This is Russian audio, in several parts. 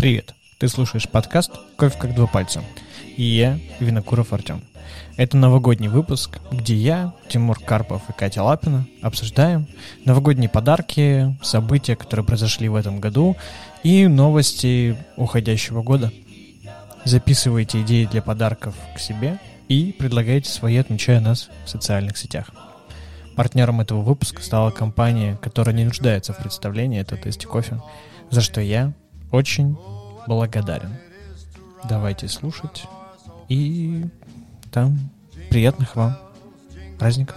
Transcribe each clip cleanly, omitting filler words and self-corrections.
Привет, ты слушаешь подкаст «Кофе как два пальца» и я, Винокуров Артем. Это новогодний выпуск, где я, Тимур Карпов и Катя Лапина обсуждаем новогодние подарки, события, которые произошли в этом году, и новости уходящего года. Записывайте идеи для подарков к себе и предлагайте свои, отмечая нас в социальных сетях. Партнером этого выпуска стала компания, которая не нуждается в представлении, это Tasty Coffee, за что я очень благодарен. Давайте слушать и там приятных вам праздников.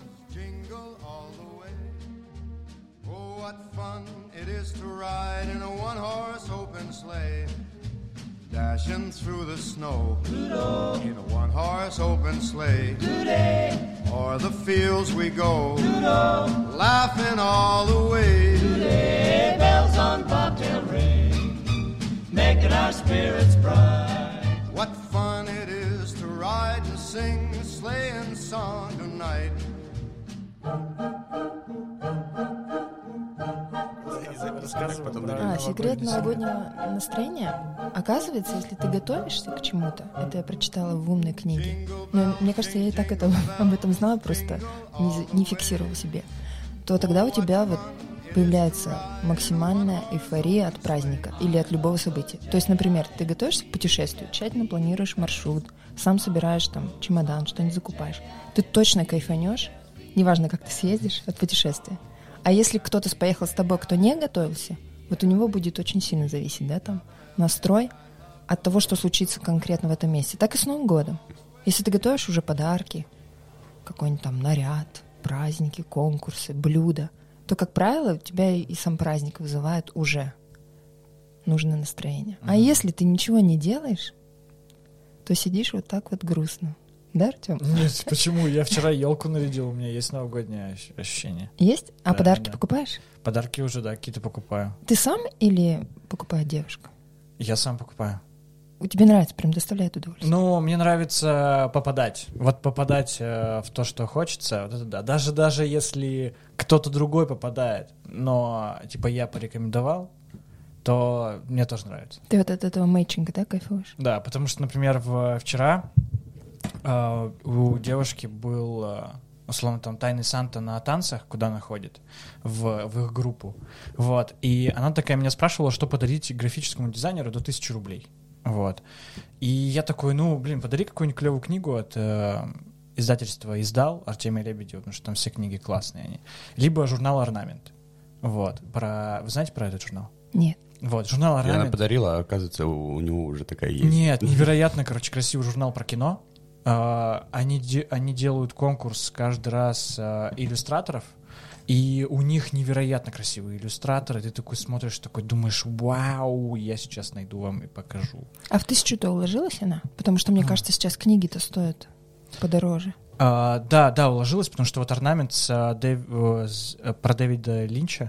Dashing through the snow Toodle. In a one-horse open sleigh Today. O'er the fields we go Toodle. Laughing all the way Today. Bells on bobtail ring Making our spirits bright What fun it is to ride and sing a sleighing song tonight. Секрет новогоднего настроения. Оказывается, если ты готовишься к чему-то, это я прочитала в умной книге, но мне кажется, я и так об этом знала, просто не фиксировала себе, то тогда у тебя вот появляется максимальная эйфория от праздника или от любого события. То есть, например, ты готовишься к путешествию, тщательно планируешь маршрут, сам собираешь там чемодан, что-нибудь закупаешь. Ты точно кайфанешь, неважно, как ты съездишь, от путешествия. А если кто-то поехал с тобой, кто не готовился, вот у него будет очень сильно зависеть, да, там, настрой от того, что случится конкретно в этом месте. Так и с Новым годом. Если ты готовишь уже подарки, какой-нибудь там наряд, праздники, конкурсы, блюда, то, как правило, у тебя и сам праздник вызывает уже нужное настроение. А если ты ничего не делаешь, то сидишь вот так вот грустно. Да, Артем? Нет, почему? Я вчера елку нарядил, у меня есть новогоднее ощущение. Есть? А да, подарки да. покупаешь? Подарки уже, да, какие-то покупаю. Ты сам или покупает девушка? Я сам покупаю. Тебе нравится, прям доставляет удовольствие? Ну, мне нравится попадать. Вот попадать в то, что хочется, вот это да. Даже если кто-то другой попадает, но, типа, я порекомендовал, то мне тоже нравится. Ты вот от этого мэйчинга, да, кайфуешь? Да, потому что, например, вчера у девушки был, условно, там, тайный Санта на танцах, куда она ходит, в их группу. Вот. И она такая меня спрашивала, что подарить графическому дизайнеру до 1000 рублей. Вот. И я такой, подари какую-нибудь клевую книгу от издательства «Издал» Артемия Лебедева, потому что там все книги классные они. Либо журнал «Орнамент». Вот. Вы знаете про этот журнал? Нет. Вот, журнал «Орнамент». Она подарила, а оказывается, у него уже такая есть. Нет, невероятно, красивый журнал про кино. Они делают конкурс каждый раз иллюстраторов, и у них невероятно красивые иллюстраторы. Ты такой смотришь, такой думаешь, вау, я сейчас найду вам и покажу. А в 1000-то уложилась она? Потому что, мне кажется, сейчас книги-то стоят подороже. Да, уложилась, потому что вот «Орнамент» про Дэвида Линча,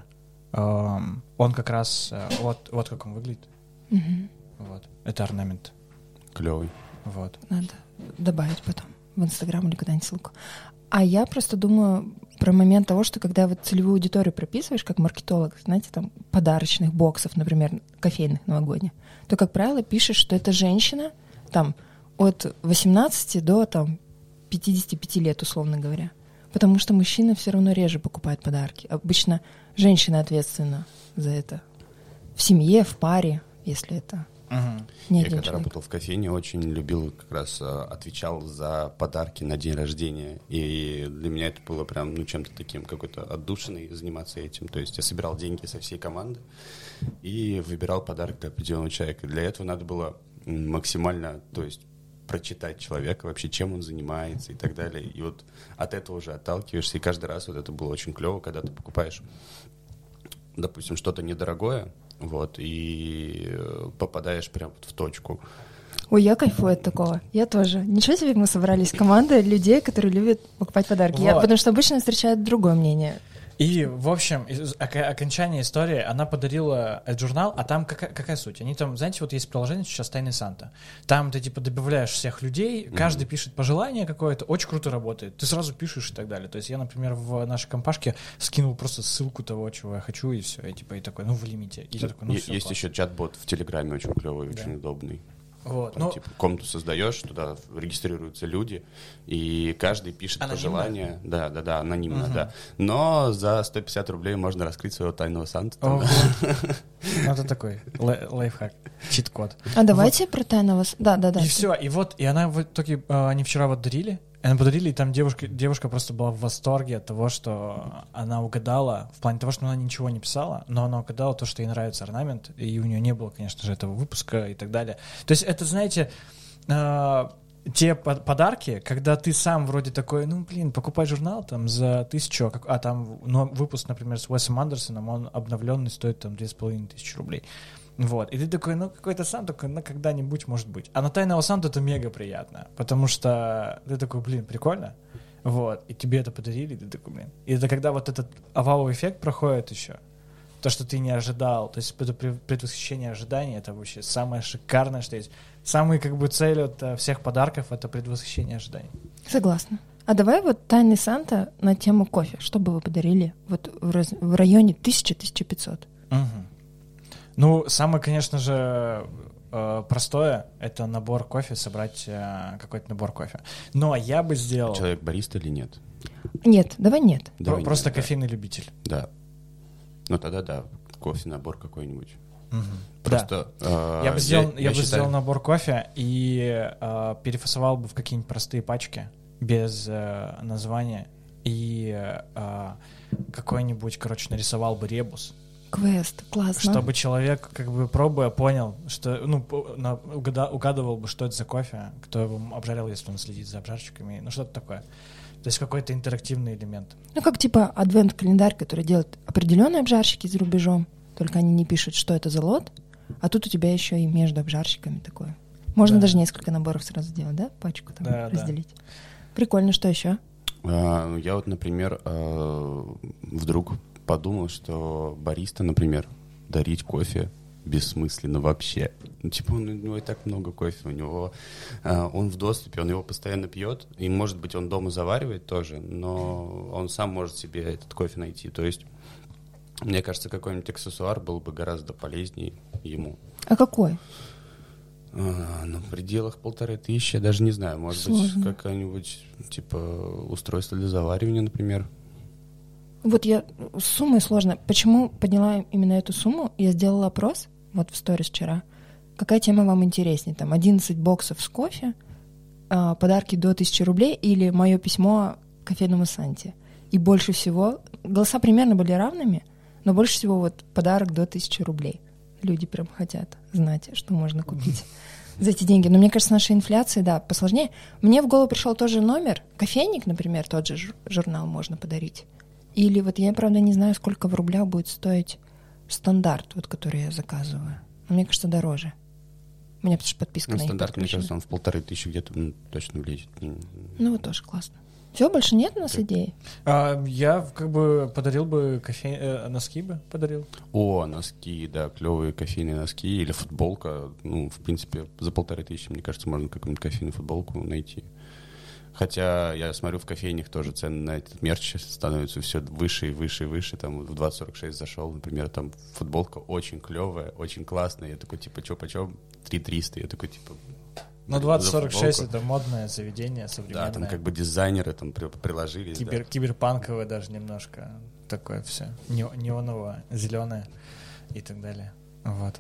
он как раз, вот как он выглядит. Угу. Вот, это «Орнамент». Клевый. Вот. Надо добавить потом в Инстаграм или куда-нибудь ссылку. А я просто думаю про момент того, что когда вот целевую аудиторию прописываешь, как маркетолог, знаете, там подарочных боксов, например, кофейных новогодних, то, как правило, пишешь, что это женщина там от 18 до там 55 лет, условно говоря. Потому что мужчина все равно реже покупает подарки. Обычно женщина ответственна за это. В семье, в паре, если это... Я когда работал в кофейне, очень любил, как раз отвечал за подарки на день рождения. И для меня это было прям, чем-то таким, какой-то отдушиной заниматься этим. То есть я собирал деньги со всей команды и выбирал подарок для определенного человека. Для этого надо было максимально, то есть прочитать человека вообще, чем он занимается и так далее. И вот от этого уже отталкиваешься. И каждый раз вот это было очень клево, когда ты покупаешь, допустим, что-то недорогое, вот, и попадаешь прям в точку. Ой, я кайфую от такого. Я тоже. Ничего себе, мы собрались команда людей, которые любят покупать подарки. Вот. Потому что обычно встречают другое мнение. И, в общем, окончание истории, она подарила этот журнал, а там какая суть? Они там, знаете, вот есть приложение сейчас «Тайный Санта». Там ты, типа, добавляешь всех людей, каждый пишет пожелание какое-то, очень круто работает. Ты сразу пишешь и так далее. То есть я, например, в нашей компашке скинул просто ссылку того, чего я хочу, и все. И такой, в лимите. И я такой, все, есть еще чат-бот в Телеграме очень клевый, очень удобный. Вот, там, типа, комнату создаешь, туда регистрируются люди, и каждый пишет пожелания. Да, анонимно, да. Но за 150 рублей можно раскрыть своего тайного Санту. Это такой лайфхак, чит-код. А давайте про тайного... Да. И все, и она в итоге, они вчера вот дарили, и там девушка просто была в восторге от того, что она угадала, в плане того, что она ничего не писала, но она угадала то, что ей нравится орнамент, и у нее не было, конечно же, этого выпуска и так далее. То есть это, знаете, те подарки, когда ты сам вроде такой, покупай журнал там за 1000, а там выпуск, например, с Уэсом Андерсоном, он обновленный стоит там 2500 рублей. Вот, и ты такой, какой-то Санта, когда-нибудь может быть. А на тайного Санту это мега приятно, потому что ты такой, прикольно, вот, и тебе это подарили, и ты такой, И это когда вот этот вау эффект проходит еще, то, что ты не ожидал, то есть это предвосхищение ожиданий, это вообще самое шикарное, что есть. Самый цель от всех подарков — это предвосхищение ожиданий. Согласна. А давай вот тайный Санта на тему кофе. Что бы вы подарили вот в районе 1000-1500? Самое, конечно же, простое — это набор кофе, собрать какой-то набор кофе. Но я бы сделал... Человек бариста или нет? Нет, давай нет. Просто кофейный любитель. Да. Тогда да, кофе, набор какой-нибудь. Просто я бы сделал набор кофе и перефасовал бы в какие-нибудь простые пачки без названия и какой-нибудь, нарисовал бы ребус. Квест, классно. Чтобы человек, пробуя, понял, что, угадывал бы, что это за кофе, кто его обжарил, если он следит за обжарщиками, что-то такое. То есть какой-то интерактивный элемент. Как адвент-календарь, который делают определенные обжарщики за рубежом, только они не пишут, что это за лот, а тут у тебя еще и между обжарщиками такое. Можно даже несколько наборов сразу сделать, да? Пачку там разделить. Да. Прикольно, что еще? Я вот, например, вдруг подумал, что бариста, например, дарить кофе бессмысленно вообще. У него и так много кофе, он в доступе, он его постоянно пьет, и, может быть, он дома заваривает тоже, но он сам может себе этот кофе найти. То есть, мне кажется, какой-нибудь аксессуар был бы гораздо полезнее ему. А какой? В пределах 1500, я даже не знаю, может быть, какое-нибудь, устройство для заваривания, например. Вот с суммой сложно. Почему подняла именно эту сумму? Я сделала опрос, в сторис вчера. Какая тема вам интереснее? 11 боксов с кофе, подарки до 1000 рублей или мое письмо кофейному Санте. И больше всего, голоса примерно были равными, но больше всего подарок до 1000 рублей. Люди прям хотят знать, что можно купить за эти деньги. Но мне кажется, с нашей инфляцией, посложнее. Мне в голову пришел тоже номер. Кофейник, например, тот же журнал можно подарить. Или я, правда, не знаю, сколько в рублях будет стоить стандарт, который я заказываю. Но мне кажется, дороже. У меня потому что подписка на них стандарт, подключена. мне кажется, он в 1500 где-то точно влезет. Тоже классно. Все, больше нет у нас идей? Я подарил бы носки бы подарил. Носки, да, клевые кофейные носки или футболка. В принципе, за 1500, мне кажется, можно какую-нибудь кофейную футболку найти. Хотя я смотрю, в кофейнях тоже цены на этот мерч становятся все выше и выше и выше. Там в 2046 зашел, например, там футболка очень клевая, очень классная. Я такой, чё почем? 3300. Я такой, 2046 это модное заведение современное. Да, там дизайнеры там приложились. Киберпанковое даже немножко. Такое все. Неоново, зеленое и так далее. Вот.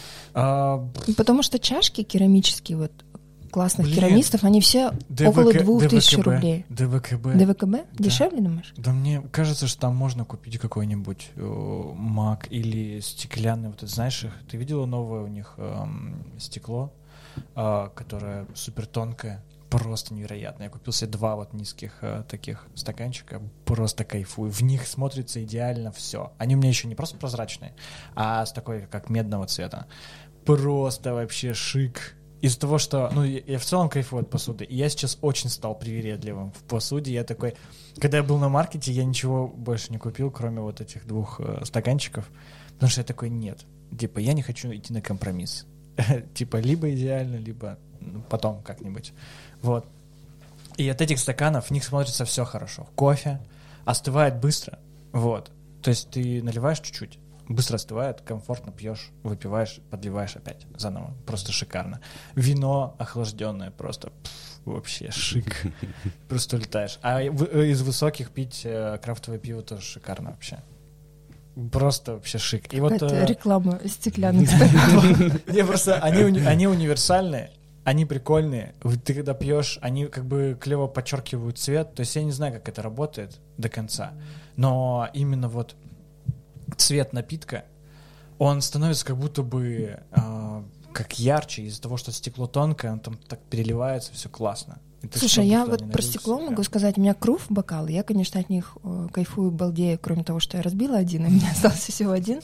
Потому что чашки керамические, классных керамистов, они все около 2000 рублей. ДВКБ? Да. Дешевле, думаешь? Да мне кажется, что там можно купить какой-нибудь маг или стеклянный. Знаешь их? Ты видела новое у них стекло, которое супер тонкое, просто невероятно. Я купил себе 2 низких таких стаканчика, просто кайфую. В них смотрится идеально все. Они у меня еще не просто прозрачные, а с такой, как медного цвета. Просто вообще шик. из-за того, что, ну, я в целом кайфую от посуды, и я сейчас очень стал привередливым в посуде. Я такой, когда я был на маркете, я ничего больше не купил, кроме вот этих 2 стаканчиков, потому что я такой, нет, типа, я не хочу идти на компромисс. Типа, либо идеально, либо потом как-нибудь. Вот. И от этих стаканов в них смотрится все хорошо. Кофе остывает быстро, вот. То есть ты наливаешь чуть-чуть, быстро остывает, комфортно пьешь, выпиваешь, подливаешь опять заново. Просто шикарно. Вино охлажденное, просто вообще шик. Просто улетаешь. А из высоких пить крафтовое пиво тоже шикарно вообще. Просто вообще шик. И вот реклама стеклянных стаканов. Не, просто они универсальные, они прикольные. Ты когда пьешь, они как бы клево подчеркивают цвет. То есть я не знаю, как это работает до конца, но именно вот цвет напитка, он становится как будто бы как ярче из-за того, что стекло тонкое, он там так переливается, все классно. Слушай, я вот про стекло могу сказать, у меня крув бокал, я, конечно, от них кайфую, балдею, кроме того, что я разбила один, и у меня остался всего один.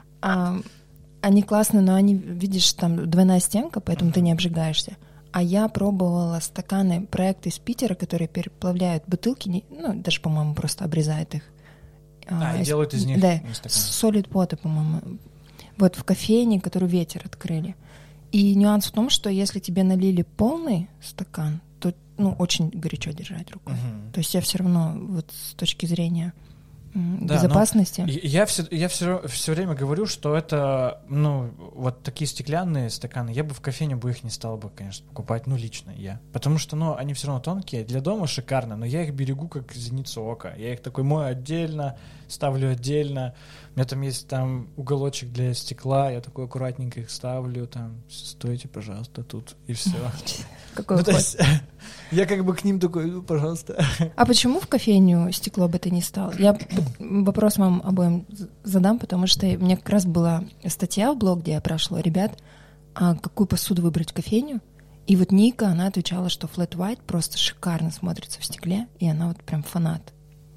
Они классные, но они, видишь, там двойная стенка, поэтому ты не обжигаешься. А я пробовала стаканы, проекты из Питера, которые переплавляют бутылки, ну, даже, по-моему, просто обрезают их. И делают из них да, Solid Pot, по-моему. Вот в кофейне, которую Ветер открыли. И нюанс в том, что если тебе налили полный стакан, то очень горячо держать рукой. То есть я все равно вот с точки зрения безопасности. Я все время говорю, что это, вот такие стеклянные стаканы, я бы в кофейне их не стал бы, конечно, покупать, лично я. Потому что, они все равно тонкие, для дома шикарно, но я их берегу как зеницу ока. Я их такой мою отдельно, ставлю отдельно. У меня там есть уголочек для стекла, я такой аккуратненько их ставлю, стойте, пожалуйста, тут, и все. Какой уход. Я как бы к ним такой, пожалуйста. А почему в кофейню стекло бы ты не стал? Я вопрос вам обоим задам, потому что у меня как раз была статья в блог, где я спрашивала ребят, какую посуду выбрать в кофейню. И вот Ника, она отвечала, что Flat White просто шикарно смотрится в стекле, и она вот прям фанат.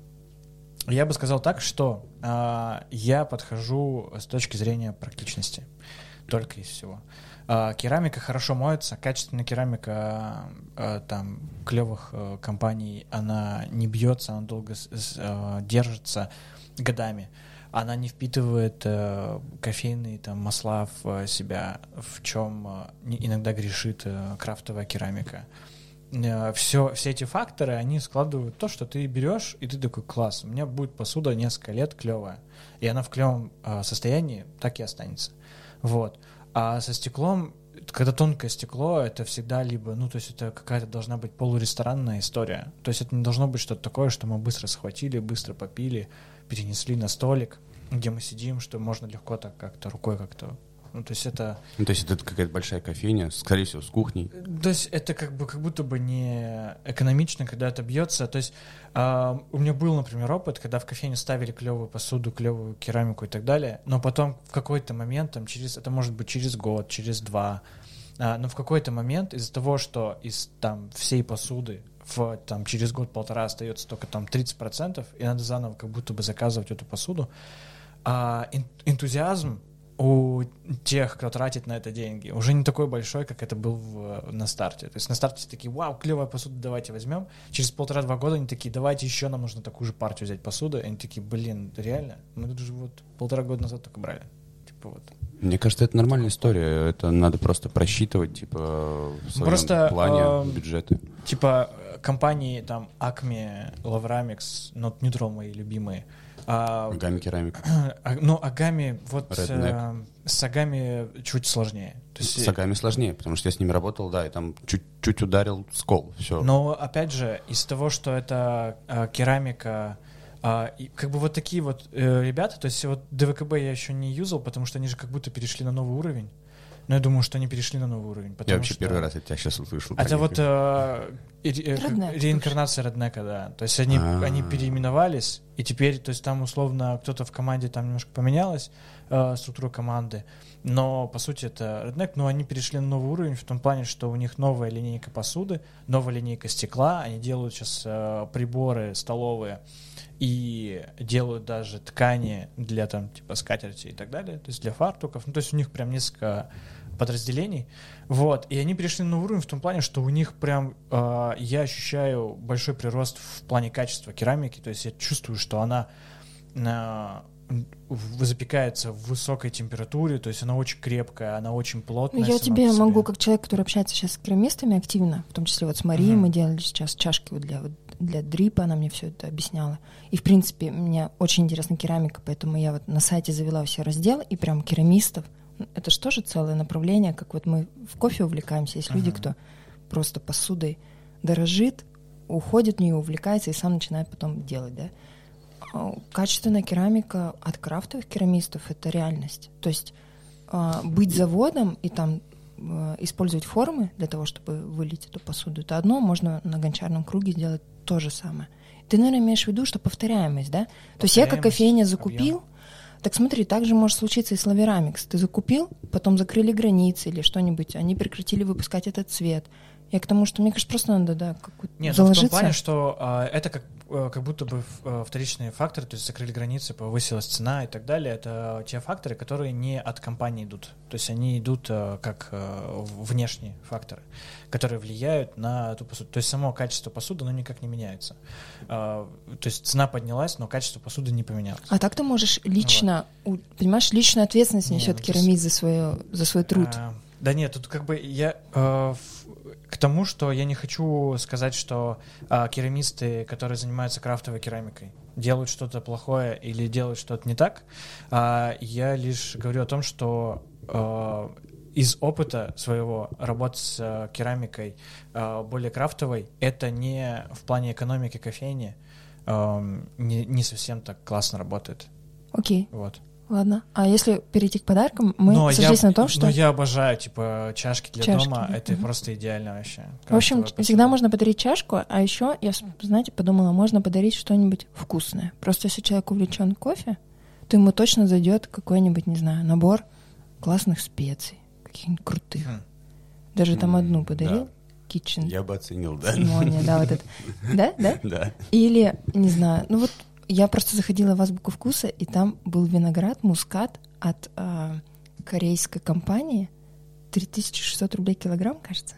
Я бы сказал так, что я подхожу с точки зрения практичности. Только из всего. Керамика хорошо моется, качественная керамика клевых компаний, она не бьется, она долго держится годами. Она не впитывает кофейные масла в себя, в чем иногда грешит крафтовая керамика. Все эти факторы, они складывают то, что ты берешь, и ты такой, класс, у меня будет посуда несколько лет клевая, и она в клевом состоянии так и останется. Вот. А со стеклом, когда тонкое стекло, это всегда либо, то есть это какая-то должна быть полуресторанная история. То есть это не должно быть что-то такое, что мы быстро схватили, быстро попили, перенесли на столик, где мы сидим, что можно легко так как-то рукой как-то. То есть это какая-то большая кофейня, скорее всего, с кухней. То есть это как будто бы не экономично, когда это бьется. То есть у меня был, например, опыт, когда в кофейню ставили клевую посуду, клевую керамику и так далее, но потом в какой-то момент, это может быть через год, через 2, но в какой-то момент из-за того, что из всей посуды через год-полтора остается только 30%, и надо заново как будто бы заказывать эту посуду, энтузиазм у тех, кто тратит на это деньги, уже не такой большой, как это был на старте. То есть на старте такие, вау, клевая посуда, давайте возьмем. Через 1,5-2 года они такие, давайте еще нам нужно такую же партию взять посуды. И они такие, реально? Мы тут же 1,5 года назад только брали. Мне кажется, это нормальная история. Это надо просто просчитывать, в своем плане бюджеты. Компании Acme, Lavramex, Not Neutral мои любимые. Агами керамика. Агами, с Агами чуть сложнее. С Агами сложнее, потому что я с ними работал, и там чуть ударил скол. Все. Но, опять же, из того, что это керамика, такие ребята, то есть ДВКБ я еще не юзал, потому что они же как будто перешли на новый уровень. Но я думаю, что они перешли на новый уровень. Я вообще первый раз от тебя сейчас услышал. Это реинкарнация Redneck, да. То есть они переименовались, и теперь, то есть там условно кто-то в команде немножко поменялась структура команды, но по сути это Redneck, но они перешли на новый уровень в том плане, что у них новая линейка посуды, новая линейка стекла, они делают сейчас приборы столовые и делают даже ткани для скатерти и так далее, то есть для фартуков. То есть у них прям несколько подразделений, вот, и они перешли на уровень в том плане, что у них прям, я ощущаю большой прирост в плане качества керамики, то есть я чувствую, что она запекается в высокой температуре, то есть она очень крепкая, она очень плотная. Я тебе могу, как человек, который общается сейчас с керамистами активно, в том числе вот с Марией мы делали сейчас чашки вот для дрипа, она мне все это объясняла. И, в принципе, мне очень интересна керамика, поэтому я вот на сайте завела все разделы, и прям керамистов, это же тоже целое направление, как вот мы в кофе увлекаемся, есть люди, кто просто посудой дорожит, уходит в нее, увлекается и сам начинает потом делать, да. Качественная керамика от крафтовых керамистов — это реальность. То есть быть заводом и там использовать формы для того, чтобы вылить эту посуду, это одно, можно на гончарном круге сделать то же самое. Ты, наверное, имеешь в виду, что повторяемость, да? То есть я как кофейня закупил, объем. Так смотри, так же может случиться и с Лаверамикс. Ты закупил, потом закрыли границы или что-нибудь, они прекратили выпускать этот цвет. Я к тому, что мне кажется, просто надо, да, как-то заложиться. Нет, в том плане, что это как будто бы вторичные факторы, то есть закрыли границы, повысилась цена и так далее. Это те факторы, которые не от компании идут. То есть они идут как внешние факторы, которые влияют на эту посуду. То есть само качество посуды, оно никак не меняется. То есть цена поднялась, но качество посуды не поменялось. А так ты можешь лично, понимаешь, личную ответственность несет керамист за свой труд. Да нет, тут как бы я к тому, что я не хочу сказать, что керамисты, которые занимаются крафтовой керамикой, делают что-то плохое или делают что-то не так. Я лишь говорю о том, что из опыта своего работы с керамикой более крафтовой, это не в плане экономики кофейни не совсем так классно работает. Окей. Вот. Ладно. А если перейти к подаркам, мы сошлись на том, что... я обожаю, типа, чашки для дома. Это просто идеально вообще. В общем, всегда можно подарить чашку, а еще я, знаете, подумала, можно подарить что-нибудь вкусное. Просто если человек увлечен кофе, то ему точно зайдет какой-нибудь, не знаю, набор классных специй, каких-нибудь крутых. Даже там одну подарил. Kitchen. Я бы оценил, да. Симония, да, вот это. Да? Да. Или, не знаю, ну вот я просто заходила в Азбуку вкуса, и там был виноград, мускат от корейской компании, 3600 рублей килограмм, кажется.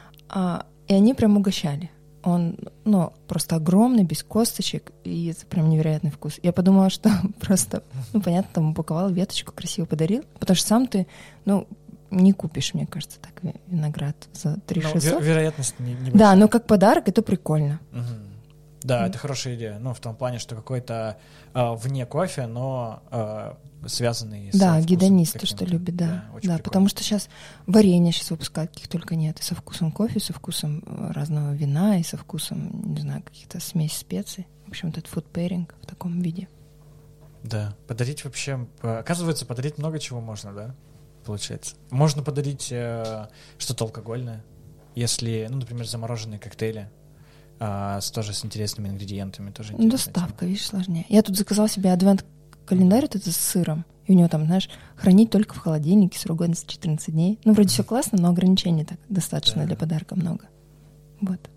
И они прям угощали. Он, просто огромный, без косточек, и это прям невероятный вкус. Я подумала, что просто, понятно, там упаковал веточку, красиво подарил, потому что сам ты, не купишь, мне кажется, так виноград за 3600. Вероятность не большая. Да, но как подарок это прикольно. Угу. Да, это хорошая идея. В том плане, что какой-то вне кофе, но связанный с вкусом. Гедонист, то, что любит, да. Потому что сейчас варенье выпускают, каких только нет. И со вкусом кофе, со вкусом разного вина, и со вкусом, не знаю, каких-то смесь специй. В общем, этот food pairing в таком виде. Да, подарить вообще... Оказывается, подарить много чего можно, да? Получается. Можно подарить что-то алкогольное, если, например, замороженные коктейли. Тоже с интересными ингредиентами. Тоже доставка, видишь, сложнее. Я тут заказала себе адвент-календарь это с сыром. И у него там, знаешь, хранить только в холодильнике, срок годности 14 дней. Вроде все классно, но ограничений так достаточно для подарка много. Вот.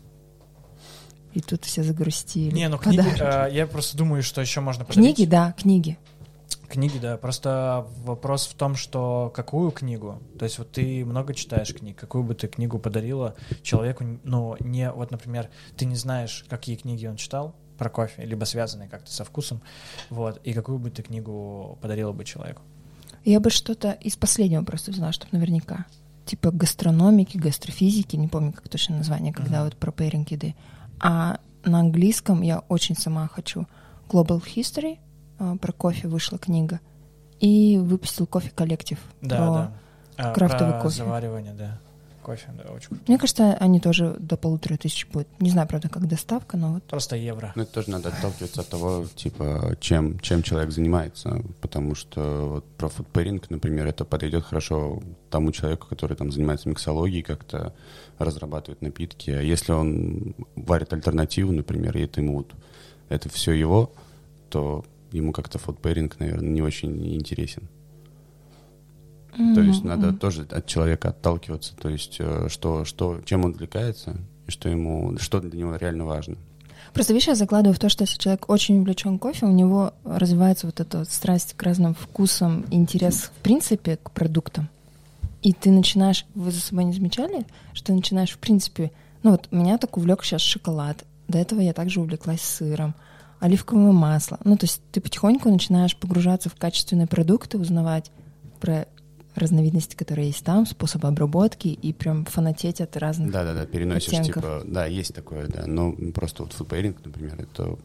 И тут все загрустили. Книги, я просто думаю, что еще можно подарить. Книги. Книги, да. Просто вопрос в том, что какую книгу, то есть вот ты много читаешь книг, какую бы ты книгу подарила человеку, не, вот, например, ты не знаешь, какие книги он читал про кофе, либо связанные как-то со вкусом, вот, и какую бы ты книгу подарила бы человеку? Я бы что-то из последнего просто взяла, чтобы наверняка. Типа гастрономики, гастрофизики, не помню, как точно название, когда вот про пейринг еды. А на английском я очень сама хочу Global History, про кофе вышла книга, и выпустил кофе-коллектив про крафтовый про кофе. Заваривание, да. Кофе, да, очень круто. Мне кажется, они тоже до 1500 будет. Не знаю, правда, как доставка, но вот... Просто евро. Это тоже надо отталкиваться от того, типа, чем человек занимается, потому что вот про фудпэринг, например, это подойдет хорошо тому человеку, который там занимается миксологией, как-то разрабатывает напитки. А если он варит альтернативу, например, и это все его, то ему как-то фудпэринг, наверное, не очень интересен. То есть надо тоже от человека отталкиваться, то есть чем он увлекается и что для него реально важно. Просто, видишь, я закладываю в то, что если человек очень увлечен кофе, у него развивается вот эта страсть к разным вкусам, интерес, в принципе, к продуктам. И ты начинаешь, вы за собой не замечали, что ты начинаешь, в принципе, ну вот меня так увлек сейчас шоколад. До этого я также увлеклась сыром, оливковое масло. Ну, то есть ты потихоньку начинаешь погружаться в качественные продукты, узнавать про разновидности, которые есть там, способы обработки, и прям фанатеть от разных Да-да-да, переносишь, оттенков. типа, да, есть такое, да, но просто вот фудпейринг, например, это,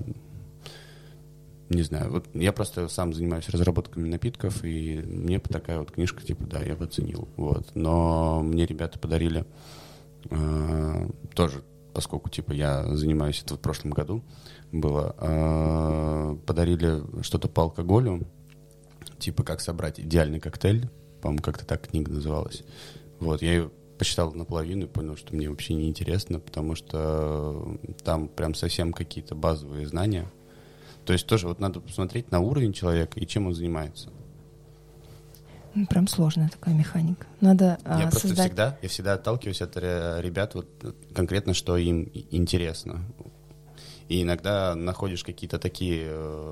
не знаю, вот я просто сам занимаюсь разработками напитков, и мне такая вот книжка, типа, да, я бы оценил, вот, но мне ребята подарили тоже, поскольку, типа, я занимаюсь, это в прошлом году было, подарили что-то по алкоголю, типа, как собрать идеальный коктейль, по-моему, как-то так книга называлась. Вот, я ее почитал наполовину и понял, что мне вообще не интересно, потому что там прям совсем какие-то базовые знания. То есть тоже вот надо посмотреть на уровень человека и чем он занимается. Ну, прям сложная такая механика. Надо Я просто создать... всегда отталкиваюсь от ребят вот конкретно, что им интересно. И иногда находишь какие-то такие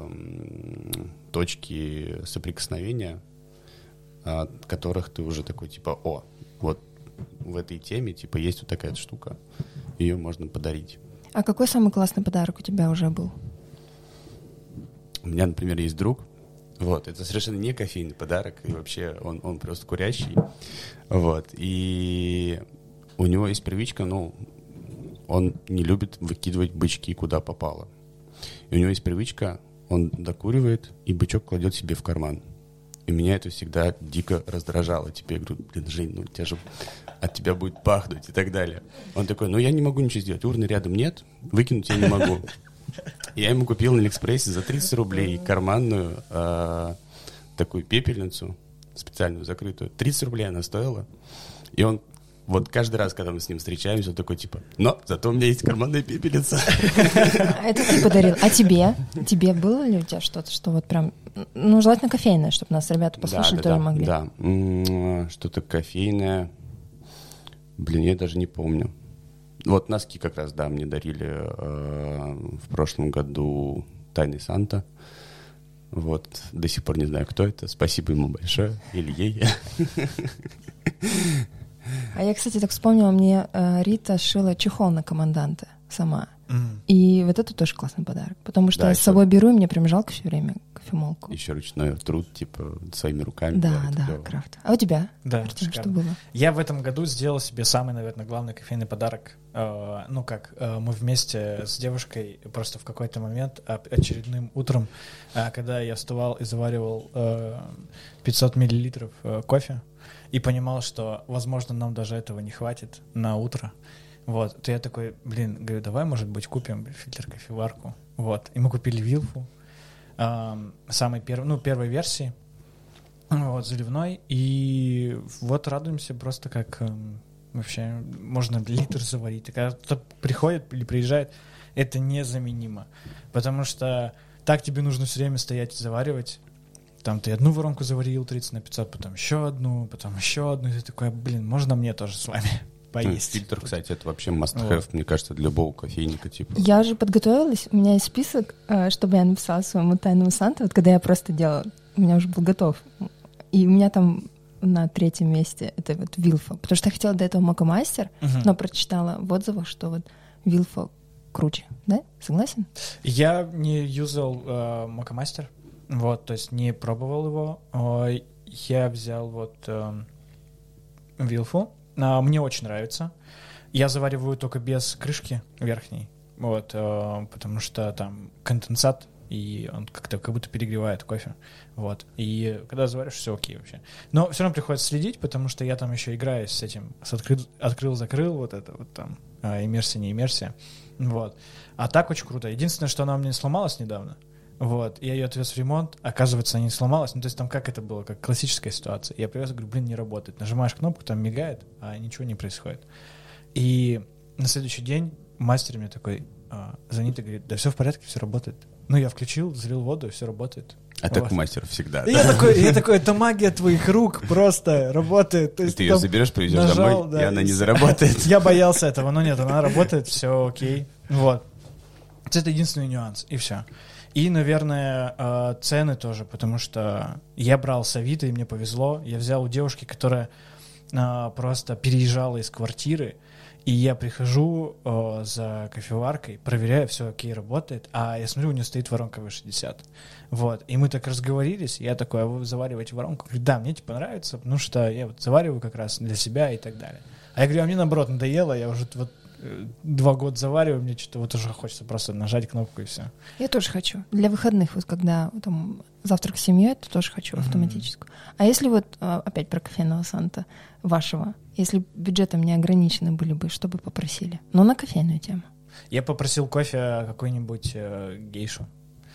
точки соприкосновения, от которых ты уже такой, типа, о, вот в этой теме, типа, есть вот такая штука, ее можно подарить. А какой самый классный подарок у тебя уже был? У меня, например, есть друг, вот, это совершенно не кофейный подарок, и вообще он просто курящий, вот, и у него есть привычка, ну, он не любит выкидывать бычки куда попало. И у него есть привычка, он докуривает и бычок кладет себе в карман. И меня это всегда дико раздражало. Типа я говорю, блин, Жень, ну тебя же от тебя будет пахнуть и так далее. Он такой, ну я не могу ничего сделать, урны рядом нет, выкинуть я не могу. Я ему купил на Алиэкспрессе за 30 рублей карманную такую пепельницу, специальную закрытую. 30 рублей она стоила. И он вот каждый раз, когда мы с ним встречаемся, он такой, типа, но зато у меня есть карманная пепельница. Это ты подарил. А тебе? Тебе было ли у тебя что-то, что вот прям... Ну, желательно кофейное, чтобы нас ребята послушали, тоже могли. Да, что-то кофейное. Блин, я даже не помню. Вот носки как раз, да, мне дарили в прошлом году Тайный Санта. Вот, до сих пор не знаю, кто это. Спасибо ему большое. Или ей. А я, кстати, так вспомнила, мне Рита сшила чехол на команданта сама. И вот это тоже классный подарок. Потому что Да, я с собой беру, и мне прям жалко все время кофемолку. Еще ручной труд, типа, своими руками. Да, крафт. А у тебя? Да, Артем, шикарно. что было? Я в этом году сделал себе самый, наверное, главный кофейный подарок. Мы вместе с девушкой просто в какой-то момент очередным утром, когда я вставал и заваривал 500 миллилитров кофе, и понимал, что, возможно, нам даже этого не хватит на утро, вот, то я такой, говорю, давай, может быть, купим фильтр-кофеварку, вот, и мы купили Вилфу, первой версии, вот, заливной, и вот радуемся просто, как вообще можно литр заварить, и когда кто-то приходит или приезжает, это незаменимо, потому что так тебе нужно все время стоять и заваривать. Там ты одну воронку заварил 30 на 500, потом еще одну, и ты такой, можно мне тоже с вами поесть. Фильтр, кстати, это вообще must-have, мне кажется, для любого кофейника. Типа. Я уже подготовилась, у меня есть список, чтобы я написала своему тайному Санту, вот когда я просто делала, у меня уже был готов. И у меня там на 3-м месте это вот Вилфа, потому что я хотела до этого Макомастер, но прочитала в отзывах, что вот Вилфа круче, да? Согласен? Я не юзал Макомастер. Вот, то есть не пробовал его. Я взял вот Вилфу. Мне очень нравится. Я завариваю только без крышки верхней, вот, потому что там конденсат, и он как будто перегревает кофе. Вот. И когда заваришь, все окей вообще. Но все равно приходится следить, потому что я там еще играю с этим, открыл-закрыл, вот это вот там, иммерсия, не иммерсия. Вот. А так очень круто. Единственное, что она у меня сломалась недавно. Вот, я ее отвез в ремонт, оказывается, она не сломалась. Ну, то есть там как это было, как классическая ситуация. Я привез, говорю, не работает. Нажимаешь кнопку, там мигает, а ничего не происходит. И на следующий день мастер мне такой звонит и говорит, да все в порядке, все работает. Ну, я включил, залил воду, и все работает. А так у мастера всегда. Я такой, это магия твоих рук просто работает. То есть ты ее заберешь, привезешь домой, и она не заработает. Я боялся этого, но нет, она работает, все окей. Вот. Это единственный нюанс, и все. И, наверное, цены тоже, потому что я брал с Авито, и мне повезло. Я взял у девушки, которая просто переезжала из квартиры, и я прихожу за кофеваркой, проверяю, все окей, работает, а я смотрю, у нее стоит воронка V60. Вот. И мы так разговорились, и я такой: а вы завариваете воронку? Говорю: да, мне типа нравится, потому что я вот завариваю как раз для себя и так далее. А я говорю: а мне наоборот надоело, я уже вот 2 года завариваю, мне что-то вот уже хочется просто нажать кнопку и все. Я тоже хочу. Для выходных, вот когда там завтрак с семьей, то тоже хочу автоматическую. А если вот опять про кофейного Санта вашего, если бюджетом не ограничены были бы, что бы попросили? Но на кофейную тему. Я попросил кофе какой-нибудь гейшу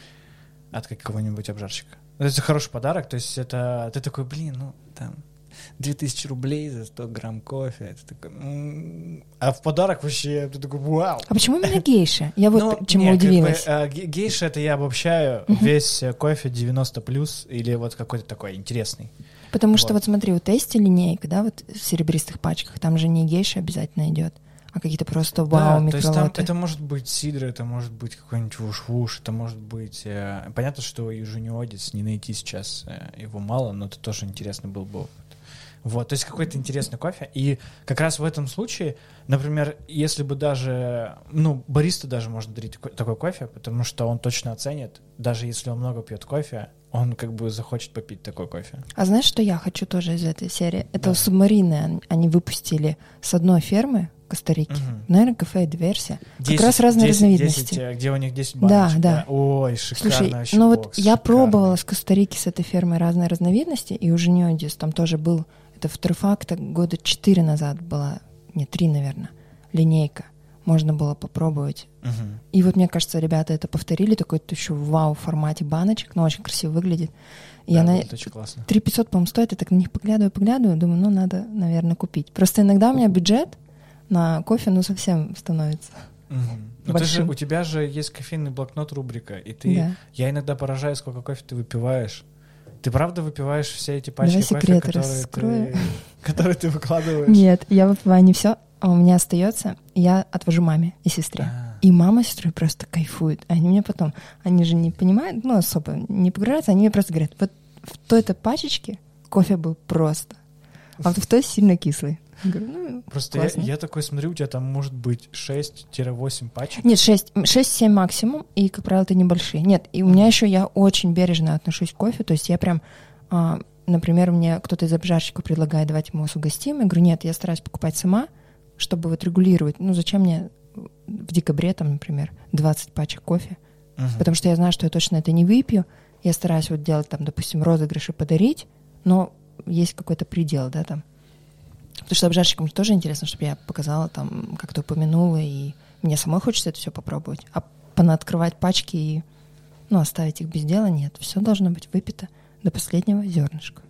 от какого-нибудь обжарщика. Это хороший подарок, то есть это ты такой: блин, ну там 2000 рублей за 100 грамм кофе. Это такой, а в подарок вообще ты такой: вау. А почему именно гейша? Я вот чему удивилась. Гейша — это я обобщаю весь кофе 90+, или вот какой-то такой интересный. Потому что вот смотри, у Тести линейка, да, вот в серебристых пачках, там же не гейша обязательно идет, а какие-то просто вау микролоты. То есть там это может быть сидр, это может быть какой-нибудь вуш-вуш, это может быть... понятно, что и Жуниодис не найти сейчас, его мало, но это тоже интересно был бы опыт. Вот, то есть какой-то интересный кофе. И как раз в этом случае, например, если бы даже... Ну, бариста даже может дарить такой кофе, потому что он точно оценит, даже если он много пьет кофе, он как бы захочет попить такой кофе. А знаешь, что я хочу тоже из этой серии? Это субмарины они выпустили с одной фермы Коста-Рики. Наверное, кафе-версия. Как раз разные разновидности. 10, где у них 10 баночек. Да. Ой, шикарно. Слушай, ну вот я пробовала с Коста-Рики, с этой фермой разные разновидности, и у Жуниодис там тоже был, это в Трефакто года 4 назад была, не 3, наверное, линейка. Можно было попробовать. И вот, мне кажется, ребята это повторили, такой еще в вау-формате баночек, но очень красиво выглядит. И да, она 3500, по-моему, стоит, я так на них поглядываю, думаю, ну, надо, наверное, купить. Просто иногда у меня бюджет на кофе, ну, совсем становится большим. У тебя же есть кофейный блокнот, рубрика, и ты... Да. Я иногда поражаюсь, сколько кофе ты выпиваешь. Ты правда выпиваешь все эти пачки кофе, которые ты выкладываешь? Нет, я выпиваю не все, а у меня остается, я отвожу маме и сестре. И мама с сестрой просто кайфуют. Они мне потом, они же не понимают, ну, особо не погружаются, они мне просто говорят: вот в той-то пачечке кофе был просто, а вот в той сильно кислый. Я говорю: ну, просто я такой смотрю, у тебя там может быть 6-8 пачек. Нет, 6-7 максимум, и, как правило, это небольшие. Нет, и у меня еще, я очень бережно отношусь к кофе, то есть я прям, например, мне кто-то из обжарщиков предлагает: давайте мы вас угостим. Я говорю: нет, я стараюсь покупать сама, чтобы вот регулировать. Ну, зачем мне в декабре, там, например, 20 пачек кофе? Потому что я знаю, что я точно это не выпью. Я стараюсь вот делать там, допустим, розыгрыши, подарить, но есть какой-то предел, да, там. Потому что обжарщикам тоже интересно, чтобы я показала, там, как-то упомянула, и мне самой хочется это все попробовать. А понаоткрывать пачки и, ну, оставить их без дела — нет. Все должно быть выпито до последнего зернышка.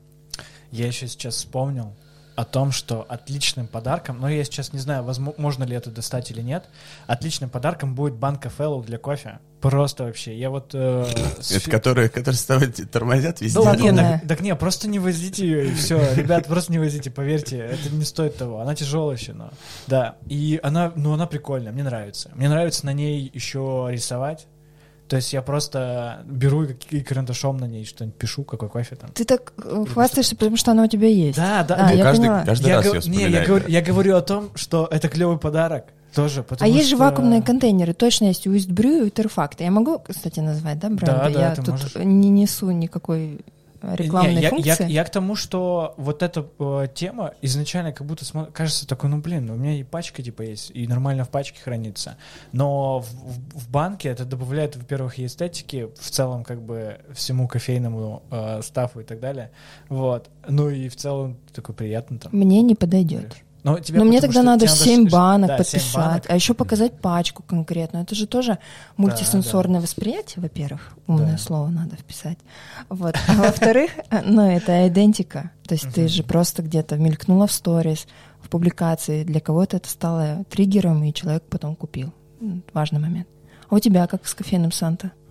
Я еще сейчас вспомнил о том, что отличным подарком, но я сейчас не знаю, можно ли это достать или нет, отличным подарком будет банка Fellow для кофе. Просто вообще. Я вот... Это которые тормозят везде? Так не, просто не возите ее, и все. Ребят, просто не возите, поверьте, это не стоит того. Она тяжелая еще, но... Да, и она прикольная, мне нравится. Мне нравится на ней еще рисовать. То есть я просто беру и карандашом на ней что-нибудь пишу, какой кофе там. Ты так хвастаешься, потому что она у тебя есть. Да. Каждый раз ее вспоминаю. Я говорю о том, что это клевый подарок тоже. Есть же вакуумные контейнеры, точно есть у Истбрю и Трефакто. Я могу, кстати, назвать, да, бренды? Да, я тут можешь. Не несу никакой рекламной функции. Я к тому, что вот эта тема изначально как будто кажется такой: ну, блин, у меня и пачка типа есть, и нормально в пачке хранится. Но в банке это добавляет, во-первых, и эстетики, в целом как бы всему кофейному стафу и так далее. Вот. Ну и в целом такой приятно там. Мне не подойдет. Но мне тогда надо 7 банок подписать, 7 банок. А еще показать пачку конкретно. Это же тоже мультисенсорное восприятие, во-первых. Умное слово надо вписать. Вот. А во-вторых, это идентика. То есть ты же просто где-то мелькнула в сторис, в публикации. Для кого-то это стало триггером, и человек потом купил. Важный момент. А у тебя как с кофейным Санта?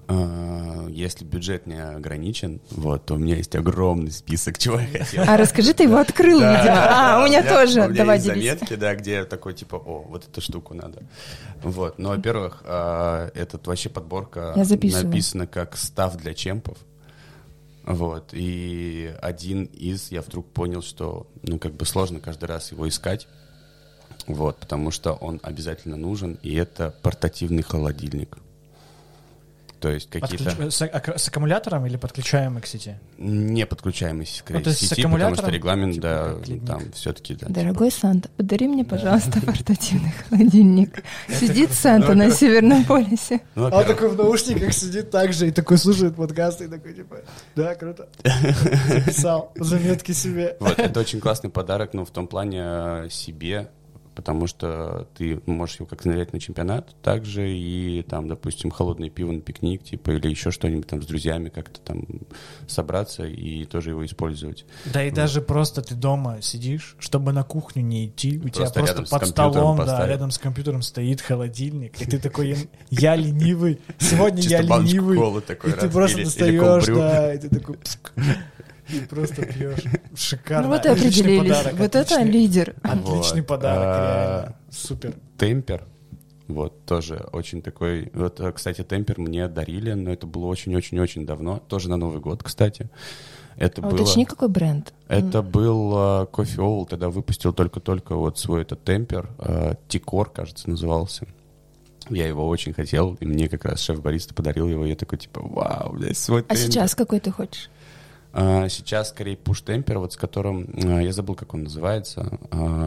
Если бюджет не ограничен, вот, то у меня есть огромный список, чего я хотел. А расскажи, ты его открыл, видимо. У меня тоже. У меня Давай, есть делись. заметки, да, где я такой, типа, вот эту штуку надо. Вот, но, во-первых, этот вообще подборка написана как став для чемпов. Вот, и я вдруг понял, что, сложно каждый раз его искать. Вот, потому что он обязательно нужен, и это портативный холодильник. То есть какие-то... С аккумулятором или подключаемый к сети? Не подключаемый к сети, потому что регламент, типа, там все-таки... Да, дорогой Санта, подари мне, пожалуйста, портативный холодильник. Сидит Санта на Северном полюсе. А он такой в наушниках сидит так же и такой слушает подкасты и такой, типа, да, круто. Записал заметки себе. Вот, это очень классный подарок, но в том плане себе, потому что ты можешь его как нырять на чемпионат, также и там, допустим, холодное пиво на пикник, типа, или еще что-нибудь там с друзьями как-то там собраться и тоже его использовать. Да и даже просто ты дома сидишь, чтобы на кухню не идти, у тебя просто под столом, да, рядом с компьютером стоит холодильник, и ты такой, я ленивый, сегодня я ленивый, и ты просто достаешь, да, и ты такой... И просто пьешь. Шикарно. Ну вот и определились. Вот это лидер. Отличный подарок, реально. Супер. Темпер. Вот, тоже очень такой... Вот, кстати, темпер мне дарили, но это было очень-очень-очень давно. Тоже на Новый год, кстати. Это было... Уточни, какой бренд? Это был Coffee Owl, тогда выпустил только-только вот свой этот темпер. Тикор, кажется, назывался. Я его очень хотел, и мне как раз шеф-бариста подарил его. И я такой, типа, вау, у меня есть свой темпер. А сейчас какой ты хочешь? Сейчас скорее пуш-темпер, вот с которым, я забыл, как он называется,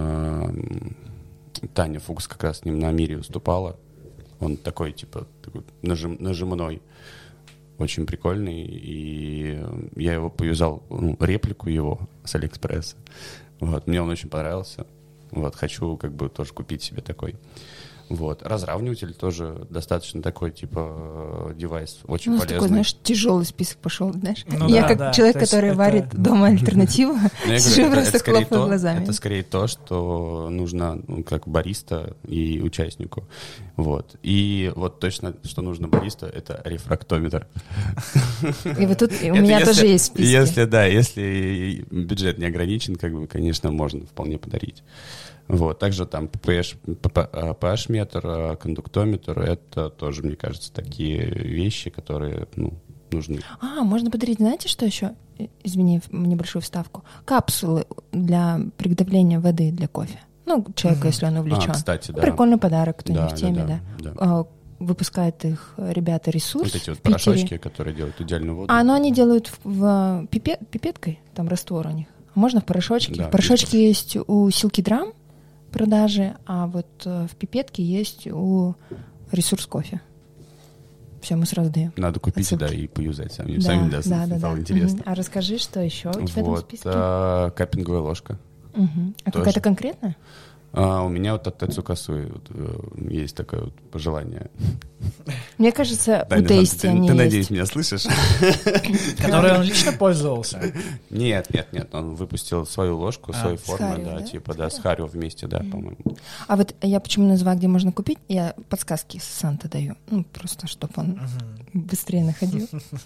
Таня Фукс как раз с ним на Мире выступала, он такой, типа, такой нажимной, очень прикольный, и я его повязал, реплику его с Алиэкспресса, вот, мне он очень понравился, вот, хочу как бы тоже купить себе такой. Вот. Разравниватель тоже достаточно такой, типа, девайс, очень полезный. Такой, знаешь, тяжелый список пошел, знаешь. Ну, я да, как да. человек, который варит дома альтернативу, сижу просто хлопаю глазами. Это скорее то, что нужно как бариста и участнику. Вот. И вот точно, что нужно бариста, это рефрактометр. И вот тут у меня тоже есть списки. Если бюджет не ограничен, как бы, конечно, можно вполне подарить. Вот, также там pH-метр, кондуктометр, это тоже, мне кажется, такие вещи, которые, нужны. Можно подарить, знаете, что еще? Извини, небольшую вставку. Капсулы для приготовления воды для кофе. Человеку, если он увлечен. Кстати, да. Прикольный подарок, кто не в теме, да. Выпускают их ребята «Ресурс» вот эти вот порошочки, которые делают идеальную воду. Они делают в пипеткой, там раствор у них. Можно в порошочке. Да, в порошочке есть у Silky Drum продажи, а вот в пипетке есть у Ресурс кофе. Все, мы сразу даем. Надо купить, отсылки. Да, и поюзать сами стало интересно. А расскажи, что еще у тебя там в списке? Каппинговая ложка. А какая-то конкретная? У меня вот от Тецукасуи есть такое вот пожелание. Мне кажется, у Тейсти они Ты, есть. надеюсь, меня слышишь? Которой он лично пользовался? Нет, он выпустил свою ложку, свою форму, да, типа, да, с Харио вместе, да, по-моему. А вот я почему назвала, где можно купить, я подсказки с Санта даю, просто чтобы он быстрее находил.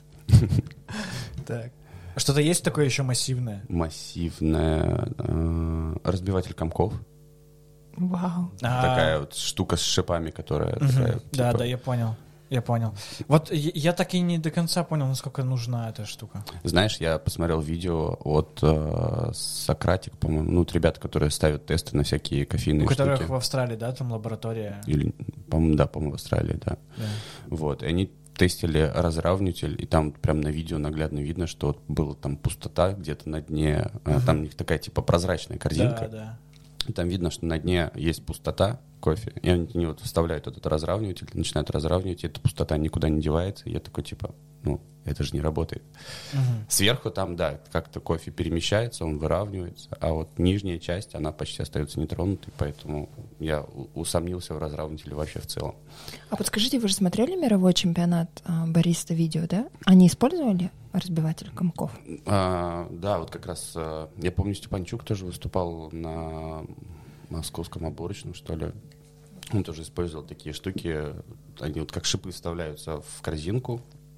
Так. Что-то есть такое еще массивное? Массивное. Разбиватель комков. Вау. Такая вот штука с шипами, которая такая... Да, я понял. Вот я так и не до конца понял, насколько нужна эта штука. Знаешь, я посмотрел видео от Сократик, по-моему, ребят, которые ставят тесты на всякие кофейные штуки. У которых в Австралии, да, там лаборатория? Или, по-моему, в Австралии, да. Вот, и они тестили разравниватель, и там прям на видео наглядно видно, что вот была там пустота где-то на дне, там у них такая типа прозрачная корзинка. Да. И там видно, что на дне есть пустота кофе, и они вот вставляют этот разравниватель, начинают разравнивать, и эта пустота никуда не девается, и я такой типа, это же не работает. Сверху там, да, как-то кофе перемещается, он выравнивается, а вот нижняя часть, она почти остается нетронутой, поэтому я усомнился в разравнивателе вообще в целом. А подскажите, вы же смотрели мировой чемпионат бариста видео, да? Они использовали разбиватель комков? Да, вот как раз, я помню, Степанчук тоже выступал на московском оборочном, что ли. Он тоже использовал такие штуки, они вот как шипы вставляются в корзинку,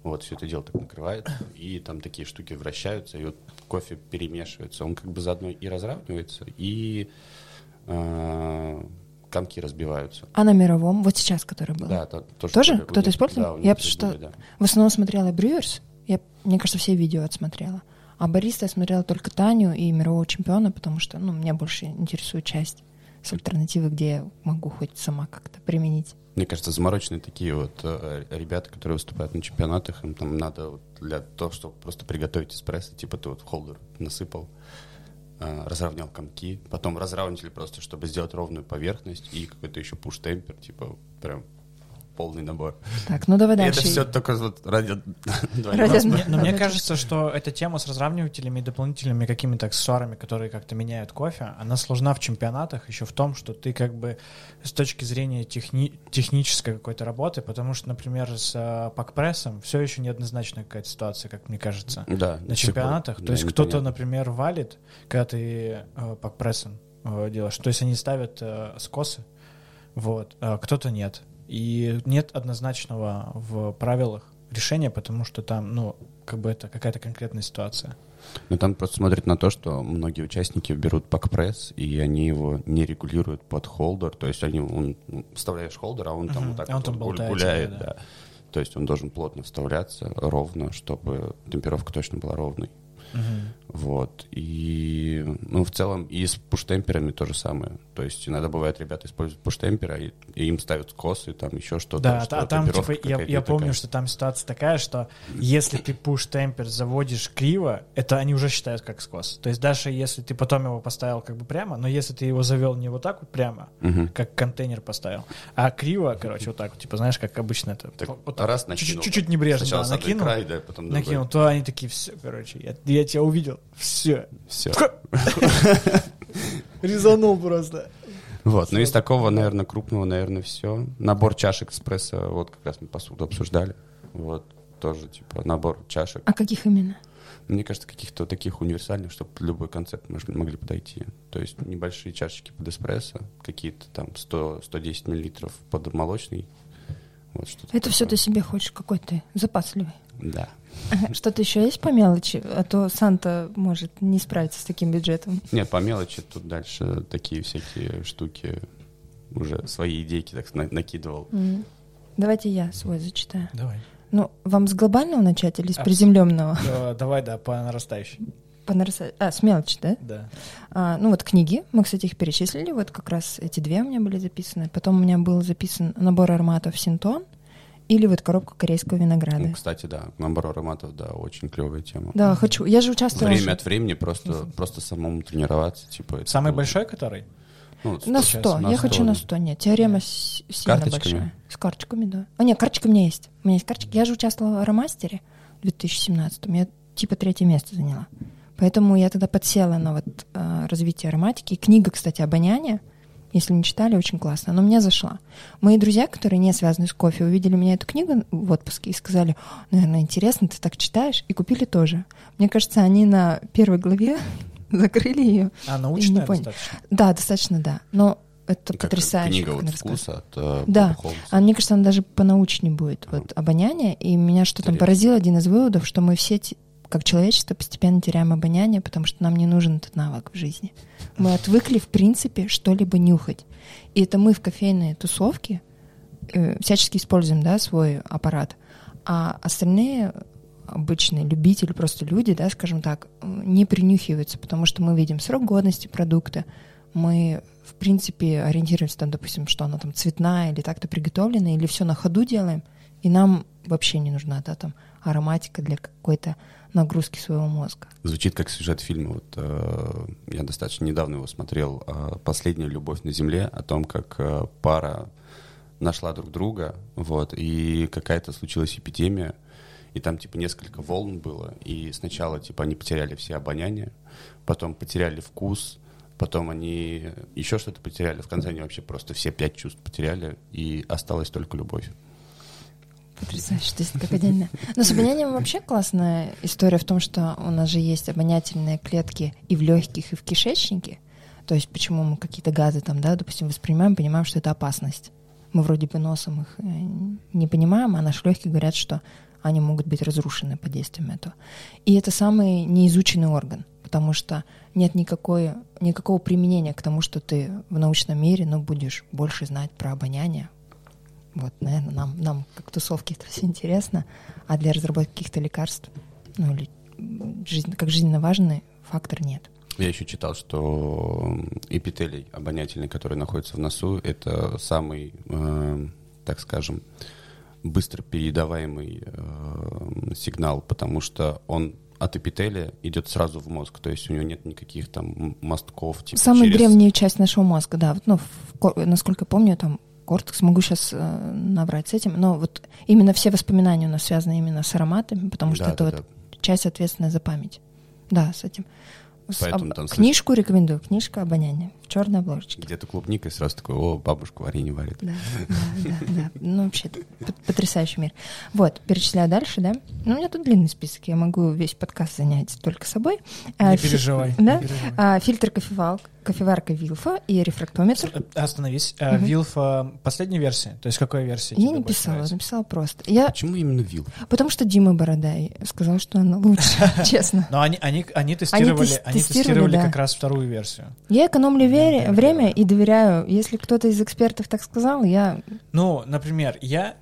Вот, все это дело так накрывает, и там такие штуки вращаются, и вот кофе перемешивается. Он как бы заодно и разравнивается, и комки разбиваются. А на мировом, вот сейчас, который был? Да, тоже кто-то использовал? Да, я в основном смотрела Brewers, мне кажется, все видео отсмотрела. А бариста я смотрела только Таню и мирового чемпиона, потому что, меня больше интересует часть с альтернативы, где я могу хоть сама как-то применить. Мне кажется, замороченные такие вот ребята, которые выступают на чемпионатах, им там надо вот для того, чтобы просто приготовить эспрессо, типа ты вот в холдер насыпал, разровнял комки, потом разравнитель просто, чтобы сделать ровную поверхность, и какой-то еще пуш-темпер, типа прям полный набор. Так, давай дальше. Это все только вот ради Но мне кажется, что эта тема с разравнивателями и дополнительными какими-то аксессуарами, которые как-то меняют кофе, она сложна в чемпионатах еще в том, что ты как бы с точки зрения технической какой-то работы, потому что, например, с пакпрессом все еще неоднозначная какая-то ситуация, как мне кажется, на чемпионатах. То есть кто-то, например, валит, когда ты пакпрессом делаешь, то есть они ставят скосы, вот, а кто-то нет. И нет однозначного в правилах решения, потому что там, как бы это какая-то конкретная ситуация. Там просто смотрят на то, что многие участники берут пакпресс, и они его не регулируют под холдер. То есть вставляешь холдер, а он там вот так вот гуляет. Да. То есть он должен плотно вставляться, ровно, чтобы темперовка точно была ровной. Вот. И, в целом, и с пуштемперами то же самое. То есть иногда бывает, ребята используют пуштемпера, и им ставят скосы, там еще что-то. Да, а там, типа, я помню, что там ситуация такая, что если ты пуштемпер заводишь криво, это они уже считают как скос. То есть даже если ты потом его поставил как бы прямо, но если ты его завел не вот так вот прямо, как контейнер поставил, а криво, короче, вот так вот, типа, знаешь, как обычно это. Так, вот раз накинул. Чуть-чуть небрежно, сначала накинул. Край, да, потом другой. Накинул, то они такие, все, короче, я тебя увидел. Все. Резанул просто. Вот, из такого, наверное, крупного, все. Набор чашек эспрессо, вот как раз мы посуду обсуждали. Вот, тоже, типа, набор чашек. А каких именно? Мне кажется, каких-то таких универсальных, чтобы любой концепт могли подойти. То есть небольшие чашечки под эспрессо, какие-то там 100-110 миллилитров под молочный. Вот что-то это все ты себе хочешь, какой ты запасливый. Да. Что-то еще есть по мелочи? А то Санта может не справиться с таким бюджетом. Нет, по мелочи тут дальше такие всякие штуки. Уже свои идейки так накидывал. Давайте я свой зачитаю. Давай. Вам с глобального начать или с приземленного? Давай, по нарастающей. С мелочи, да? Да. Вот книги, мы, кстати, их перечислили, вот как раз эти две у меня были записаны. Потом у меня был записан набор ароматов Синтон или вот коробка корейского винограда. Кстати, да, набор ароматов, да, очень клевая тема. Да, хочу. Я же участвовала. Время от времени просто самому тренироваться, типа. Самый большой, который? На 100. Я хочу на 100. Нет, теорема сильно большая. С карточками, да. Нет, карточка у меня есть. У меня есть карточки. Я же участвовала в Аромастере в 2017. Я типа 3-е место заняла. Поэтому я тогда подсела на развитие ароматики. Книга, кстати, «Обоняние». Если не читали, очень классно. Но мне зашла. Мои друзья, которые не связаны с кофе, увидели меня эту книгу в отпуске и сказали: наверное, интересно, ты так читаешь, и купили тоже. Мне кажется, они на первой главе закрыли ее. А научная достаточно? Да, достаточно, да. Но это как потрясающе. Книга вот вкуса от да. Холмса. Мне кажется, она даже понаучнее будет. Вот обоняние. И меня что там поразило, один из выводов, что мы все как человечество постепенно теряем обоняние, потому что нам не нужен этот навык в жизни. Мы отвыкли, в принципе, что-либо нюхать. И это мы в кофейной тусовке всячески используем, да, свой аппарат. А остальные обычные любители, просто люди, да, скажем так, не принюхиваются, потому что мы видим срок годности продукта, мы, в принципе, ориентируемся, там, допустим, что она там цветная или так-то приготовлена, или все на ходу делаем, и нам вообще не нужна, да, там, ароматика для какой-то нагрузки своего мозга. Звучит как сюжет фильма. Вот, я достаточно недавно его смотрел, «Последняя любовь на земле», о том, как пара нашла друг друга, вот, и какая-то случилась эпидемия, и там, типа, несколько волн было, и сначала, типа, они потеряли все обоняние, потом потеряли вкус, потом они еще что-то потеряли, в конце они вообще просто все 5 чувств потеряли, и осталась только любовь. Потрясающе, то есть как отдельно. Но с обонянием вообще классная история в том, что у нас же есть обонятельные клетки и в легких, и в кишечнике. То есть почему мы какие-то газы там, да, допустим, воспринимаем, понимаем, что это опасность. Мы вроде бы носом их не понимаем, а наши легкие говорят, что они могут быть разрушены под действием этого. И это самый неизученный орган, потому что нет никакого применения к тому, что ты в научном мире, будешь больше знать про обоняние. Вот, наверное, нам как тусовки это все интересно, а для разработки каких-то лекарств, или как жизненно важный фактор нет. Я еще читал, что эпителий обонятельный, который находится в носу, это самый, так скажем, быстро передаваемый сигнал, потому что он от эпителия идет сразу в мозг, то есть у него нет никаких там мостков. Типа самая древняя часть нашего мозга, да. Насколько помню, там кортекс, могу сейчас наврать с этим, но вот именно все воспоминания у нас связаны именно с ароматами, потому что это часть, ответственная за память. Да, с этим. Книжку рекомендую. Книжка «Обоняние» в черной обложечке. Где-то клубника, и сразу такой: бабушка варенье варит. Да. Вообще, потрясающий мир. Вот, перечисляю дальше, да? У меня тут длинный список, я могу весь подкаст занять только собой. Не переживай. Да? Фильтр кофеварка Вилфа и рефрактометр. Остановись. Вилфа последняя версия? То есть какой версии? Я не писала, написала просто. Почему именно Вилфа? Потому что Дима Бородай сказал, что она лучше, честно. Но они тестировали как раз вторую версию. Я экономлю время и доверяю. Если кто-то из экспертов так сказал, я... Например, я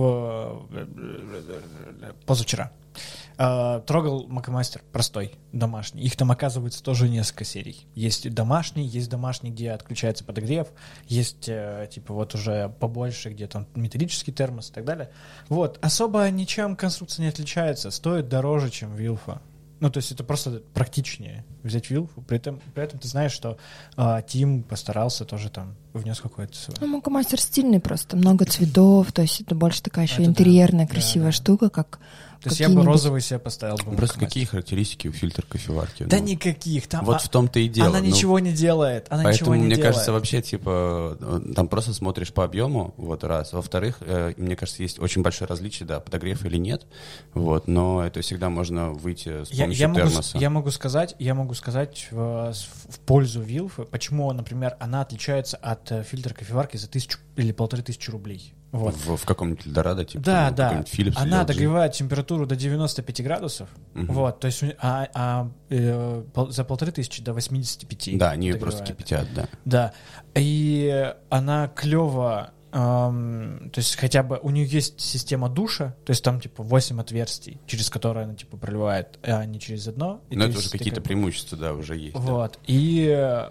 позавчера трогал Макомастер простой, домашний. Их там, оказывается, тоже несколько серий. Есть домашний, где отключается подогрев, есть уже побольше, где там металлический термос и так далее. Вот, особо ничем конструкция не отличается, стоит дороже, чем Вилфа. То есть это просто практичнее взять Вилфу. При этом ты знаешь, что Тим постарался, тоже там внес какое-то свое. Макомастер стильный просто, много цветов, то есть это больше такая еще интерьерная красивая штука, как... То есть я бы розовый себе поставил. Просто какие характеристики у фильтра кофеварки? Да никаких. Там, вот в том-то и дело. Она ничего не делает. Поэтому, мне кажется, вообще, там просто смотришь по объему, вот, раз. Во-вторых, мне кажется, есть очень большое различие, подогрев или нет, вот, но это всегда можно выйти с помощью термоса. Я могу сказать в пользу Вилфы, почему, например, она отличается от фильтра кофеварки за 1000 или 1500 рубей. Вот. В каком-нибудь Эльдорадо, да. Philips, она догревает температуру до 95 градусов, вот, то есть за 1500 до 85. Да, они просто кипятят, да. Да, и она клево, то есть хотя бы у нее есть система душа, то есть там 8 отверстий, через которые она проливает, а не через одно. Но это уже какие-то преимущества, уже есть. Вот, да. И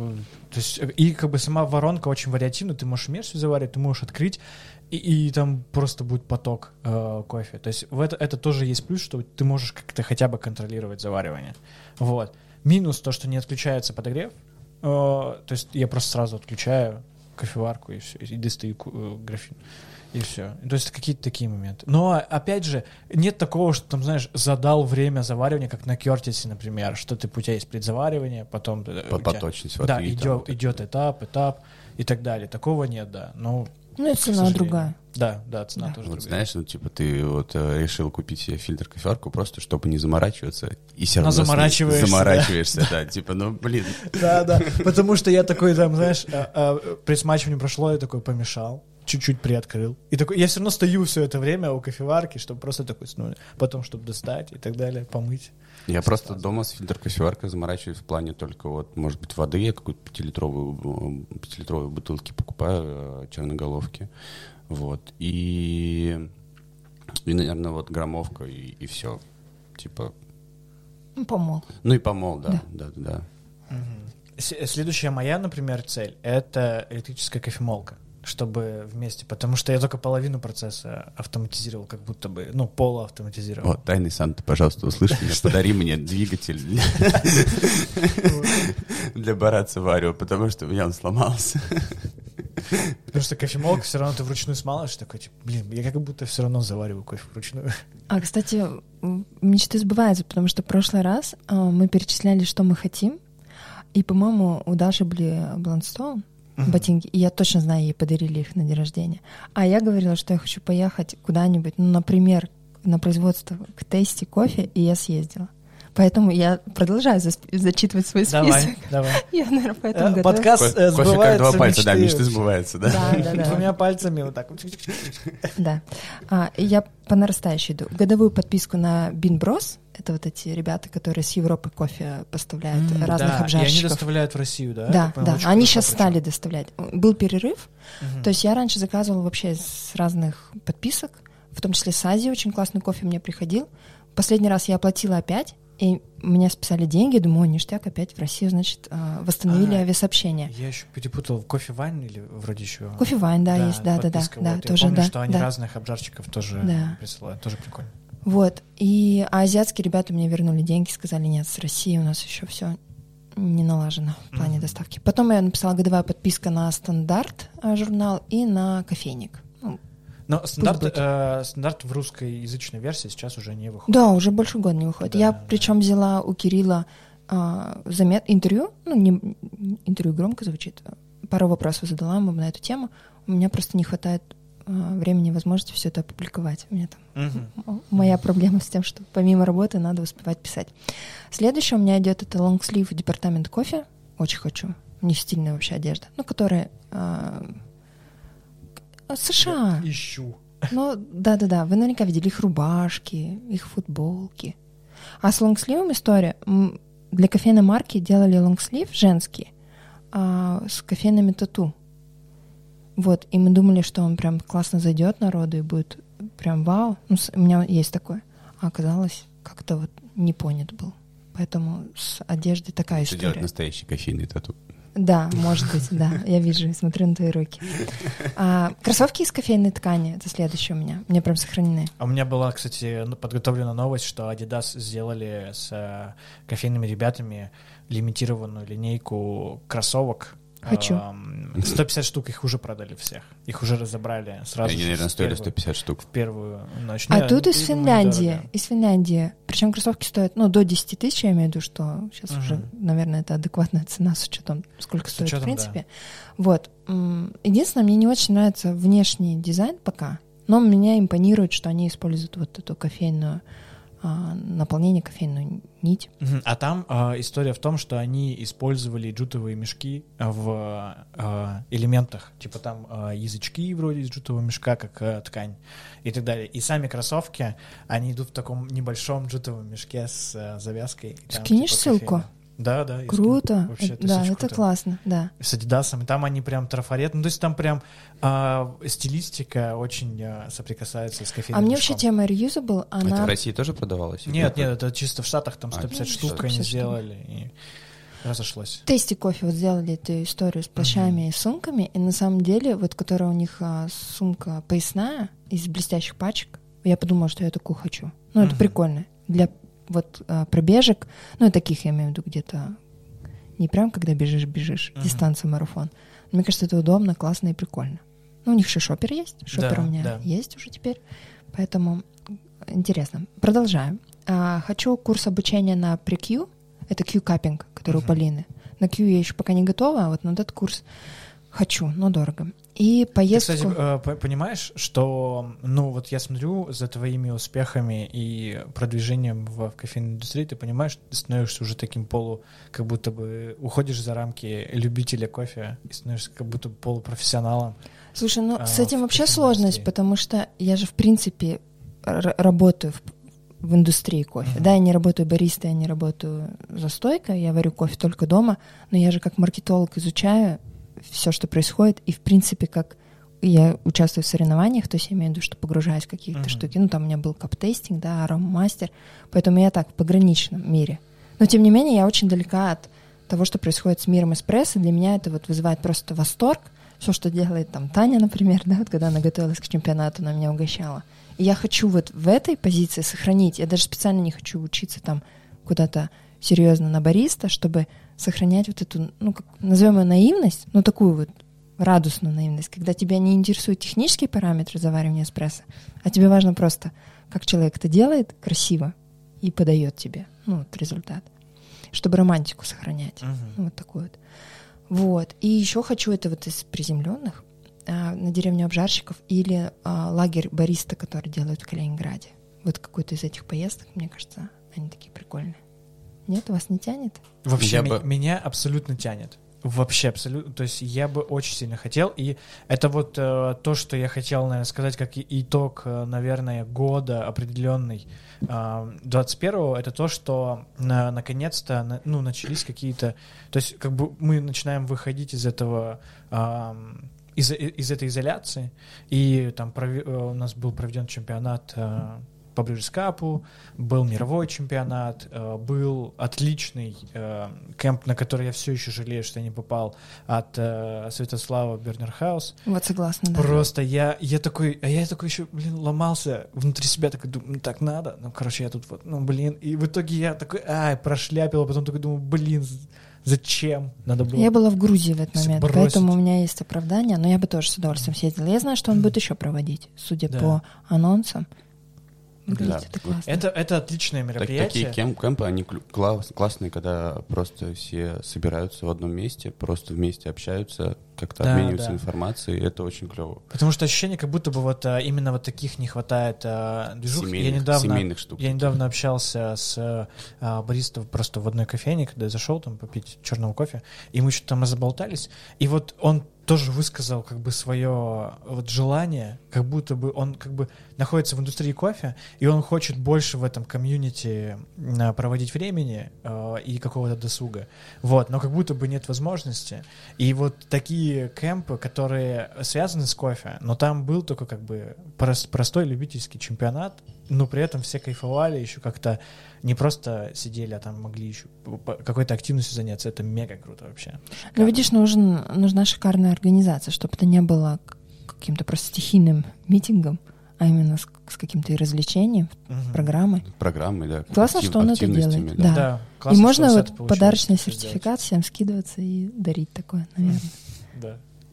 сама воронка очень вариативна, ты можешь иммерсию заварить, ты можешь открыть, и там просто будет поток кофе. То есть это тоже есть плюс, что ты можешь как-то хотя бы контролировать заваривание. Вот. Минус то, что не отключается подогрев, то есть я просто сразу отключаю кофеварку и все, и достаю графин, и все. То есть какие-то такие моменты. Но, опять же, нет такого, что там, знаешь, задал время заваривания, как на Кертисе, например, что у тебя есть предзаваривание, потом... По точности. Да, идет этап и так далее. Такого нет, да. И цена другая. Да, цена тоже другая. Знаешь, ты решил купить себе фильтр-кофеварку просто, чтобы не заморачиваться, и все равно заморачиваешься, да, блин. Да, потому что я такой, там, знаешь, при смачивании прошло, я такой помешал, чуть-чуть приоткрыл. И такой, я все равно стою все это время у кофеварки, чтобы просто такой, потом, чтобы достать и так далее, помыть. Я просто дома с фильтр-кофеваркой заморачиваюсь в плане только может быть, воды, я какую-то 5-литровую бутылки покупаю, черноголовки, вот, и наверное, граммовка, и все, помол. И помол, да. Следующая моя, например, цель — это электрическая кофемолка, чтобы вместе, потому что я только половину процесса автоматизировал, как будто бы, полуавтоматизировал. Вот, тайный Санта, пожалуйста, услышь меня, подари мне двигатель для Боратца Варио, потому что у меня он сломался. Потому что кофемолка все равно ты вручную смалываешь, такой, я как будто все равно завариваю кофе вручную. Кстати, мечты сбываются, потому что в прошлый раз мы перечисляли, что мы хотим, и, по-моему, у Даши были Бланстоун, ботинки, и я точно знаю, ей подарили их на день рождения. А я говорила, что я хочу поехать куда-нибудь, например, на производство к Tasty кофе, и я съездила. Поэтому я продолжаю зачитывать свой список. Давай. Я, наверное, поэтому готова. Подкаст Кофе как сбывается два пальца, да, мечты. мечты сбываются, да? Да. Двумя пальцами вот так вот. Да. Я по нарастающей иду. Годовую подписку на Bean Bros. Это вот эти ребята, которые с Европы кофе поставляют разных Да, и они обжарщиков. доставляют в Россию, да? Да, Я понял, очень они круто сейчас причем. стали доставлять. Был перерыв, то есть я раньше заказывала вообще с разных подписок, в том числе с Азии очень классный кофе мне приходил. Последний раз я оплатила опять, и мне списали деньги, думаю, ништяк, опять в Россию, значит, восстановили авиасообщение. Я еще перепутал, кофе Вайн или вроде еще... Кофе Вайн, да, есть, да, подписка, вот. тоже, Я помню, да. что они да. разных обжарщиков тоже Да. присылают, тоже прикольно. Вот, а азиатские ребята мне вернули деньги, сказали, нет, с Россией у нас еще все не налажено в плане доставки. Потом я написала годовая подписка на Стандарт журнал и на Кофейник. Но стандарт в русскоязычной версии сейчас уже не выходит. Да, уже больше года не выходит. Да, Я причем взяла у Кирилла интервью, интервью громко звучит, пару вопросов задала ему на эту тему. У меня просто не хватает времени и возможности все это опубликовать. У меня там моя проблема с тем, что помимо работы надо успевать писать. Следующее у меня идет это лонгслив департамент кофе. Очень хочу. Не стильная вообще одежда. Которая США. Я ищу. Да. Вы наверняка видели их рубашки, их футболки. А с лонгсливом история. Для кофейной марки делали лонгслив женский с кофейными тату. Вот, и мы думали, что он прям классно зайдет народу и будет прям вау. У меня есть такое. А оказалось, как-то вот не понят был. Поэтому с одеждой такая Что история. делать настоящий кофейный тату? Да, может быть, да. Я вижу, смотрю на твои руки. Кроссовки из кофейной ткани — это следующее у меня. У меня прям сохранены. А у меня была, кстати, подготовлена новость, что Adidas сделали с кофейными ребятами лимитированную линейку кроссовок. Хочу. 150 штук, их уже продали всех. Их уже разобрали сразу. Они, же наверное, в стоили первую- 150 штук. В первую ночь. А Не, тут я из думаю, Финляндии. недорого. Из Финляндии. Причем кроссовки стоят, до 10 тысяч, я имею в виду, что сейчас уже, наверное, это адекватная цена с учетом, сколько стоит учетом, в принципе. Вот. Единственное, мне не очень нравится внешний дизайн пока, но меня импонирует, что они используют вот эту кофейную наполнение, кофейную нить. А там история в том, что они использовали джутовые мешки в элементах. Типа там язычки вроде из джутового мешка, как ткань и так далее. И сами кроссовки, они идут в таком небольшом джутовом мешке с завязкой. И там, Скинешь типа, ссылку? кофейная. Да, я скину. Круто. Вообще, Да, очень это круто. классно, да. С Адидасом. И там они прям трафарет. То есть там прям стилистика очень соприкасается с кофейным А мне мешком. вообще тема reusable, Это в она... России тоже продавалось? Нет, это чисто в Штатах, там 150 нет, штук 150 они штук. сделали, и разошлось. Тести кофе вот сделали эту историю с плащами и сумками, и на самом деле, вот которая у них сумка поясная из блестящих пачек, я подумала, что я такую хочу. Это прикольно. Для вот пробежек, таких я имею в виду где-то, не прям когда бежишь, дистанция марафон. Мне кажется, это удобно, классно и прикольно. У них еще шопер есть, шопер у меня есть уже теперь, поэтому интересно. Продолжаем. Хочу курс обучения на pre-Q, это Q-каппинг, который у Полины. На Q я еще пока не готова, а вот на этот курс хочу, но дорого. И поездку... Ты, кстати, понимаешь, что, вот я смотрю за твоими успехами и продвижением в кофейной индустрии, ты понимаешь, что ты становишься уже таким как будто бы уходишь за рамки любителя кофе и становишься как будто бы полупрофессионалом. Слушай, с этим в вообще кофейной сложность, индустрии. потому что я же, в принципе, работаю в индустрии кофе. Да, я не работаю баристой, я не работаю за стойкой, я варю кофе только дома, но я же как маркетолог изучаю все, что происходит, и, в принципе, как я участвую в соревнованиях, то есть я имею в виду, что погружаюсь в какие-то штуки. Там у меня был кап-тестинг, да, аромамастер, поэтому я так в пограничном мире. Но, тем не менее, я очень далека от того, что происходит с миром эспрессо. Для меня это вызывает просто восторг. Все, что делает там Таня, например, да, когда она готовилась к чемпионату, она меня угощала. И я хочу в этой позиции сохранить. Я даже специально не хочу учиться там куда-то серьезно на бариста, чтобы сохранять эту, назовем ее наивность, такую радостную наивность, когда тебя не интересуют технические параметры заваривания эспрессо, а тебе важно просто, как человек это делает красиво и подает тебе, результат, чтобы романтику сохранять. Вот такой вот. И еще хочу это из приземленных, на деревню обжарщиков или лагерь бариста, который делают в Калининграде. Вот какой-то из этих поездок, мне кажется, они такие прикольные. Нет, вас не тянет? Вообще, меня абсолютно тянет. Вообще абсолютно. То есть я бы очень сильно хотел. И это вот то, что я хотел, наверное, сказать, как итог, наверное, года определенный 21-го, это то, что наконец-то начались какие-то... То есть как бы мы начинаем выходить из этого... из этой изоляции. И там у нас был проведен чемпионат по Брюджскапу, был мировой чемпионат, был отличный кемп, на который я все еще жалею, что я не попал, от Святослава Бернерхаус. Вот согласна, да. Просто я такой еще, ломался внутри себя, такой думаю, так надо, я тут вот, и в итоге я такой, прошляпил, а потом такой думаю, зачем? Надо было... Я была в Грузии в этот момент, бросить. Поэтому у меня есть оправдание, но я бы тоже с удовольствием съездила. Я знаю, что он будет еще проводить, судя по анонсам. Да. Это отличное мероприятие. Такие кемпы, они классные, когда просто все собираются в одном месте, просто вместе общаются, как-то обмениваются информацией, это очень клево. Потому что ощущение, как будто бы вот именно вот таких не хватает движух. Семейных штук. Я недавно общался с баристом просто в одной кофейне, когда я зашел там попить черного кофе, и мы что-то там заболтались, и вот он тоже высказал как бы свое вот желание, как будто бы он как бы находится в индустрии кофе, и он хочет больше в этом комьюнити проводить времени и какого-то досуга. Вот, но как будто бы нет возможности. И вот такие кемпы, которые связаны с кофе, но там был только как бы простой любительский чемпионат, но при этом все кайфовали, еще как-то не просто сидели, а там могли еще какой-то активностью заняться. Это мега круто вообще. Ну, видишь, нужна шикарная организация, чтобы это не было каким-то просто стихийным митингом, а именно с каким-то и развлечением, программой. Программой, да. Классно, что он это делает. Да. Классно, и можно вот это подарочный сертификат всем скидываться и дарить такое, наверное. Да.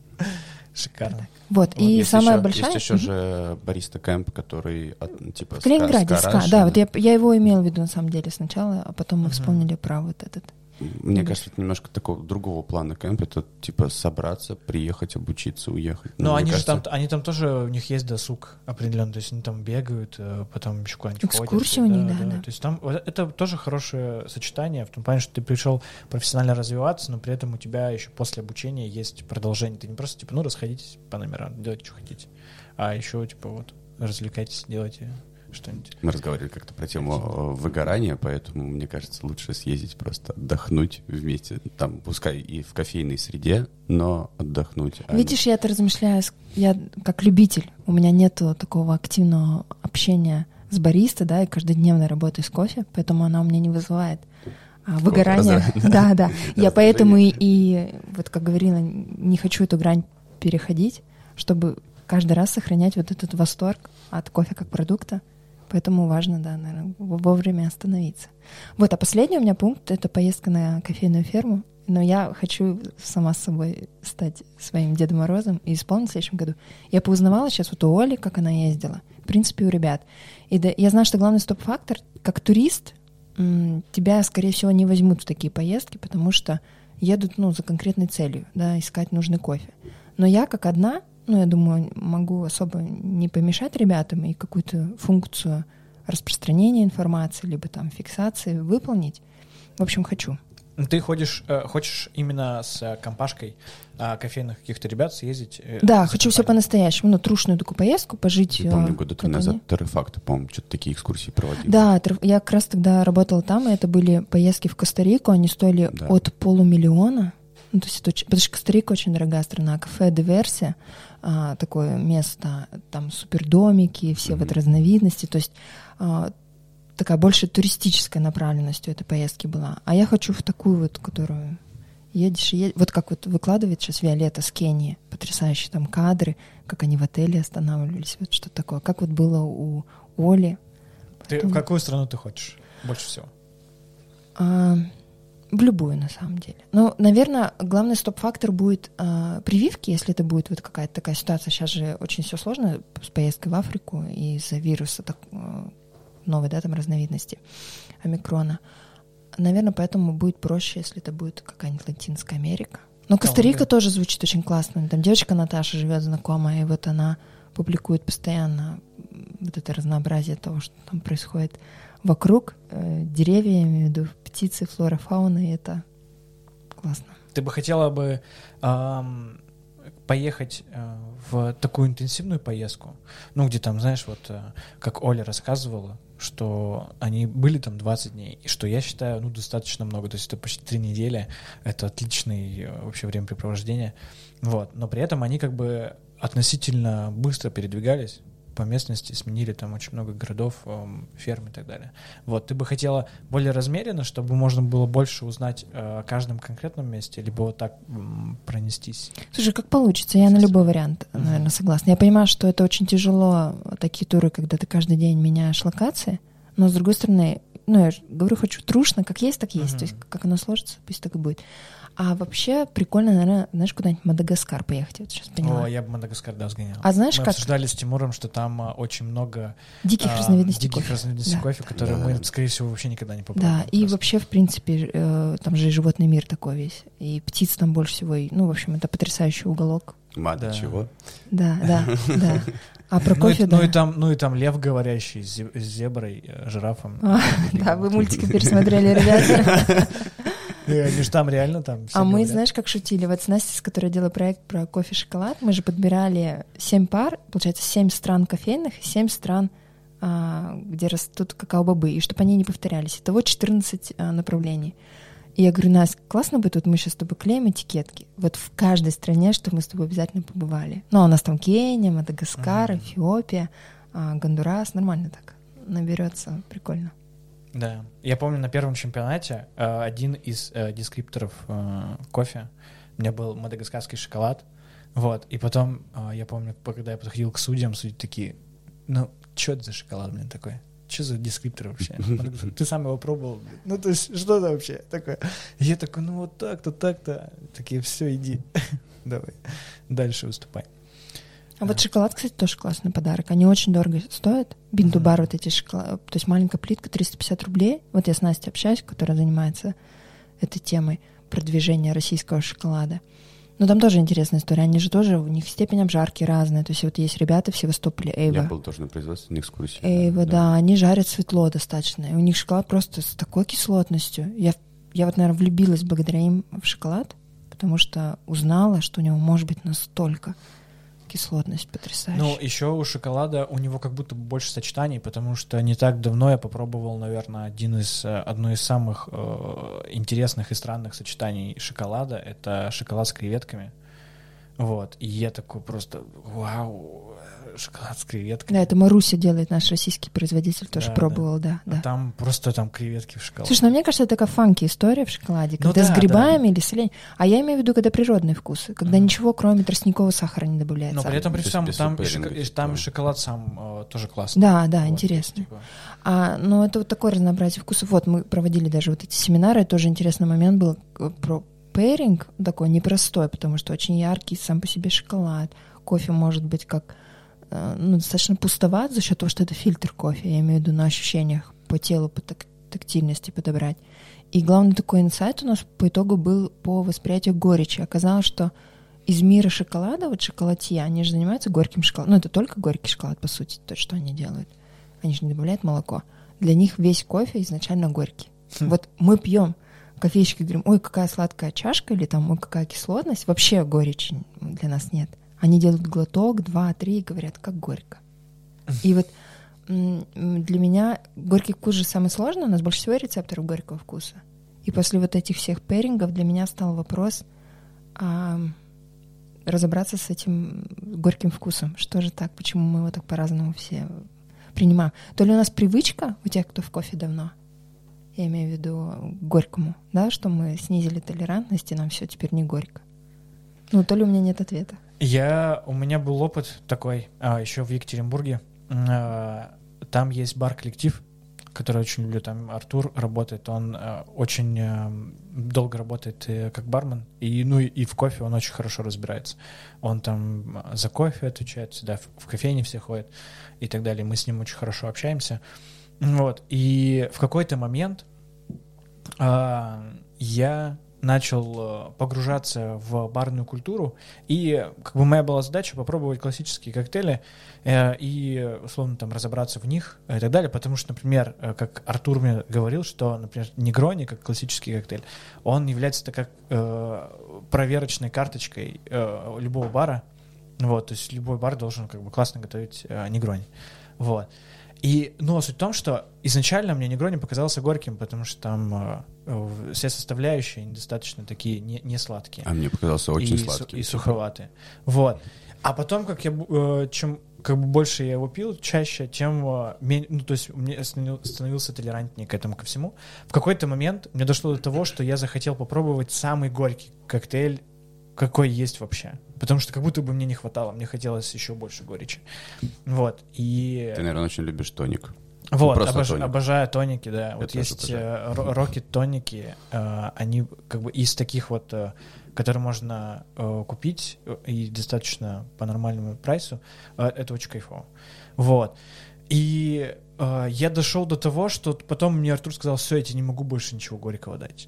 Шикарно. Вот, и самая большая... Есть еще же бариста кэмп, который типа... В Калининграде, да, вот я его имела в виду на самом деле сначала, а потом мы вспомнили про вот этот. Мне кажется, это немножко такого другого плана кэмп, это типа собраться, приехать, обучиться, уехать. Но они там тоже, у них есть досуг определенный, то есть они там бегают, потом еще куда-нибудь ходят. Экскурсии у них, да. То есть там это тоже хорошее сочетание, в том плане, что ты пришел профессионально развиваться, но при этом у тебя еще после обучения есть продолжение. Ты не просто типа, расходитесь по номерам, делайте, что хотите, а еще типа вот развлекайтесь, делайте что-нибудь. Мы разговаривали как-то про тему выгорания, поэтому, мне кажется, лучше съездить просто отдохнуть вместе, там, пускай и в кофейной среде, но отдохнуть. Видишь, я-то размышляю, я как любитель, у меня нету такого активного общения с бариста, да, и каждодневной работы с кофе, поэтому она у меня не вызывает выгорания. Да. Я поэтому и, вот как говорила, не хочу эту грань переходить, чтобы каждый раз сохранять вот этот восторг от кофе как продукта. Поэтому важно, да, наверное, вовремя остановиться. Вот, а последний у меня пункт — это поездка на кофейную ферму. Но я хочу сама с собой стать своим Дедом Морозом и исполнить в следующем году. Я поузнавала сейчас вот у Оли, как она ездила. В принципе, у ребят. И да, я знаю, что главный стоп-фактор, как турист, тебя, скорее всего, не возьмут в такие поездки, потому что едут, за конкретной целью, да, искать нужный кофе. Но я как одна... я думаю, могу особо не помешать ребятам и какую-то функцию распространения информации, либо там фиксации выполнить. В общем, хочу. Ты хочешь именно с компашкой кофейных каких-то ребят съездить? Да, хочу все по-настоящему. Трушную такую поездку, пожить. Я помню, года 3 назад Террефакт, по-моему, что-то такие экскурсии проводили. Да, я как раз тогда работала там, и это были поездки в Коста-Рику, они стоили от $500,000. То есть потому что Коста-Рика очень дорогая страна. Кафе Диверсия, такое место, там супердомики, все вот разновидности. То есть такая больше туристическая направленность у этой поездки была. А я хочу в такую вот, которую едешь и едешь. Вот как вот выкладывает сейчас Виолетта с Кении. Потрясающие там кадры, как они в отеле останавливались. Вот что такое. Как вот было у Оли. В какую страну ты хочешь больше всего? В любую, на самом деле. Но, наверное, главный стоп-фактор будет прививки, если это будет вот какая-то такая ситуация. Сейчас же очень все сложно с поездкой в Африку из-за вируса новой, да, там разновидности омикрона. Наверное, поэтому будет проще, если это будет какая-нибудь Латинская Америка. Но Коста-Рика тоже звучит очень классно. Там девочка Наташа живет знакомая, и вот она публикует постоянно вот это разнообразие того, что там происходит вокруг. Деревья, я имею в виду, птицы, флора, фауна, и это классно. Ты бы хотела бы поехать в такую интенсивную поездку, ну, где там, знаешь, вот как Оля рассказывала, что они были там 20 дней, и что я считаю, ну, достаточно много, то есть это почти 3 недели, это отличное вообще времяпрепровождение, вот, но при этом они как бы относительно быстро передвигались по местности, сменили там очень много городов, ферм и так далее. Вот, ты бы хотела более размеренно, чтобы можно было больше узнать о каждом конкретном месте, либо вот так пронестись? Слушай, как получится, я на любой вариант, наверное, согласна. Я понимаю, что это очень тяжело, такие туры, когда ты каждый день меняешь локации, но, с другой стороны, ну, я же говорю, хочу трушно, как есть, так есть, то есть как оно сложится, пусть так и будет. А вообще прикольно, наверное, знаешь, куда-нибудь в Мадагаскар поехать, вот сейчас поняла. О, я бы в Мадагаскар, да, сгонял. А знаешь, мы как... обсуждали с Тимуром, что там очень много диких разновидностей кофе, которые мы, скорее всего, вообще никогда не попробуем. Да, и вообще, в принципе, там же и животный мир такой весь, и птиц там больше всего, и, ну, в общем, это потрясающий уголок. Мада чего? Да. А про кофе, да. Ну и там лев говорящий с зеброй, жирафом. Да, вы мультики пересмотрели, ребята. Они же там реально там. А мы, знаешь, как шутили, вот с Настей, с которой я делала проект про кофе-шоколад, мы же подбирали 7 пар, получается, 7 стран кофейных и 7 стран, где растут какао-бобы, и чтобы они не повторялись. Итого 14 направлений. И я говорю, Настя, классно бы тут мы сейчас с тобой клеим этикетки. Вот в каждой стране, чтобы мы с тобой обязательно побывали. Ну, а у нас там Кения, Мадагаскар, Эфиопия, Гондурас. Нормально так наберется, прикольно. Да. Я помню, на первом чемпионате один из дескрипторов кофе у меня был мадагаскарский шоколад. Вот. И потом, я помню, когда я подходил к судьям, судьи такие, ну, что это за шоколад, блин, такой? Что за дескриптор вообще? Ты сам его пробовал? Ну, то есть, что это вообще такое? Я такой, ну, вот так-то, так-то. Такие, все, иди. Давай, дальше выступай. А вот шоколад, кстати, тоже классный подарок. Они очень дорого стоят. Бинту-бар, вот эти шоколады. То есть маленькая плитка, 350 рублей. Вот я с Настей общаюсь, которая занимается этой темой продвижения российского шоколада. Но там тоже интересная история. Они же тоже, у них степень обжарки разная. То есть вот есть ребята в Севастополе, Эйва. Я был тоже на производственной экскурсии. Эйва, да, они жарят светло достаточно. И у них шоколад просто с такой кислотностью. Я вот, наверное, влюбилась благодаря им в шоколад, потому что узнала, что у него может быть настолько кислотность потрясающая. Ну, еще у шоколада у него как будто больше сочетаний, потому что не так давно я попробовал, наверное, одно из самых интересных и странных сочетаний шоколада. Это шоколад с креветками. Вот. И я такой просто, вау, шоколад с креветками. Да, это Маруся делает, наш российский производитель, тоже пробовал, да. Там просто креветки в шоколаде. Слушай, ну мне кажется, это такая фанки история в шоколаде, когда с грибами или с оленем. А я имею в виду, когда природные вкусы, когда ничего, кроме тростникового сахара, не добавляется. Но при этом там шоколад сам тоже классный. Да, вот, интересно. Ну, это вот такое разнообразие вкусов. Вот, мы проводили даже вот эти семинары, тоже интересный момент был про пэринг, такой непростой, потому что очень яркий сам по себе шоколад. Кофе может быть как достаточно пустоват за счет того, что это фильтр кофе, я имею в виду на ощущениях по телу, по тактильности подобрать. И главный такой инсайт у нас по итогу был по восприятию горечи. Оказалось, что из мира шоколада, вот шоколадье, они же занимаются горьким шоколадом. Ну, это только горький шоколад, по сути, то, что они делают. Они же не добавляют молоко. Для них весь кофе изначально горький. Вот мы пьем кофейщики, говорим, ой, какая сладкая чашка, или там, ой, какая кислотность. Вообще горечи для нас нет. Они делают глоток, 2-3 и говорят, как горько. И вот для меня горький вкус же самый сложный, у нас больше всего рецепторов горького вкуса. И после вот этих всех пэрингов для меня стал вопрос разобраться с этим горьким вкусом. Что же так, почему мы его так по-разному все принимаем? То ли у нас привычка у тех, кто в кофе давно, я имею в виду к горькому, да, что мы снизили толерантность, и нам все теперь не горько. Ну, то ли у меня нет ответа. У меня был опыт такой еще в Екатеринбурге. Там есть бар-коллектив, который очень люблю. Там Артур работает. Он очень долго работает как бармен. И в кофе он очень хорошо разбирается. Он там за кофе отвечает, всегда в кофейне все ходят и так далее. Мы с ним очень хорошо общаемся. Вот. И в какой-то момент я начал погружаться в барную культуру, и как бы моя была задача попробовать классические коктейли и, условно, там разобраться в них и так далее, потому что, например, как Артур мне говорил, что, например, негрони, как классический коктейль, он является как проверочной карточкой любого бара, вот, то есть любой бар должен как бы классно готовить негрони, вот. Но суть в том, что изначально мне негрони показался горьким, потому что там все составляющие недостаточно такие не сладкие. А мне показался очень сладким. И суховатые. Вот. А потом, чем как бы больше я его пил, чаще, тем то есть мне становился толерантнее к этому ко всему. В какой-то момент мне дошло до того, что я захотел попробовать самый горький коктейль, какой есть вообще. Потому что как будто бы мне не хватало, мне хотелось еще больше горечи. Вот. И... Ты, наверное, очень любишь тоник. Вот, обожаю тоники, да. Я вот есть рокет-тоники, они как бы из таких вот, которые можно купить и достаточно по нормальному прайсу, это очень кайфово. Вот. И я дошел до того, что потом мне Артур сказал: все, я тебе не могу больше ничего горького дать.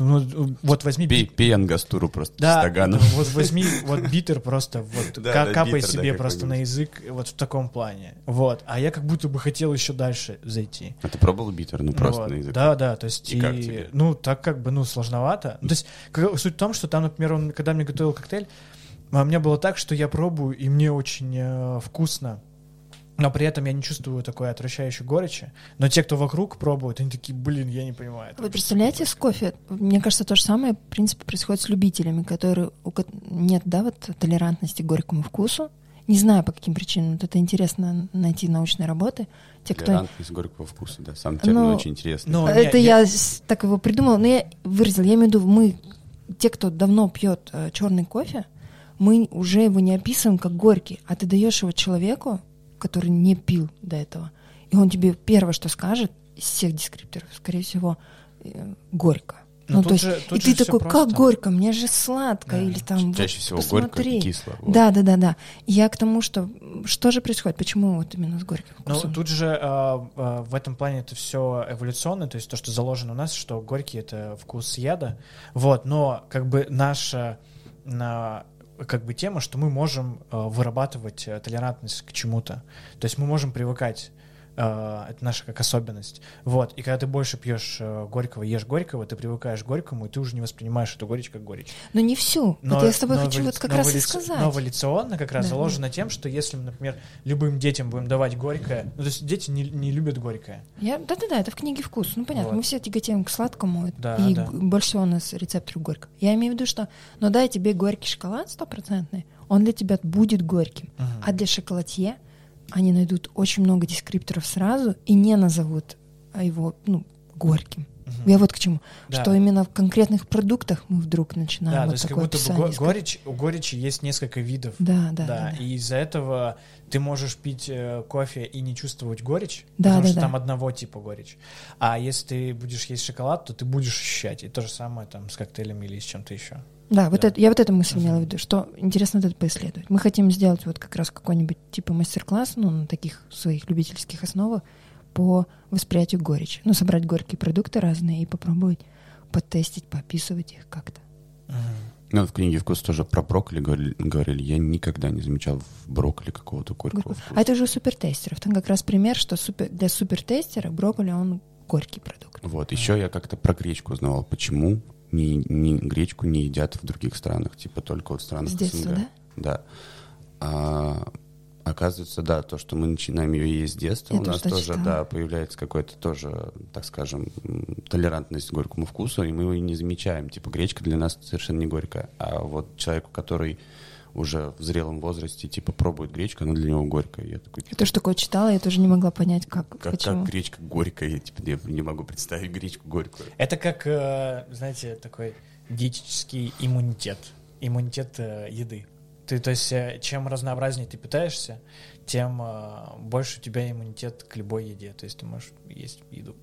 Вот возьми... Пей ангастуру просто стаганом. Вот возьми вот битер просто, вот капай себе просто на язык вот в таком плане. Вот. А я как будто бы хотел еще дальше зайти. А ты пробовал битер? Ну просто на язык? Да, то есть... Как тебе? Так как бы, сложновато. То есть суть в том, что там, например, он, когда мне готовил коктейль, у меня было так, что я пробую, и мне очень вкусно, но при этом я не чувствую такой отвращающей горечи. Но те, кто вокруг пробуют, они такие: блин, я не понимаю. Вы представляете, с кофе, мне кажется, то же самое, в принципе, происходит с любителями, которые нет, да, вот толерантности к горькому вкусу. Не знаю, по каким причинам. Вот это интересно найти научные работы. Толерантность горького вкуса, да. Сам термин очень интересный. Я так его придумала, но я выразила. Я имею в виду, те, кто давно пьет черный кофе, мы уже его не описываем как горький, а ты даешь его человеку, который не пил до этого. И он тебе первое, что скажет из всех дескрипторов, скорее всего, горько. То есть, и ты такой: как горько, мне же сладко. Да. Или там, чаще всего горько и кисло. Вот. Да. Я к тому, что же происходит, почему вот именно с горьким вкусом? Ну, тут же в этом плане это все эволюционно, то есть то, что заложено у нас, что горький — это вкус яда. Вот, но как бы наша тема, что мы можем вырабатывать толерантность к чему-то. То есть мы можем привыкать. Это наша как особенность. Вот. И когда ты больше пьешь горького, ешь горького, ты привыкаешь к горькому, и ты уже не воспринимаешь эту горечь как горечь. Но не всю. Вот я с тобой хочу вот как раз и сказать. Но эволюционно как раз заложено тем, что если мы, например, любым детям будем давать горькое, то есть дети не любят горькое. Да, это в книге «Вкус». Ну, понятно, мы все тяготеем к сладкому, и больше всего у нас рецепторов горького. Я имею в виду, что, дай тебе горький шоколад 100%, он для тебя будет горьким. А для шоколадье они найдут очень много дескрипторов сразу и не назовут его горьким. Я вот к чему. Да. Что именно в конкретных продуктах мы вдруг начинаем. Да, то есть как будто бы у горечи есть несколько видов. Да. И из-за этого ты можешь пить кофе и не чувствовать горечь, потому что там одного типа горечь. А если ты будешь есть шоколад, то ты будешь ощущать. И то же самое там с коктейлями или с чем-то еще. Да, я вот эту мысль имела в виду, что интересно вот это поисследовать. Мы хотим сделать вот как раз какой-нибудь типа мастер-класс, на таких своих любительских основах по восприятию горечи. Собрать горькие продукты разные и попробовать потестить, поописывать их как-то. В книге «Вкус» тоже про брокколи говорили. Я никогда не замечал в брокколи какого-то горького вкуса. А это уже супертестеров. Там как раз пример, что для супертестера брокколи, он горький продукт. Вот, еще я как-то про гречку узнавал, почему гречку не едят в других странах, типа только в странах СНГ. С детства, да? Да. Оказывается, да, то, что мы начинаем ее есть с детства, у нас тоже, появляется какой-то тоже, так скажем, толерантность к горькому вкусу, и мы его и не замечаем. Типа гречка для нас совершенно не горькая. А вот человеку, который уже в зрелом возрасте, пробует гречку, она для него горькая. Я тоже такое читала, я тоже не могла понять, почему. Как гречка горькая, я не могу представить гречку горькую. Это как, знаете, такой диетический иммунитет еды. То есть чем разнообразнее ты питаешься, тем больше у тебя иммунитет к любой еде. То есть ты можешь есть еду.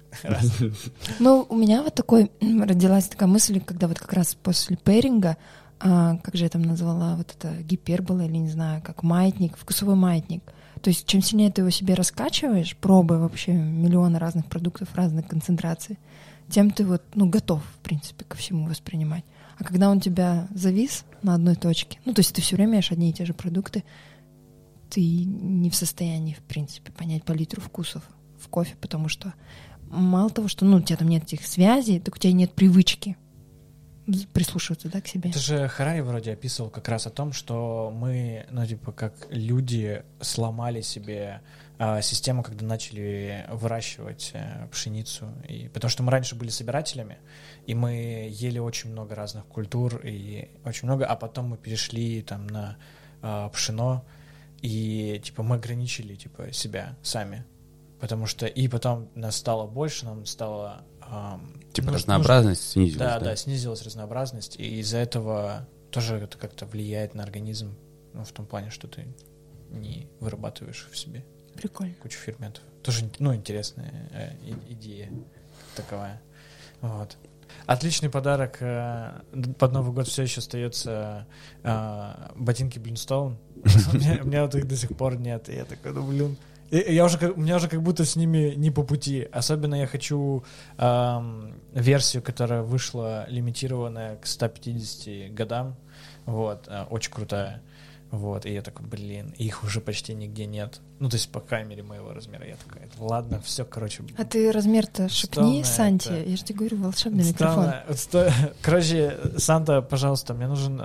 У меня вот родилась такая мысль, когда вот как раз после пэринга, как же я там назвала, вот это гипербола или не знаю, как маятник, вкусовой маятник. То есть чем сильнее ты его себе раскачиваешь, пробуя вообще миллионы разных продуктов, разных концентраций, тем ты готов, в принципе, ко всему воспринимать. А когда он у тебя завис на одной точке, ну, то есть ты все время ешь одни и те же продукты, ты не в состоянии, в принципе, понять палитру вкусов в кофе, потому что мало того, что, ну, у тебя там нет этих связей, так у тебя нет привычки прислушиваться, да, к себе. Это же Харари вроде описывал как раз о том, что мы, ну, типа, как люди сломали себе систему, когда начали выращивать пшеницу. И, потому что мы раньше были собирателями, и мы ели очень много разных культур, и очень много, а потом мы перешли там на пшено, и, типа, мы ограничили, типа, себя сами. Потому что и потом нас стало больше, нам стало... Типа разнообразность снизилась, да? Да, снизилась разнообразность, и из-за этого тоже это как-то влияет на организм, ну, в том плане, что ты не вырабатываешь в себе Прикольно. кучу ферментов. Тоже, ну, интересная идея таковая. Вот. Отличный подарок. Под Новый год все еще остается ботинки Блинстоун. У меня вот их до сих пор нет, и я такой, ну, блин... У меня уже как будто с ними не по пути. Особенно я хочу версию, которая вышла лимитированная к 150 годам. Вот, очень крутая. Вот, и я такой, блин, их уже почти нигде нет. Ну, то есть, по крайней мере, моего размера. Я такой, ладно, все, короче. А ты размер-то шепни Санте. Я же тебе говорю, волшебный микрофон. Короче, Санта, пожалуйста, мне нужен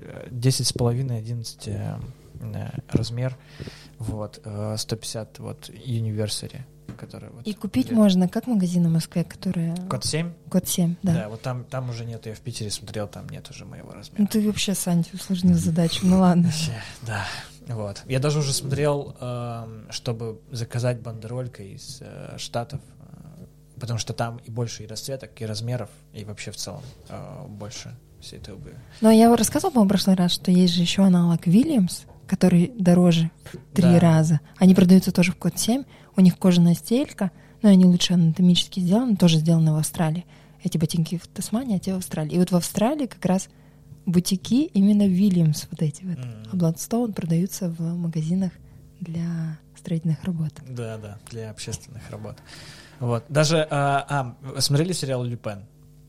10,5-11 размер. Вот, 150, вот, Anniversary, который вот... И купить можно, как магазин в Москве, которые... Код 7? Код 7, да. Да, вот там уже нет, я в Питере смотрел, там нет уже моего размера. Ну ты вообще, Санти, усложнил задачу, ну ладно. Вообще, да, вот. Я даже уже смотрел, чтобы заказать бандеролькой из Штатов, потому что там и больше и расцветок, и размеров, и вообще в целом больше всей этой обуви. Но я рассказывала, по-моему, в прошлый раз, что есть же еще аналог Williams, который дороже в 3 раза. Они продаются тоже в код 7. У них кожаная стелька, но они лучше анатомически сделаны, тоже сделаны в Австралии. Эти ботинки в Тасмании, а те в Австралии. И вот в Австралии как раз бутики именно Williams вот эти вот. А Bloodstone продаются в магазинах для строительных работ. Да, для общественных работ. Вот. Даже смотрели сериал «Люпен»?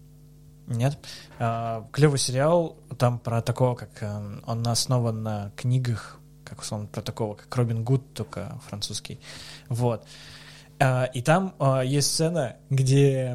Нет? Клевый сериал, там про такого, как он основан на книгах, как условно, про такого, как Робин Гуд, только французский. Вот. И там есть сцена, где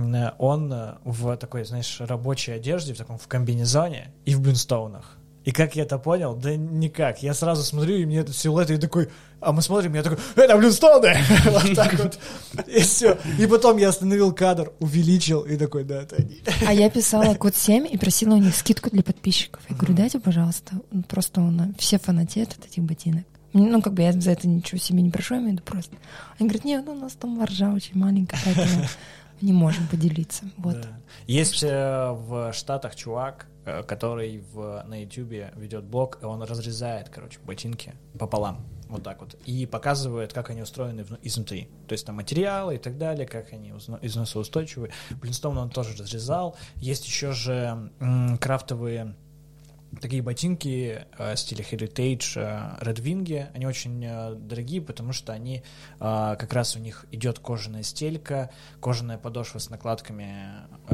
он в такой, знаешь, рабочей одежде, в таком в комбинезоне и в блинстоунах. И как я это понял? Да никак. Я сразу смотрю, и мне этот силуэт, и такой... А мы смотрим, я такой, это Блинстоуны! Вот так вот. И все. И потом я остановил кадр, увеличил, и такой, да, это они. А я писала код 7 и просила у них скидку для подписчиков. Я говорю, дайте, пожалуйста. Просто все фанатеют от этих ботинок. Ну, как бы я за это ничего себе не прошу, я имею в виду просто. Они говорят, нет, у нас там воржа очень маленькая, поэтому не можем поделиться. Вот. Да. Есть в Штатах чувак, который на Ютубе ведет блог, и он разрезает, короче, ботинки пополам, вот так вот, и показывает, как они устроены изнутри. То есть там материалы и так далее, как они износоустойчивые. Блинстоун он тоже разрезал. Есть еще же крафтовые такие ботинки стиля Heritage, Red Wing, они очень дорогие, потому что они как раз у них идет кожаная стелька, кожаная подошва с накладками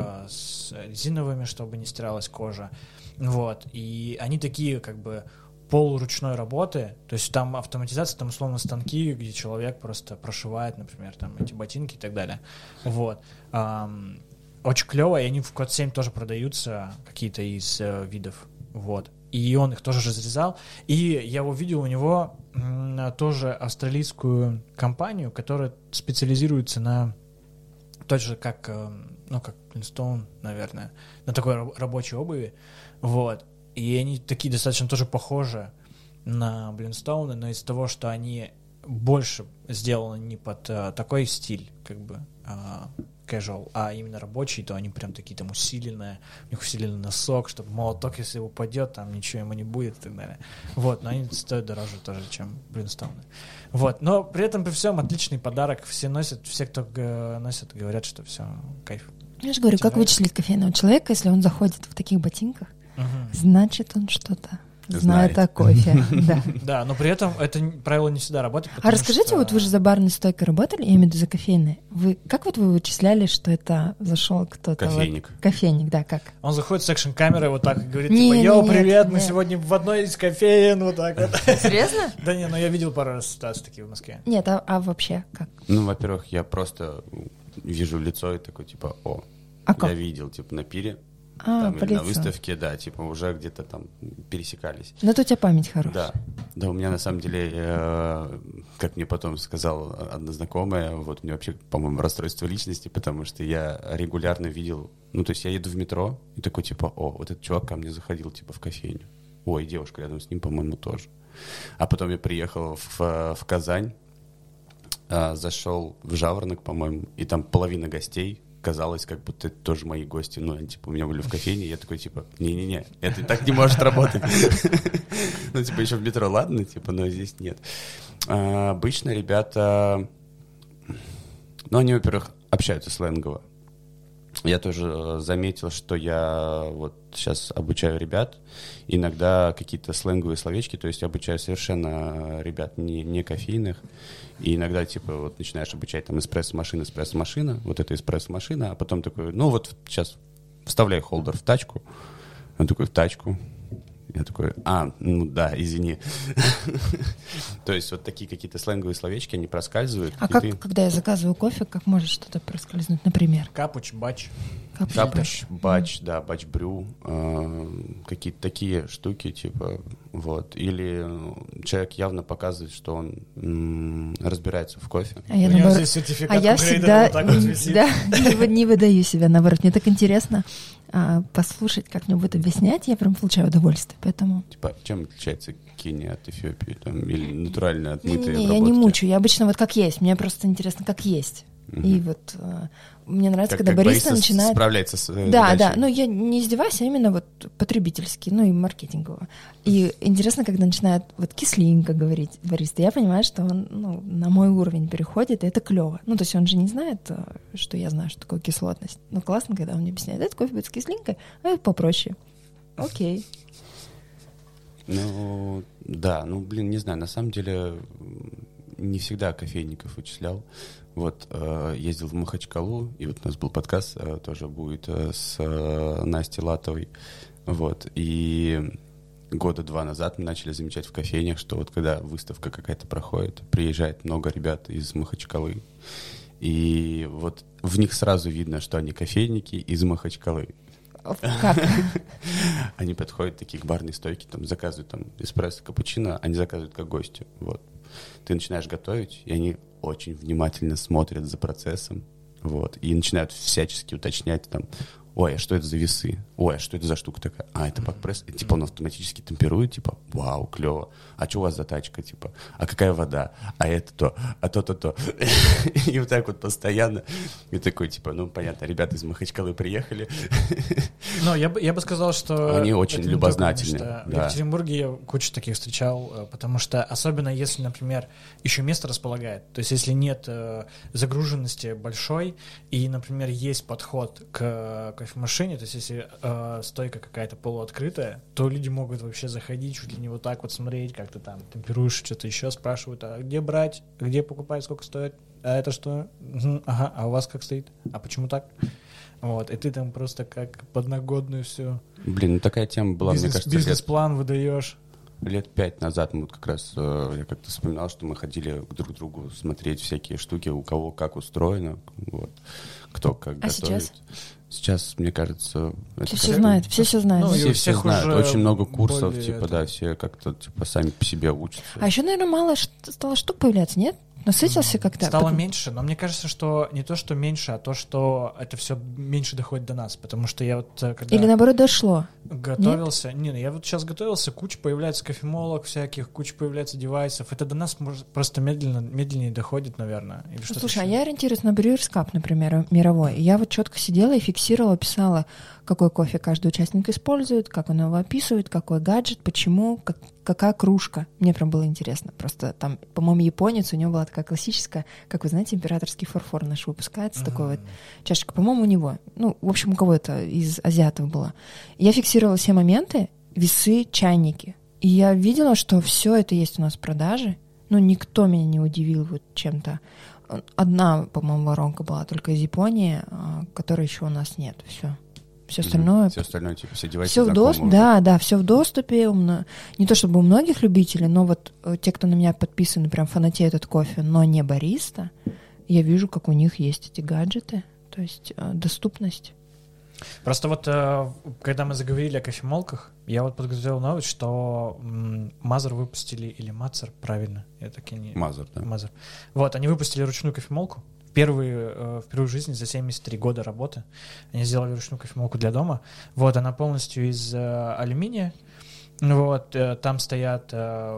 с резиновыми, чтобы не стиралась кожа. Вот. И они такие как бы полуручной работы, то есть там автоматизация, там условно станки, где человек просто прошивает, например, там эти ботинки и так далее. Вот. Очень клево, и они в код 7 тоже продаются, какие-то из видов. Вот. И он их тоже разрезал. И я увидел у него тоже австралийскую компанию, которая специализируется на точно как, как Flintstone, наверное, на такой рабочей обуви. Вот. И они такие достаточно тоже похожи на Блинстоуны, но из-за того, что они больше сделаны не под такой стиль, как бы casual, а именно рабочий, то они прям такие там усиленные, у них усиленный носок, чтобы молоток, если упадет, там ничего ему не будет и так далее. Вот, но они стоят дороже тоже, чем Блинстоуны. Вот, но при этом при всем отличный подарок, все носят, все, кто носят, говорят, что все, кайф. Я же говорю, как вычислить кофейного человека, если он заходит в таких ботинках, значит, он что-то знает о кофе. Да. Да, но при этом это правило не всегда работает. А расскажите, вот вы же за барной стойкой работали, я имею в виду за кофейной. Как вот вы вычисляли, что это зашел кто-то? Кофейник. Кофейник, да, как? Он заходит в секшн-камеры вот так и говорит, типа, йоу, привет, мы сегодня в одной из кофеен, вот так вот. Серьезно? Да не, я видел пару раз ситуаций такие в Москве. Нет, а вообще как? Во-первых, я просто вижу лицо и такой, типа, я видел, типа, на пире. Там, или на выставке, да, типа уже где-то там пересекались. Но у тебя память хорошая. Да, у меня на самом деле, как мне потом сказал одна знакомая, вот у меня вообще, по-моему, расстройство личности, потому что я регулярно видел, то есть я еду в метро и такой типа, вот этот чувак ко мне заходил типа в кофейню. Ой, девушка рядом с ним, по-моему, тоже. А потом я приехал в Казань, зашел в Жаворонок, по-моему, и там половина гостей казалось, как будто это тоже мои гости. Они, типа, у меня были в кофейне, я такой, типа, не-не-не, это так не может работать. Еще в метро, ладно, типа, но здесь нет. Обычно ребята, они, во-первых, общаются сленгово. Я тоже заметил, что я вот сейчас обучаю ребят, иногда какие-то сленговые словечки, то есть обучаю совершенно ребят не кофейных, и иногда, типа, вот начинаешь обучать там эспрессо-машина, вот это эспрессо-машина, а потом такой, вот сейчас вставляй холдер в тачку, он такой, в тачку. Я такой, да, извини. То есть вот такие какие-то сленговые словечки, они проскальзывают. А как, когда я заказываю кофе, как может что-то проскользнуть, например? Капуч, бач. Капуч, бач, да, бач-брю, какие-то такие штуки, типа, вот. Или человек явно показывает, что он разбирается в кофе. У него здесь сертификат апгрейда вот так вот висит. Да, не выдаю себя, наоборот. Мне так интересно послушать, как мне будет объяснять, я прям получаю удовольствие, поэтому... Типа, чем отличается Кения от Эфиопии, там, или натурально отмытые обработки? Я не мучу, я обычно вот как есть, мне просто интересно, как есть. И вот мне нравится, когда бариста начинает... справляется с задачей. Да, я не издеваюсь, а именно вот потребительски, и маркетингово. И интересно, когда начинает вот кислинка говорить бариста, я понимаю, что он на мой уровень переходит, и это клево. То есть он же не знает, что я знаю, что такое кислотность. Классно, когда он мне объясняет, этот кофе будет с кислинкой, а это попроще. Окей. Да, не знаю, на самом деле не всегда кофейников вычислял. Вот, ездил в Махачкалу, и вот у нас был подкаст, тоже будет с Настей Латовой, вот, и 2 года назад мы начали замечать в кофейнях, что вот когда выставка какая-то проходит, приезжает много ребят из Махачкалы, и вот в них сразу видно, что они кофейники из Махачкалы. Как? Они подходят такие к барной стойке, там, заказывают там эспрессо, капучино, они заказывают как гости, вот. Ты начинаешь готовить, и они очень внимательно смотрят за процессом, вот, и начинают всячески уточнять там, ой, а что это за весы? Ой, а что это за штука такая? Это пак-пресс? Типа он автоматически темперует, типа, вау, клево. А что у вас за тачка, типа? А какая вода? А это то, а то-то-то. И вот так вот постоянно. И такой, типа, понятно, ребята из Махачкалы приехали. Я бы сказал, что... Они очень любознательны. В Екатеринбурге я кучу таких встречал, потому что, особенно если, например, еще место располагает, то есть если нет загруженности большой, и, например, есть подход к кофемашине, то есть если стойка какая-то полуоткрытая, то люди могут вообще заходить, чуть ли не вот так вот смотреть, как ты там темперуешь, что-то еще, спрашивают, а где брать, где покупать, сколько стоит, а это что? Ага, а у вас как стоит? А почему так? Вот, и ты там просто как подногодную все. Такая тема была, мне кажется, бизнес-план выдаешь. Лет 5 назад мы вот как раз, я как-то вспоминал, что мы ходили друг к другу смотреть всякие штуки, у кого как устроено, вот, кто как готовит. Сейчас, мне кажется... Все знают. Все знают. Уже очень много курсов, все как-то сами по себе учатся. А еще, наверное, мало стало штук появляться, нет? Насытился как-то? Стало меньше, но мне кажется, что не то, что меньше, а то, что это все меньше доходит до нас, потому что я вот когда... Или наоборот дошло? Готовился. Я вот сейчас готовился, куча появляется кофемолок всяких, куча появляется девайсов. Это до нас просто медленнее доходит, наверное. Или что-то Слушай, еще. А я ориентируюсь на Brewers Cup, например, мировой. И я вот четко сидела и фиксировала, писала, какой кофе каждый участник использует, как он его описывает, какой гаджет, почему, какая кружка. Мне прям было интересно. Просто там, по-моему, японец, у него была такая классическая, как вы знаете, императорский фарфор наш выпускается, такой вот чашечка. По-моему, у него. В общем, у кого-то из азиатов было. Я фиксировала все моменты, весы, чайники. И я видела, что все это есть у нас в продаже. Ну, никто меня не удивил вот чем-то. Одна, по-моему, воронка была только из Японии, которой еще у нас нет. Все остальное. Все остальное, типа, все девайсы Все в доступе. Да, все в доступе. Не то чтобы у многих любителей, но вот те, кто на меня подписаны, прям фанатеют от кофе, но не бариста, я вижу, как у них есть эти гаджеты. То есть доступность. Просто вот, когда мы заговорили о кофемолках, я вот подготовил новость, что Мазер выпустили, или Мацер, правильно? Я так и не... Мазер, да. Мазер. Вот, они выпустили ручную кофемолку. Впервые в жизни за 73 года работы они сделали ручную кофемолку для дома. Вот, она полностью из алюминия. Вот, там стоят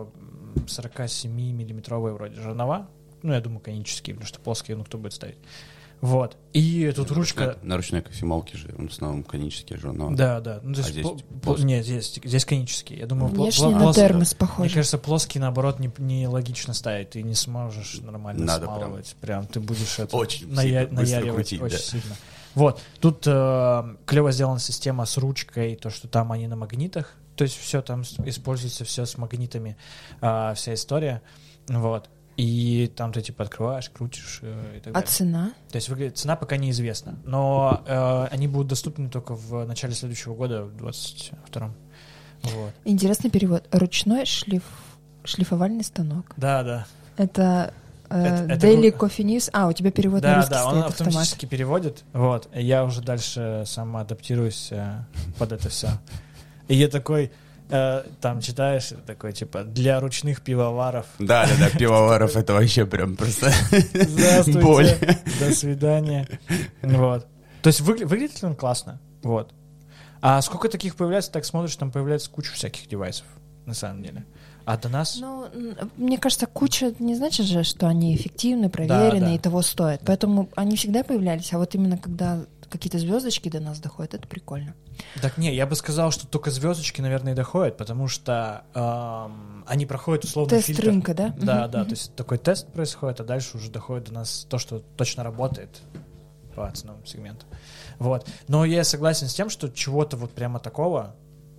47-миллиметровые вроде жернова. Ну, я думаю, конические, потому что плоские, ну, кто будет ставить. Вот. И тут ручка... На ручной кофемолке же в основном конические жернова. Да. Ну, то есть здесь нет, здесь конические. Я думаю, внешне на термос похоже. Мне кажется, плоский, наоборот, не логично ставить. Ты не сможешь нормально смалывать. Прям ты будешь это очень наяривать крутить, очень сильно. Вот. Тут клево сделана система с ручкой, то, что там они на магнитах. То есть все там используется, все с магнитами, вся история. Вот. И там ты типа открываешь, крутишь и так далее. А цена? То есть цена пока неизвестна. Но они будут доступны только в начале следующего года, в 22-м. Вот. Интересный перевод. Ручной шлифовальный станок. Да. Это Daily Coffee News. У тебя перевод на русский стоит он автоматически переводит. Вот. И я уже дальше сам адаптируюсь под это все. И я такой... там читаешь, такой, типа, для ручных пивоваров. Да, пивоваров это вообще прям просто Здравствуйте, боль. До свидания. Вот. То есть выглядит он классно. Вот. А сколько таких появляется, так смотришь, там появляется куча всяких девайсов, на самом деле. А до нас... Ну, мне кажется, куча не значит же, что они эффективны, проверены и того стоят. Поэтому они всегда появлялись, а вот именно когда какие-то звездочки до нас доходят, это прикольно. Так не, я бы сказал, что только звездочки, наверное, и доходят, потому что они проходят условно фильтр. Тест рынка, да? Да, то есть такой тест происходит, а дальше уже доходит до нас то, что точно работает по ценовому сегменту. Вот. Но я согласен с тем, что чего-то вот прямо такого,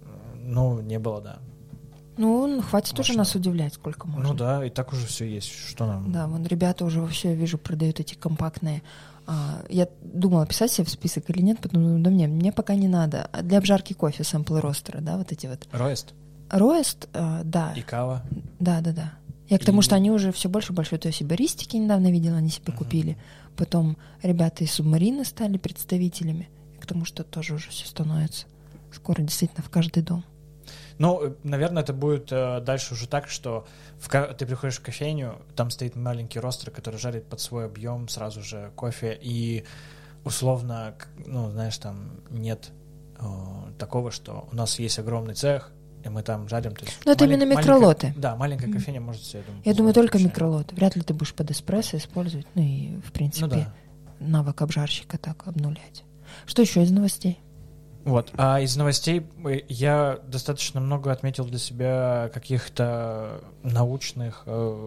не было, да. Ну, хватит уже нас удивлять, сколько можно. Ну да, и так уже все есть. Что нам? Да, вон ребята уже вообще, вижу, продают эти компактные. Я думала, писать себе в список или нет, потом да мне пока не надо. Для обжарки кофе сэмплы ростера, да, вот эти вот. Роест? Роест, да. И кава? Да. Я к тому, что они уже все больше и больше. То есть и баристики недавно видела, они себе купили. Потом ребята из Субмарины стали представителями. И к тому, что тоже уже все становится. Скоро действительно в каждый дом. Ну, наверное, это будет дальше уже так, что ты приходишь в кофейню, там стоит маленький ростер, который жарит под свой объем сразу же кофе, и условно, знаешь, там нет такого, что у нас есть огромный цех, и мы там жарим. То есть это именно микролоты. Да, маленькая кофейня может себе, я думаю, только микролоты. Вряд ли ты будешь под эспрессо использовать, и, в принципе, навык обжарщика так обнулять. Что еще из новостей? Вот. А из новостей я достаточно много отметил для себя каких-то научных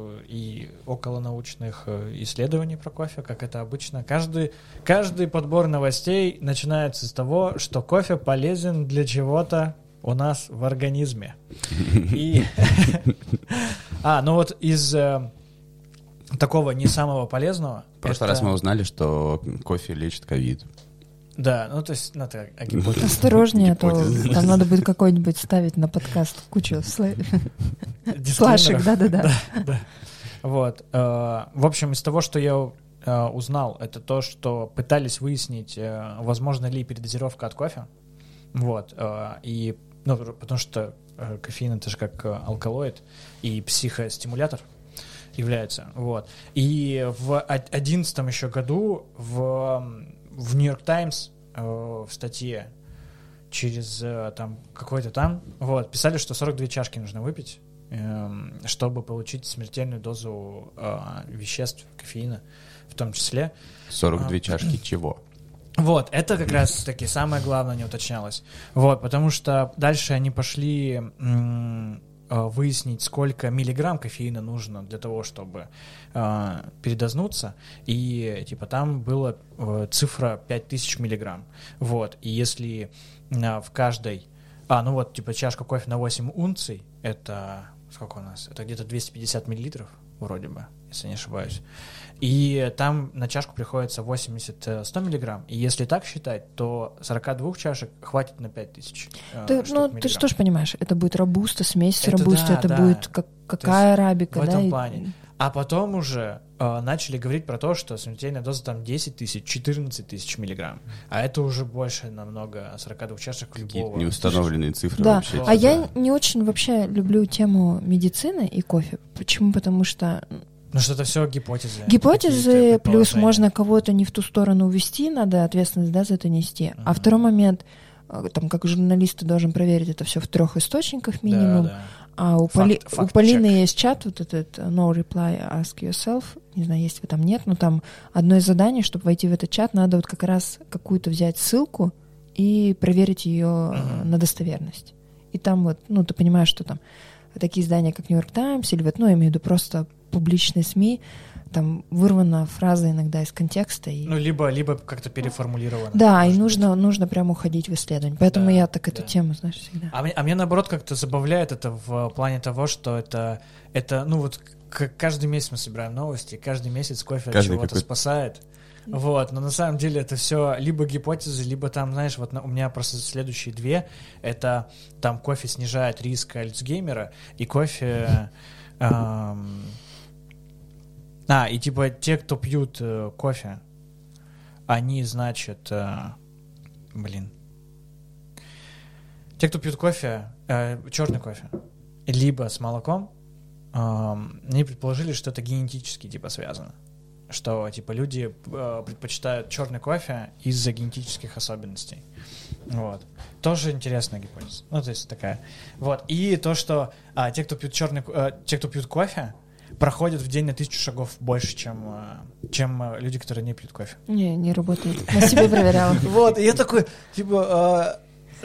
и околонаучных исследований про кофе, как это обычно. Каждый подбор новостей начинается с того, что кофе полезен для чего-то у нас в организме. Ну вот из такого не самого полезного... В прошлый раз мы узнали, что кофе лечит ковид. Да, то есть, это гипотеза. Осторожнее, а то там надо будет какой-нибудь ставить на подкаст кучу слашек, да. Вот. В общем, из того, что я узнал, это то, что пытались выяснить, возможно ли передозировка от кофе. Вот. И, потому что кофеин — это же как алкалоид и психостимулятор является. Вот. И в 2011 еще году в New York Times в статье через какой-то писали, что 42 чашки нужно выпить, чтобы получить смертельную дозу веществ, кофеина в том числе. 42 чашки чего? Вот, это как раз-таки самое главное не уточнялось. Вот, потому что дальше они пошли выяснить, сколько миллиграмм кофеина нужно для того, чтобы передознуться, и там была цифра 5000 миллиграмм. Вот, и если в каждой Ну вот, типа чашка кофе на 8 унций, это сколько у нас? Это где-то 250 миллилитров, вроде бы, если не ошибаюсь. И там на чашку приходится 80-100 миллиграмм. И если так считать, то 42 чашек хватит на 5000 ты что ж понимаешь, это будет робуста, смесь с робуста, это будет какая арабика, в этом плане. А потом уже начали говорить про то, что смертельная доза там 10 тысяч, 14 тысяч миллиграмм. А это уже больше намного 42 чашек любого. Неустановленные цифры вообще. Я не очень вообще люблю тему медицины и кофе. Почему? Потому что... что это все гипотезы. Гипотезы, плюс можно кого-то не в ту сторону увести, надо ответственность, да, за это нести. А второй момент, там, как журналист, ты должен проверить это все в 3 источниках минимум. Да. А у Полины есть чат, вот этот no reply, ask yourself, не знаю, есть в этом, нет, но там одно из заданий, чтобы войти в этот чат, надо вот как раз какую-то взять ссылку и проверить ее на достоверность. И там вот, ты понимаешь, что там такие издания, как New York Times, или вот, я имею в виду просто публичные СМИ, там вырвана фраза иногда из контекста. И... либо как-то переформулирована. Да, и нужно прям уходить в исследование. Поэтому я так эту тему, знаешь, всегда. А меня, наоборот, как-то забавляет это в плане того, что это каждый месяц мы собираем новости, каждый месяц кофе от чего-то спасает. Вот, но на самом деле это все либо гипотезы, либо там, знаешь, вот у меня просто следующие 2, это там кофе снижает риск Альцгеймера, и кофе... и типа те, кто пьют кофе, они, значит... Те, кто пьют кофе, черный кофе, либо с молоком, они предположили, что это генетически типа связано. Что типа люди предпочитают черный кофе из-за генетических особенностей. Вот. Тоже интересная гипотеза. То есть такая. Вот. И то, что те, кто пьют кофе, проходят в день на 1000 шагов больше, чем люди, которые не пьют кофе. Не работает. На себе проверяла. Вот, и я такой, типа...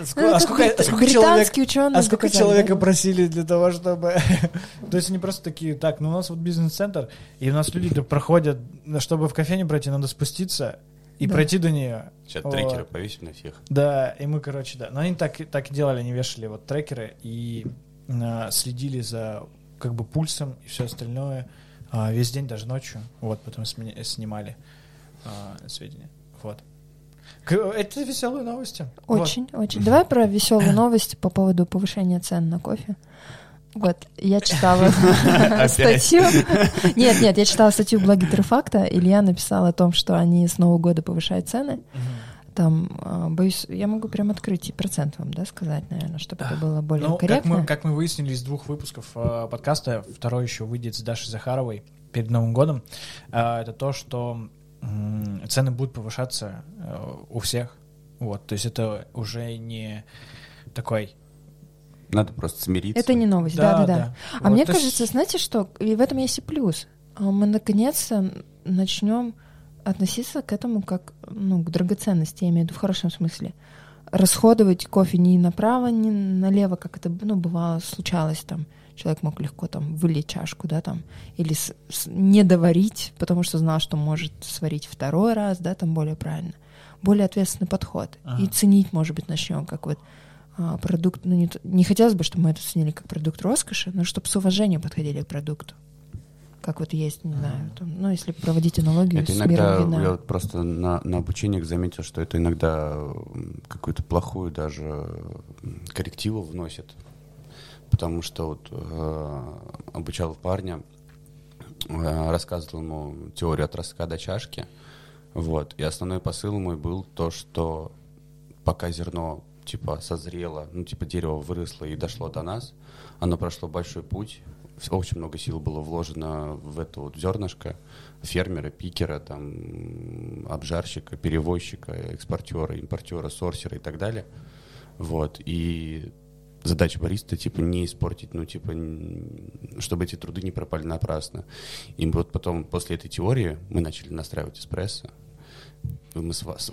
Британские ученые. Сколько человека просили для того, чтобы... То есть они просто такие, у нас вот бизнес-центр, и у нас люди проходят, чтобы в кофейню пройти, надо спуститься и пройти до нее. Сейчас трекеры повесим на всех. Да, и мы, Но они так и делали, они вешали вот трекеры и следили за как бы пульсом и все остальное весь день, даже ночью. Вот, потом снимали сведения. Вот. Это веселые новости. Очень. Давай про веселые новости по поводу повышения цен на кофе. Вот, я читала статью. Нет, я читала статью в блоге Трефакта. Илья написал о том, что они с Нового года повышают цены. Там, боюсь, я могу прям открыть и процент вам, сказать, наверное, чтобы это было более корректно. Как мы выяснили из 2 выпусков подкаста, 2 еще выйдет с Дашей Захаровой перед Новым годом, это то, что цены будут повышаться у всех. Вот, то есть это уже не такой... Надо просто смириться. Это не новость, да. А вот, мне кажется, знаете что, и в этом есть и плюс. Мы наконец-то начнем относиться к этому как к драгоценности, я имею в виду в хорошем смысле. Расходовать кофе не направо, не налево, как это бывало, случалось там. Человек мог легко там вылить чашку, или не доварить, потому что знал, что может сварить 2 раз, там более правильно. Более ответственный подход. И ценить, может быть, начнем как вот продукт, не хотелось бы, чтобы мы это ценили как продукт роскоши, но чтобы с уважением подходили к продукту. Как вот есть, не знаю, если проводить аналогию это с иногда, миром вина. Я вот просто на обучениях заметил, что это иногда какую-то плохую даже коррективу вносит. Потому что вот обучал парня, рассказывал ему теорию от ростка до чашки. Вот. И основной посыл мой был то, что пока зерно созрело, дерево выросло и дошло до нас, оно прошло большой путь. Очень много сил было вложено в это вот зернышко. Фермера, пикера, обжарщика, перевозчика, экспортера, импортера, сорсера и так далее. Вот. И задача бариста, не испортить, чтобы эти труды не пропали напрасно. И вот потом, после этой теории, мы начали настраивать эспрессо. Мы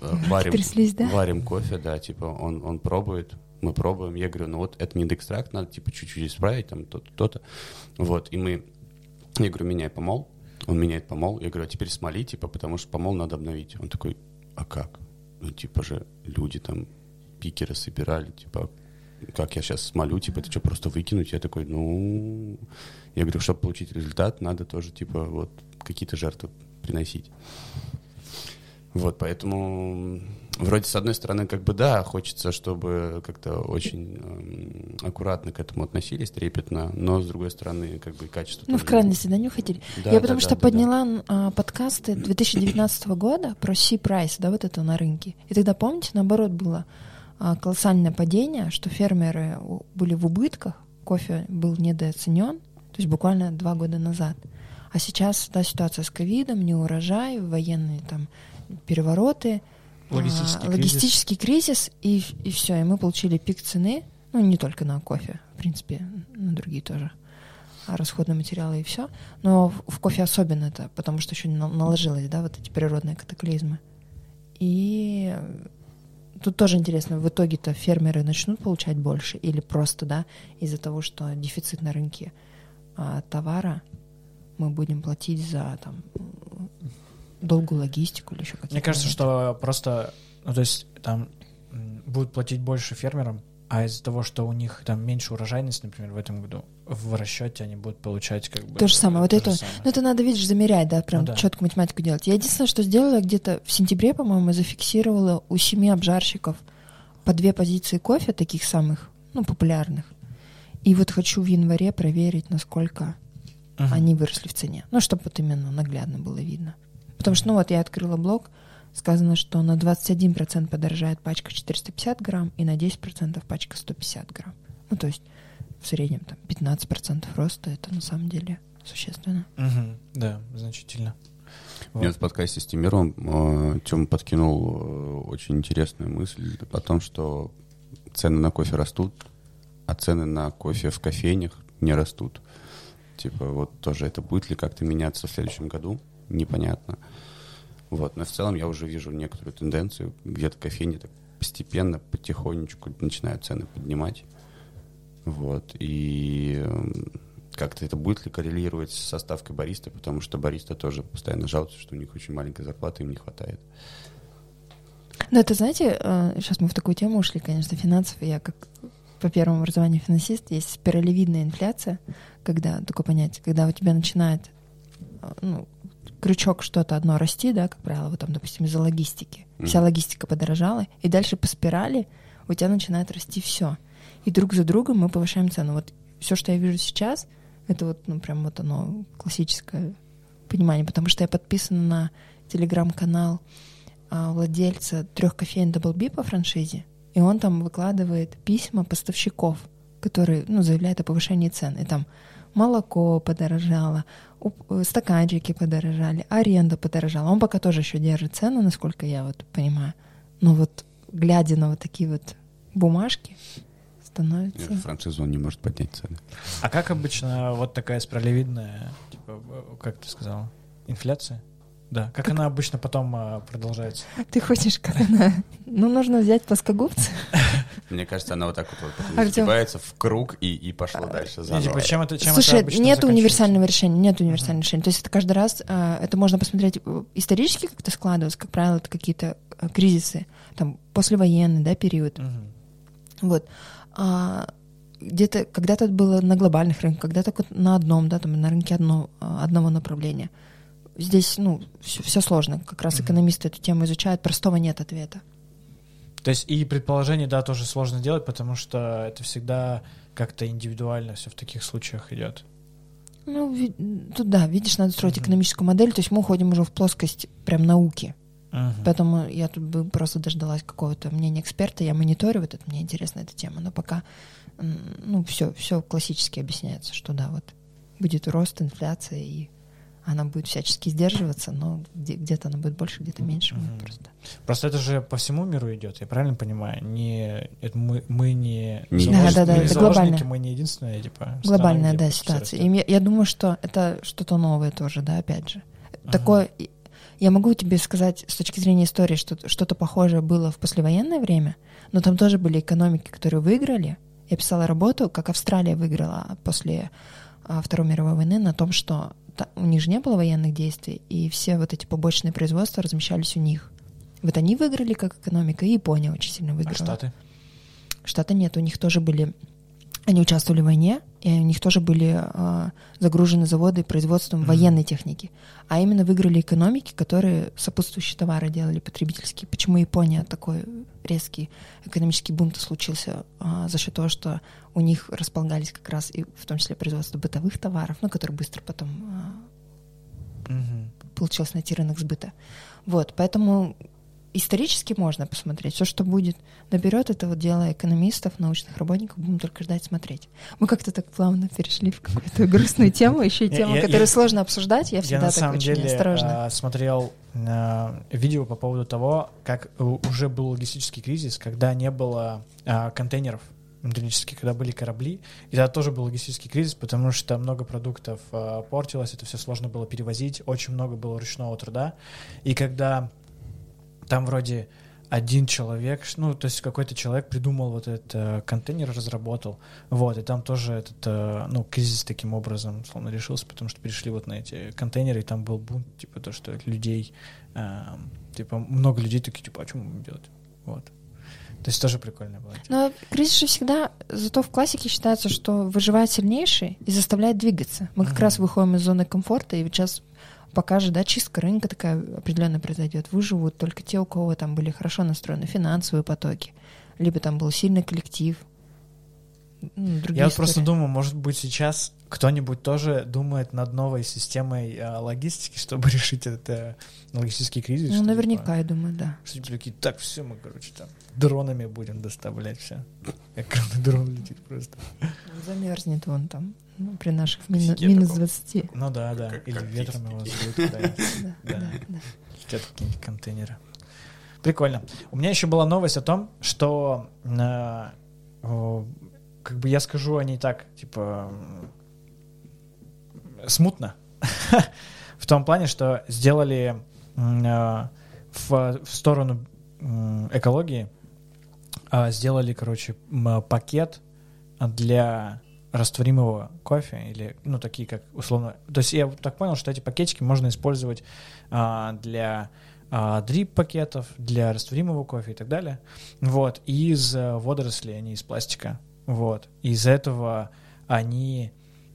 варим кофе, он пробует, мы пробуем. Я говорю, это не декстракт, надо, чуть-чуть исправить, то-то, то-то. Вот, и я говорю, меняй помол. Он меняет помол. Я говорю, а теперь смоли, потому что помол надо обновить. Он такой, а как? Же люди пикеры собирали, как я сейчас смолю, типа, это что, просто выкинуть? Я такой, я говорю, чтобы получить результат, надо тоже, типа, вот, какие-то жертвы приносить. Вот, поэтому вроде, с одной стороны, как бы, да, хочется, чтобы как-то очень аккуратно к этому относились, трепетно, но, с другой стороны, как бы, и качество... в крайности, да, не хотели? Да, я потому что подняла подкасты 2019 года про C-Price, да, вот это на рынке. И тогда, помните, наоборот, было колоссальное падение, что фермеры были в убытках, кофе был недооценен, то есть буквально 2 года назад. А сейчас, да, ситуация с ковидом, неурожай, военные там перевороты, логистический кризис, и все, и мы получили пик цены, ну, не только на кофе, в принципе, на другие тоже расходные материалы и все, но в кофе особенно это, потому что еще наложилось, да, вот эти природные катаклизмы. И тут тоже интересно, в итоге-то фермеры начнут получать больше или просто, да, из-за того, что дефицит на рынке товара, мы будем платить за там долгую логистику или еще какие-то. Мне кажется, что просто, ну, то есть там будут платить больше фермерам, а из-за того, что у них там меньше урожайность, например, в этом году, в расчете они будут получать как бы... То же самое. Вот это, ну, это надо, видишь, замерять, да, прям четкую математику делать. Я единственное, что сделала, где-то в сентябре, по-моему, зафиксировала у 7 обжарщиков по 2 позиции кофе, таких самых, ну, популярных. И вот хочу в январе проверить, насколько они выросли в цене. Ну, чтобы вот именно наглядно было видно. Потому что, ну, вот я открыла блог, сказано, что на 21% подорожает пачка 450 грамм и на 10% пачка 150 грамм. Ну, то есть в среднем там 15% роста, это на самом деле существенно. Да, значительно. Мне в подкасте с Тимиром Тёма подкинул очень интересную мысль о том, что цены на кофе растут, а цены на кофе в кофейнях не растут. Типа вот тоже это будет ли как-то меняться в следующем году, непонятно. Вот. Но в целом я уже вижу некоторую тенденцию, где-то кофейни так постепенно, потихонечку начинают цены поднимать. Вот. И как-то это будет ли коррелировать с составкой бариста, потому что бариста тоже постоянно жалуются, что у них очень маленькая зарплата, им не хватает. Ну, это, знаете, сейчас мы в такую тему ушли, конечно, финансов. Я как по первому образованию финансист, есть спиралевидная инфляция, когда, такое понятие, когда у тебя начинает, ну, крючок что-то одно расти, да, как правило, вот там, допустим, из-за логистики. Вся логистика подорожала, и дальше по спирали у тебя начинает расти все. И друг за другом мы повышаем цену. Вот все, что я вижу сейчас, это вот, ну, прям вот оно классическое понимание, потому что я подписана на телеграм-канал владельца 3 кофеен Double B по франшизе, и он там выкладывает письма поставщиков, которые, ну, заявляют о повышении цен. И там молоко подорожало, стаканчики подорожали, аренда подорожала. Он пока тоже еще держит цену, насколько я вот понимаю. Но вот глядя на вот такие вот бумажки, становится... Франшизу он не может поднять цены. А как обычно вот такая спиралевидная, типа, как ты сказала, инфляция? Да, как она обычно потом продолжается? Ты хочешь, как она... Ну, нужно взять плоскогубцы. Мне кажется, она вот так вот потом сгибается в круг и пошла дальше заново. Слушай, нет универсального решения, То есть это каждый раз, это можно посмотреть исторически, как это складывалось, как правило, это какие-то кризисы, там, послевоенный, да, период. Вот. Где-то когда-то было на глобальных рынках, когда-то на одном, да, там, на рынке одного направления. Здесь, ну, все сложно. Как раз экономисты эту тему изучают, простого нет ответа. То есть и предположение, да, тоже сложно делать, потому что это всегда как-то индивидуально все в таких случаях идет. Ну, тут, да, видишь, надо строить экономическую модель, то есть мы уходим уже в плоскость прям науки. Поэтому я тут бы просто дождалась какого-то мнения эксперта, я мониторю, вот это мне интересна эта тема, но пока, ну, все классически объясняется, что да, вот будет рост, инфляция, и она будет всячески сдерживаться, но где-то она будет больше, где-то меньше. Просто это же по всему миру идет, я правильно понимаю? Мы не это глобальная. Мы не единственная, типа, глобальная, да, ситуация. И я думаю, что это что-то новое тоже, да, опять же. Такое, я могу тебе сказать с точки зрения истории, что что-то похожее было в послевоенное время, но там тоже были экономики, которые выиграли. Я писала работу, как Австралия выиграла после Второй мировой войны на том, что у них же не было военных действий, и все вот эти побочные производства размещались у них. Вот они выиграли как экономика, и Япония очень сильно выиграла. А Штаты? Штаты нет, у них тоже были... Они участвовали в войне, и у них тоже были загружены заводы производством военной техники. А именно выиграли экономики, которые сопутствующие товары делали потребительские. Почему Япония такой резкий экономический бум-то случился? За счет того, что у них располагались как раз и в том числе производство бытовых товаров, ну, которые быстро потом получилось найти рынок сбыта. Вот, поэтому... Исторически можно посмотреть. Все, что будет наперед, это вот дело экономистов, научных работников. Будем только ждать, смотреть. Мы как-то так плавно перешли в какую-то грустную тему, еще и тему, которую сложно обсуждать. Я всегда так очень осторожно. Я смотрел видео по поводу того, как уже был логистический кризис, когда не было контейнеров металлических, когда были корабли. И тогда тоже был логистический кризис, потому что много продуктов портилось, это все сложно было перевозить, очень много было ручного труда. И когда там вроде один человек, ну, то есть какой-то человек придумал вот этот контейнер, разработал, вот, и там тоже этот, ну, кризис таким образом, словно, решился, потому что перешли вот на эти контейнеры, и там был бунт, типа, то, что людей, типа, много людей такие, типа, а что мы будем делать? Вот. То есть тоже прикольно было. Но кризис же всегда, зато в классике считается, что выживает сильнейший и заставляет двигаться. Мы как раз выходим из зоны комфорта, и вот сейчас... Пока же, да, чистка рынка такая определенно произойдет. Выживут только те, у кого там были хорошо настроены финансовые потоки, либо там был сильный коллектив. Я вот просто думаю, может быть, сейчас кто-нибудь тоже думает над новой системой логистики, чтобы решить этот логистический кризис. Ну, наверняка, я думаю, да. Что типа такие, так, все, мы, короче, там дронами будем доставлять все. Огромный дрон летит просто. Замерзнет он там. Ну, при наших минус 20. Ну да. Или ветром его сдует. Да. Летят какие-нибудь контейнеры. Прикольно. У меня еще была новость о том, что как бы я скажу о ней так, типа, смутно. В том плане, что сделали в сторону экологии, сделали, короче, пакет для растворимого кофе, или, ну, такие, как, условно... То есть я так понял, что эти пакетики можно использовать для дрип-пакетов, для растворимого кофе и так далее. Вот. И из водорослей, а не из пластика. Вот. И из-за этого они...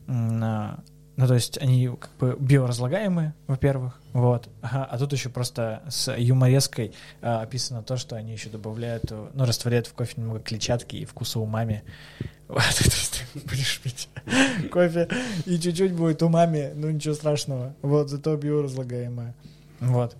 Ну, то есть они как бы биоразлагаемые, во-первых, вот. А тут еще просто с юмореской описано то, что они еще добавляют, ну, растворяют в кофе немного клетчатки и вкуса умами. Вот, то есть ты будешь пить кофе, и чуть-чуть будет умами, ну, ничего страшного. Вот, зато биоразлагаемое. Вот.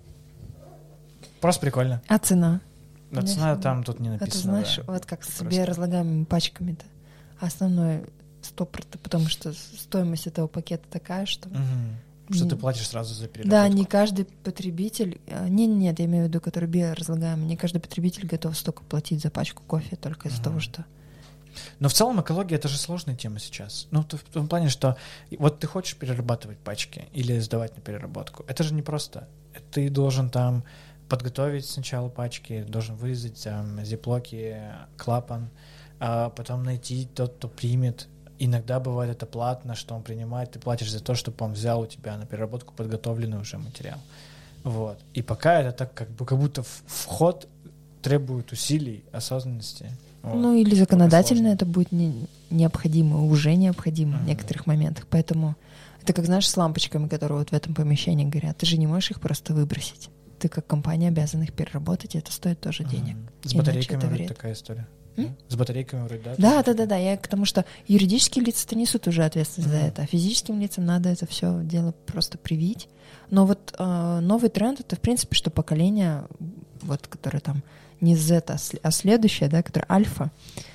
Просто прикольно. А цена? А цена там тут не написано. А ты знаешь, да. Вот как с биоразлагаемыми пачками-то. Основное... 100%, потому что стоимость этого пакета такая, что... Что ты платишь сразу за переработку. Да, не каждый потребитель... Нет, я имею в виду, который биоразлагаемый. Не каждый потребитель готов столько платить за пачку кофе только из-за того, что... Но в целом экология — это же сложная тема сейчас. Ну, в том плане, что вот ты хочешь перерабатывать пачки или сдавать на переработку. Это же не просто. Ты должен там подготовить сначала пачки, должен вырезать там зиплоки, клапан, а потом найти тот, кто примет. Иногда бывает это платно, что он принимает, ты платишь за то, чтобы он взял у тебя на переработку подготовленный уже материал. Вот. И пока это так как будто вход требует усилий, осознанности. Вот. Ну или законодательно это будет необходимо, уже необходимо в некоторых моментах. Поэтому это как, знаешь, с лампочками, которые вот в этом помещении горят. Ты же не можешь их просто выбросить. Ты как компания обязан их переработать, и это стоит тоже денег. С батарейками вроде такая история. С батарейками вроде, да? Да. Я к тому, что юридические лица-то несут уже ответственность за это, а физическим лицам надо это все дело просто привить. Но вот новый тренд — это, в принципе, что поколение, вот, которое там не Z, а следующее, да, которое альфа,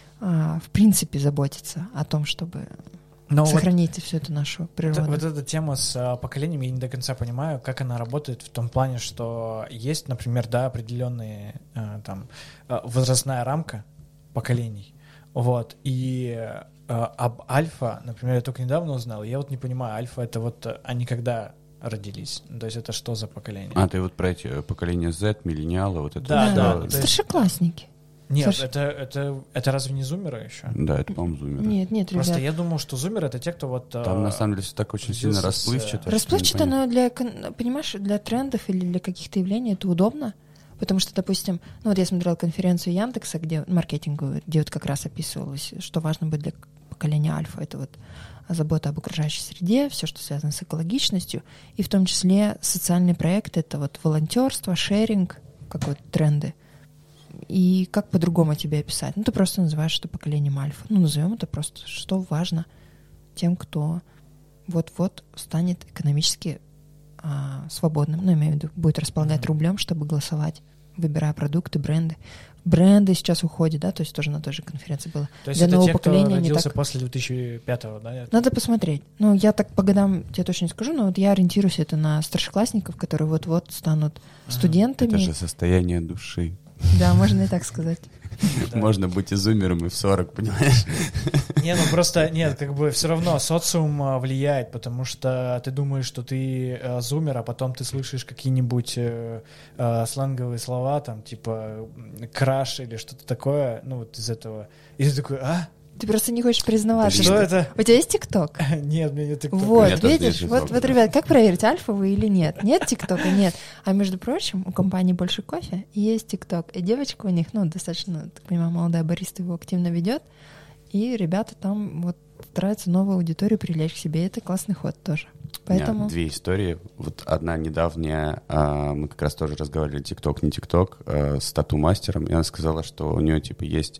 в принципе, заботится о том, чтобы сохранить вот всю эту нашу природу. Вот эта тема с поколениями, я не до конца понимаю, как она работает в том плане, что есть, например, да, определенные там возрастная рамка поколений. Вот. И об альфа, например, я только недавно узнал, я вот не понимаю, альфа — это вот они когда родились? То есть это что за поколение? А, ты вот про эти поколения Z, миллениалы, вот это? Да. Старшеклассники. Нет, это разве не зумеры еще? Да, это, по-моему, зумеры. Нет, ребят. Просто я думал, что зумеры — это те, кто вот... Там, на самом деле, все так очень сильно расплывчато. Расплывчато, но понимаешь, для трендов или для каких-то явлений это удобно, Потому что, допустим, ну вот я смотрела конференцию Яндекса, где маркетинговую, где вот как раз описывалось, что важно быть для поколения альфа. Это вот забота об окружающей среде, все, что связано с экологичностью, и в том числе социальные проекты, это вот волонтерство, шеринг, как вот тренды. И как по-другому тебе описать? Ну, ты просто называешь это поколением альфа. Ну, назовем это просто, что важно тем, кто вот-вот станет экономически свободным. Ну, имею в виду, будет располагать рублем, чтобы голосовать, выбирая продукты, бренды. Бренды сейчас уходят, да, то есть тоже на той же конференции было. То есть для это нового те, кто поколения родился так... после 2005-го, да? Надо посмотреть. Ну, я так по годам тебе точно не скажу, но вот я ориентируюсь это на старшеклассников, которые вот-вот станут студентами. Это же состояние души. Да, можно и так сказать. Можно быть изумером и в 40, понимаешь? Не, ну просто, нет, как бы все равно социум влияет, потому что ты думаешь, что ты зумер, а потом ты слышишь какие-нибудь сленговые слова, там, типа краш или что-то такое, ну вот из этого. И ты такой, Ты просто не хочешь признаваться. Что это? У тебя есть ТикТок? Нет, у меня нет ТикТока. Вот, видишь? Вот, ребят, как проверить, альфа вы или нет? Нет ТикТока? Нет. А между прочим, у компании «Больше кофе» есть ТикТок. И девочка у них, ну, достаточно, так понимаю, молодая бариста его активно ведет. И ребята там вот стараются новую аудиторию привлечь к себе. И это классный ход тоже. Поэтому... У меня две истории. Вот одна недавняя, мы как раз тоже разговаривали ТикТок, не ТикТок, с тату-мастером. И она сказала, что у нее, типа, есть...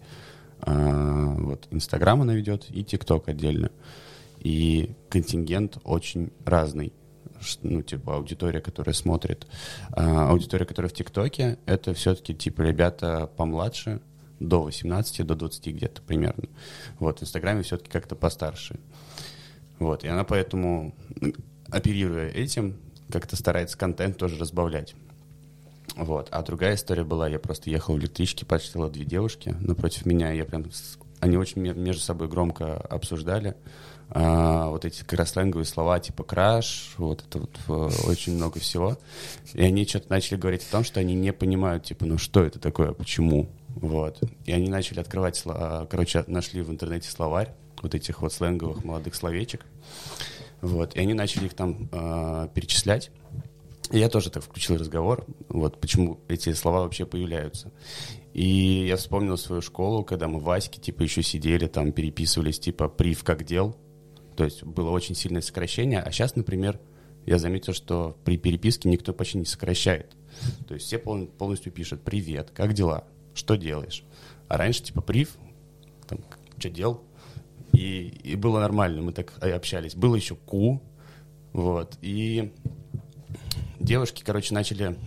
вот Инстаграм она ведет и ТикТок отдельно. И контингент очень разный. Ну, типа, аудитория, которая смотрит. Аудитория, которая в ТикТоке, это все-таки, типа, ребята помладше, до 18, до 20 где-то примерно. Вот, в Инстаграме все-таки как-то постарше. Вот, и она поэтому, оперируя этим, как-то старается контент тоже разбавлять. Вот. А другая история была, я просто ехал в электричке, почтила две девушки напротив меня, они очень между собой громко обсуждали вот эти как раз сленговые слова, типа краш, вот это вот очень много всего. И они что-то начали говорить о том, что они не понимают, типа, ну что это такое, почему, вот. И они начали открывать, короче, нашли в интернете словарь вот этих вот сленговых молодых словечек, вот, и они начали их там перечислять. И я тоже так включил разговор, вот почему эти слова вообще появляются. И я вспомнил свою школу, когда мы в Ваське, типа, еще сидели, там, переписывались, типа, прив как дел. То есть было очень сильное сокращение. А сейчас, например, я заметил, что при переписке никто почти не сокращает. То есть все полностью пишут «Привет, как дела? Что делаешь?» А раньше, типа, прив, там, что дел? И было нормально, мы так общались. Было еще ку, вот, и... Девушки, короче, начали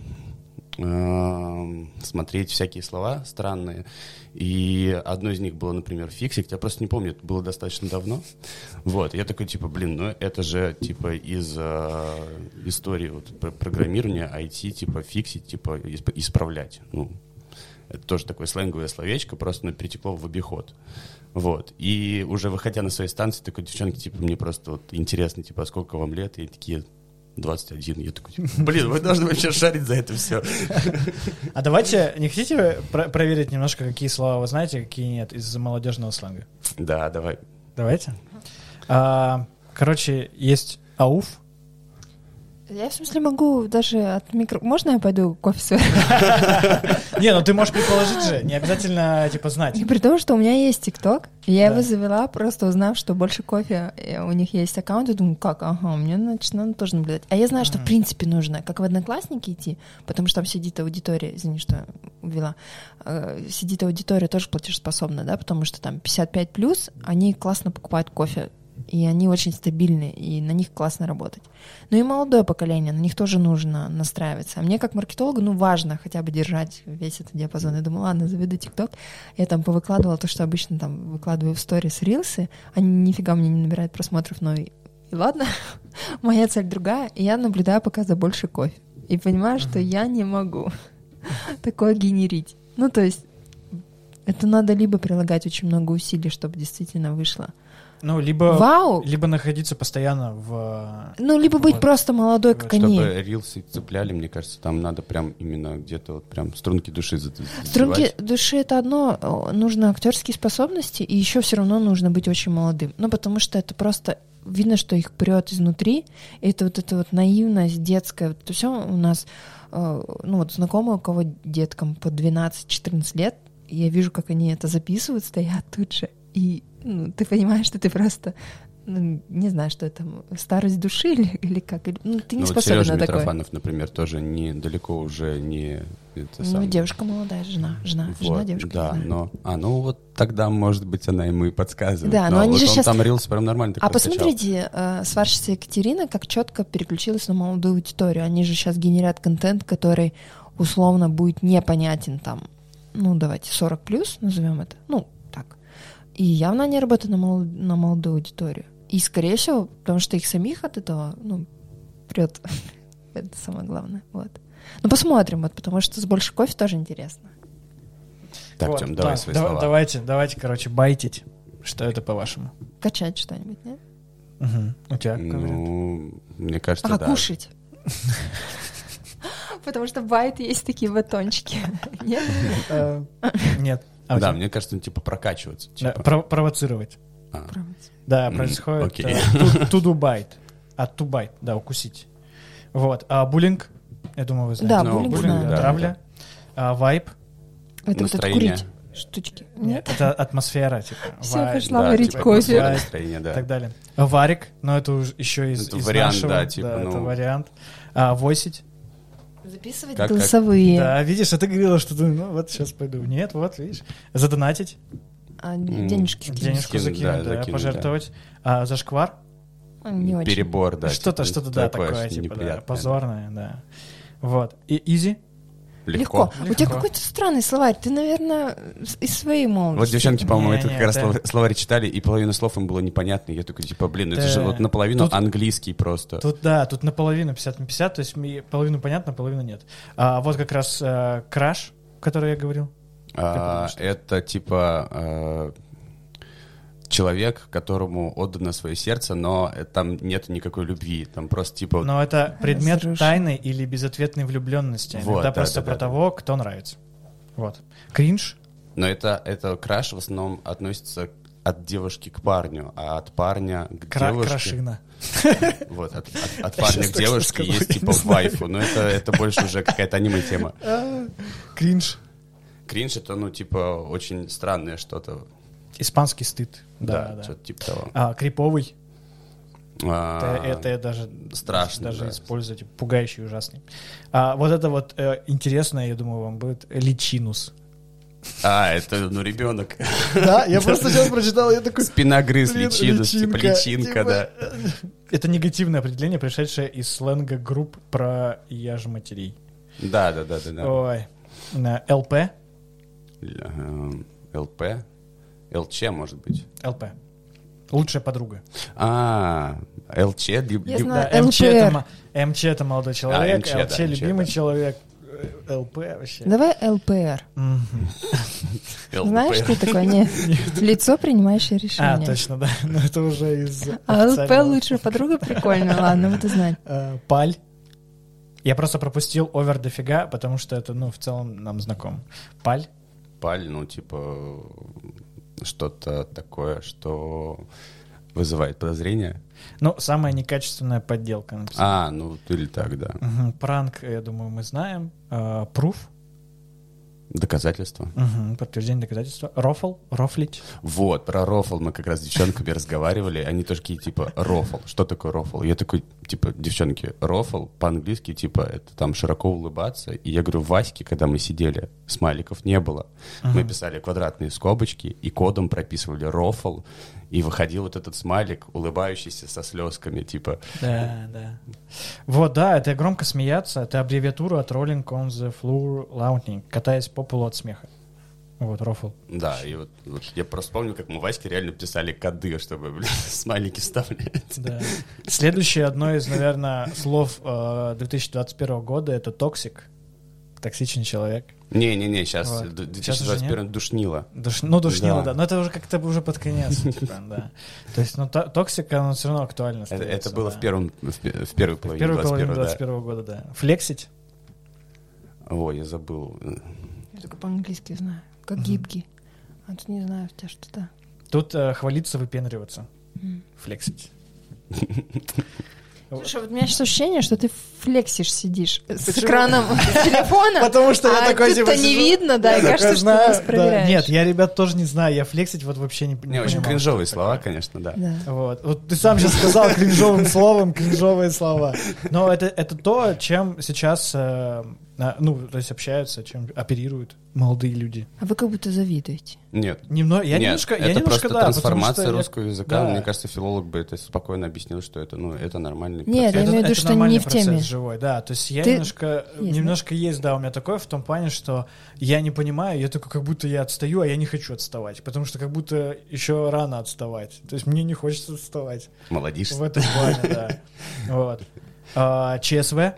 смотреть всякие слова странные. И одно из них было, например, фиксик. Я просто не помню, это было достаточно давно. Вот, я такой, типа, ну это же, типа, из истории вот, программирования, IT, типа, фиксить, типа, исправлять. Ну, это тоже такое сленговое словечко, просто перетекло в обиход. Вот, и уже выходя на своей станции, такой, девчонки, типа, мне просто вот интересно, типа, сколько вам лет? И такие... 21. Я такой, блин, вы должны вообще шарить за это все. А давайте, не хотите проверить немножко, какие слова вы знаете, какие нет из молодежного сленга? Да, давай. Давайте. Короче, есть ауф. Я, в смысле, могу даже от микро... Можно я пойду кофе сварю? Не, ну ты можешь предположить же, не обязательно, типа, знать. И при том, что у меня есть ТикТок, я его завела, просто узнав, что больше кофе, у них есть аккаунт, и думаю, как, мне, значит, надо тоже наблюдать. А я знаю, что в принципе нужно, как в Одноклассники идти, потому что там сидит аудитория, извини, что увела, сидит аудитория тоже платежеспособная, да, потому что там 55+, они классно покупают кофе, и они очень стабильны, и на них классно работать. Ну и молодое поколение, на них тоже нужно настраиваться. А мне как маркетологу, важно хотя бы держать весь этот диапазон. Я думаю, ладно, заведу ТикТок. Я там повыкладывала то, что обычно там выкладываю в сторис, рилсы. Они нифига мне не набирают просмотров, но и ладно, моя цель другая. И я наблюдаю пока за больше кофе. И понимаю, что я не могу такое генерить. Ну, то есть это надо либо прилагать очень много усилий, чтобы действительно вышло. Ну, либо, Вау! Либо находиться постоянно в... Ну, либо быть просто молодой, как чтобы они. Чтобы рилсы цепляли, мне кажется, там надо прям именно где-то вот прям струнки души задевать. Струнки души — это одно. Нужно актерские способности, и еще все равно нужно быть очень молодым. Ну, потому что это просто видно, что их прет изнутри. И это вот наивность детская. Вот это все у нас, знакомые, у кого деткам по 12-14 лет, я вижу, как они это записывают, стоят тут же. И ты понимаешь, что ты просто... не знаю, что это, старость души или как. Ты не способен Сережа на такое. Митрофанов, например, тоже далеко уже не... девушка молодая, жена девушка. Да, но... вот тогда, может быть, она ему и подсказывает. Да, но они же сейчас... там рилс прям нормально так раскачал. Посмотрите, сварщица Екатерина как четко переключилась на молодую аудиторию. Они же сейчас генерят контент, который условно будет непонятен там, давайте 40+, назовем это, так. И явно они работают на молодую аудиторию. И, скорее всего, потому что их самих от этого, прет. Это самое главное. Вот. Посмотрим, потому что с больше кофе тоже интересно. Так, Тём, давай свои слова. Давайте, короче, байтить. Что это, по-вашему? Качать что-нибудь, нет? Угу. У тебя как мне кажется, да. Кушать. Потому что байт есть такие батончики. Нет? Нет. Да, мне кажется, прокачиваться. Провоцировать. Да, происходит to do bite. To bite, да, укусить. Вот. А буллинг, я думаю, вы знаете. Да, буллинг знаю. Травля. Вайб. Это вот курить штучки. Нет? Это атмосфера, Все, пошла варить кофе. И так далее. Варик, но это уже еще из вариант, нашего. Да, это вариант. Войсить. Записывать голосовые. Да, видишь, а ты говорила, что ты, вот сейчас пойду. Нет, вот, видишь. Задонатить. Денежки закинуть, да, пожертвовать. Зашквар. Не очень. Перебор, да. Что-то, такое, позорное, да. Вот. И изи. Легко. У тебя какой-то странный словарь. Ты, наверное, из своей молодости. Вот девчонки, по-моему, это как раз словарь читали, и половина слов им было непонятно. Я такой, это же вот наполовину английский просто. Тут наполовину 50 на 50, то есть половину понятно, половину нет. Вот как раз краш, который я говорил. Это человек, которому отдано свое сердце, но там нет никакой любви, там просто Но это предмет тайной или безответной влюбленности. Вот, это просто про того, кто нравится. Вот. Кринж. Но это краш в основном относится от девушки к парню, а от парня к девушке... Крашина. Вот, от парня к девушке есть вайфу, но это больше уже какая-то аниме-тема. Кринж. Кринж — это, очень странное что-то. Испанский стыд. Да. Что-то типа того. Криповый. Это даже страшно. Даже использовать. Пугающий, ужасный. Вот это вот интересное, я думаю, вам будет личинус. Это, ребенок. Да, я просто сейчас прочитал, я такой... Спиногрыз, личинус, личинка, да. Это негативное определение, пришедшее из сленга групп про яж матерей. Да. Ой. ЛП. ЛП? ЛЧ, может быть. ЛП. Лучшая подруга. ЛЧ? МЧ — это молодой человек, ЛЧ — любимый человек, ЛП вообще. Давай ЛПР. Знаешь, что такое? Нет. Лицо, принимающее решение. Точно, да. Но это уже из... ЛП — лучшая подруга, прикольно. Ладно, вот и знать. Паль. Я просто пропустил овер дофига, потому что это, в целом нам знаком. Паль. Паль, что-то такое, что вызывает подозрения. Самая некачественная подделка. Или так, да. Пранк, я думаю, мы знаем. Пруф. Доказательства. Подтверждение доказательства. Рофл. Рофлить. Вот, про рофл мы как раз с девчонками разговаривали. Они тоже такие, рофл. Что такое рофл? Я такой, девчонки, рофл по-английски, это там широко улыбаться. И я говорю, в Ваське, когда мы сидели, смайликов не было. Мы писали квадратные скобочки и кодом прописывали рофл. И выходил вот этот смайлик, улыбающийся со слезками, Да. Вот, да, это громко смеяться. Это аббревиатура от Rolling on the Floor Laughing, катаясь по полу от смеха. Вот, рофл. Да, и вот я просто помню, как мы в Ваське реально писали коды, чтобы, смайлики вставлять. Да. Следующее одно из, наверное, слов 2021 года — это токсик. Токсичный человек. Не, сейчас вот. 2021 душнило. Душнило, да. Но это уже как-то уже под конец. Да. То есть, токсика, она все равно актуальна. Это было в первой половине 2021 года, да. Флексить. Ой, я забыл. Я только по-английски знаю. Как гибкий. А тут не знаю, у тебя что-то. Тут хвалиться, выпендриваться. Флексить. Слушай, вот у меня сейчас ощущение, что ты флексишь, сидишь с экраном телефона, Потому что я такой, тут-то не видно, да, и кажется, что ты нас проверяешь. Нет, я, ребят, тоже не знаю, я флексить вот вообще не понимаю. Очень кринжовые слова, конечно, да. Вот ты сам сейчас сказал кринжовым словом кринжовые слова. Но это то, чем сейчас, то есть общаются, чем оперируют молодые люди. А вы как будто завидуете. Нет. Это просто да, трансформация русского языка. Да. Мне кажется, филолог бы это спокойно объяснил, что это нормальный Нет, процесс. я имею в виду, что не в теме. Процесс живой, да. То есть я немножко есть, да, у меня такое в том плане, что я не понимаю, я только как будто я отстаю, а я не хочу отставать, потому что как будто еще рано отставать. То есть мне не хочется отставать. Молодишься. В этом плане, да. Вот. ЧСВ?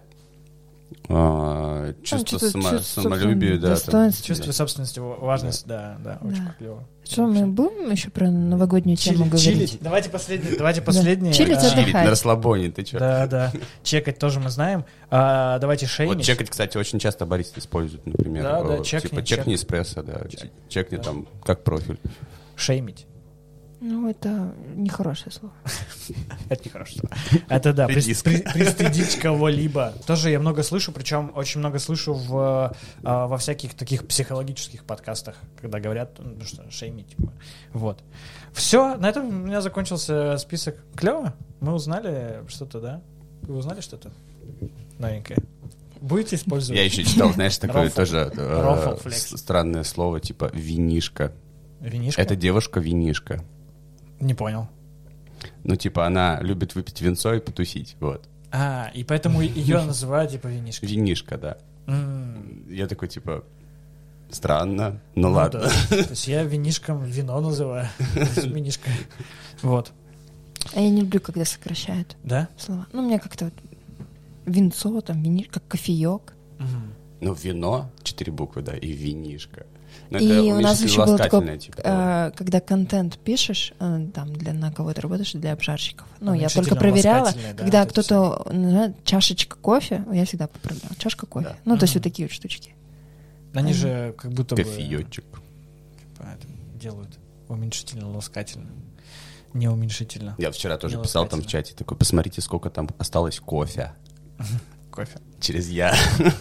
Чувство самолюбия, да. Чувство собственности, важность, да, очень клево. Что, мы будем еще про новогоднюю тему говорить? Чилить. Давайте последнее. Чилить, Чилить на расслабоне, ты что? Да. Чекать тоже мы знаем. Давайте шеймить. Вот чекать, кстати, очень часто баристы используют, например. Да, чекни эспрессо, да. Чекни там, как профиль. Шеймить. Ну, это нехорошее слово. Это нехорошее слово. Это да, пристыдить кого-либо. Тоже я много слышу, причем очень много слышу во всяких таких психологических подкастах, когда говорят, что шеймить. Вот. Все, на этом у меня закончился список. Клево? Мы узнали что-то, да? Вы узнали что-то новенькое? Будете использовать? Я еще читал, знаешь, такое тоже Рофл-флекс. странное слово, типа винишка. Винишка? Это девушка-винишка. Не понял. Ну, типа, она любит выпить винцо и потусить, вот. И поэтому ее называют, типа, винишка. Винишка, да. Я такой, типа, странно, ну ладно. Да. То есть я винишком вино называю. Винишка. Вот. А я не люблю, когда сокращают слова. Ну, у меня как-то вот винцо, там, винишка, как кофеек. Ну, вино, 4 буквы, да, и винишка. Но и это у нас еще было такое, типа, когда контент пишешь, там, на кого ты работаешь, для обжарщиков. Ну, я только проверяла, когда кто-то, чашечка кофе, я всегда поправляла, чашка кофе. Да. Ну, то есть вот такие вот штучки. Они же как будто бы... Кофеечек. Делают уменьшительно-ласкательно. Не уменьшительно. Я вчера тоже писал там в чате, такой, посмотрите, сколько там осталось кофе. Кофе. Через я.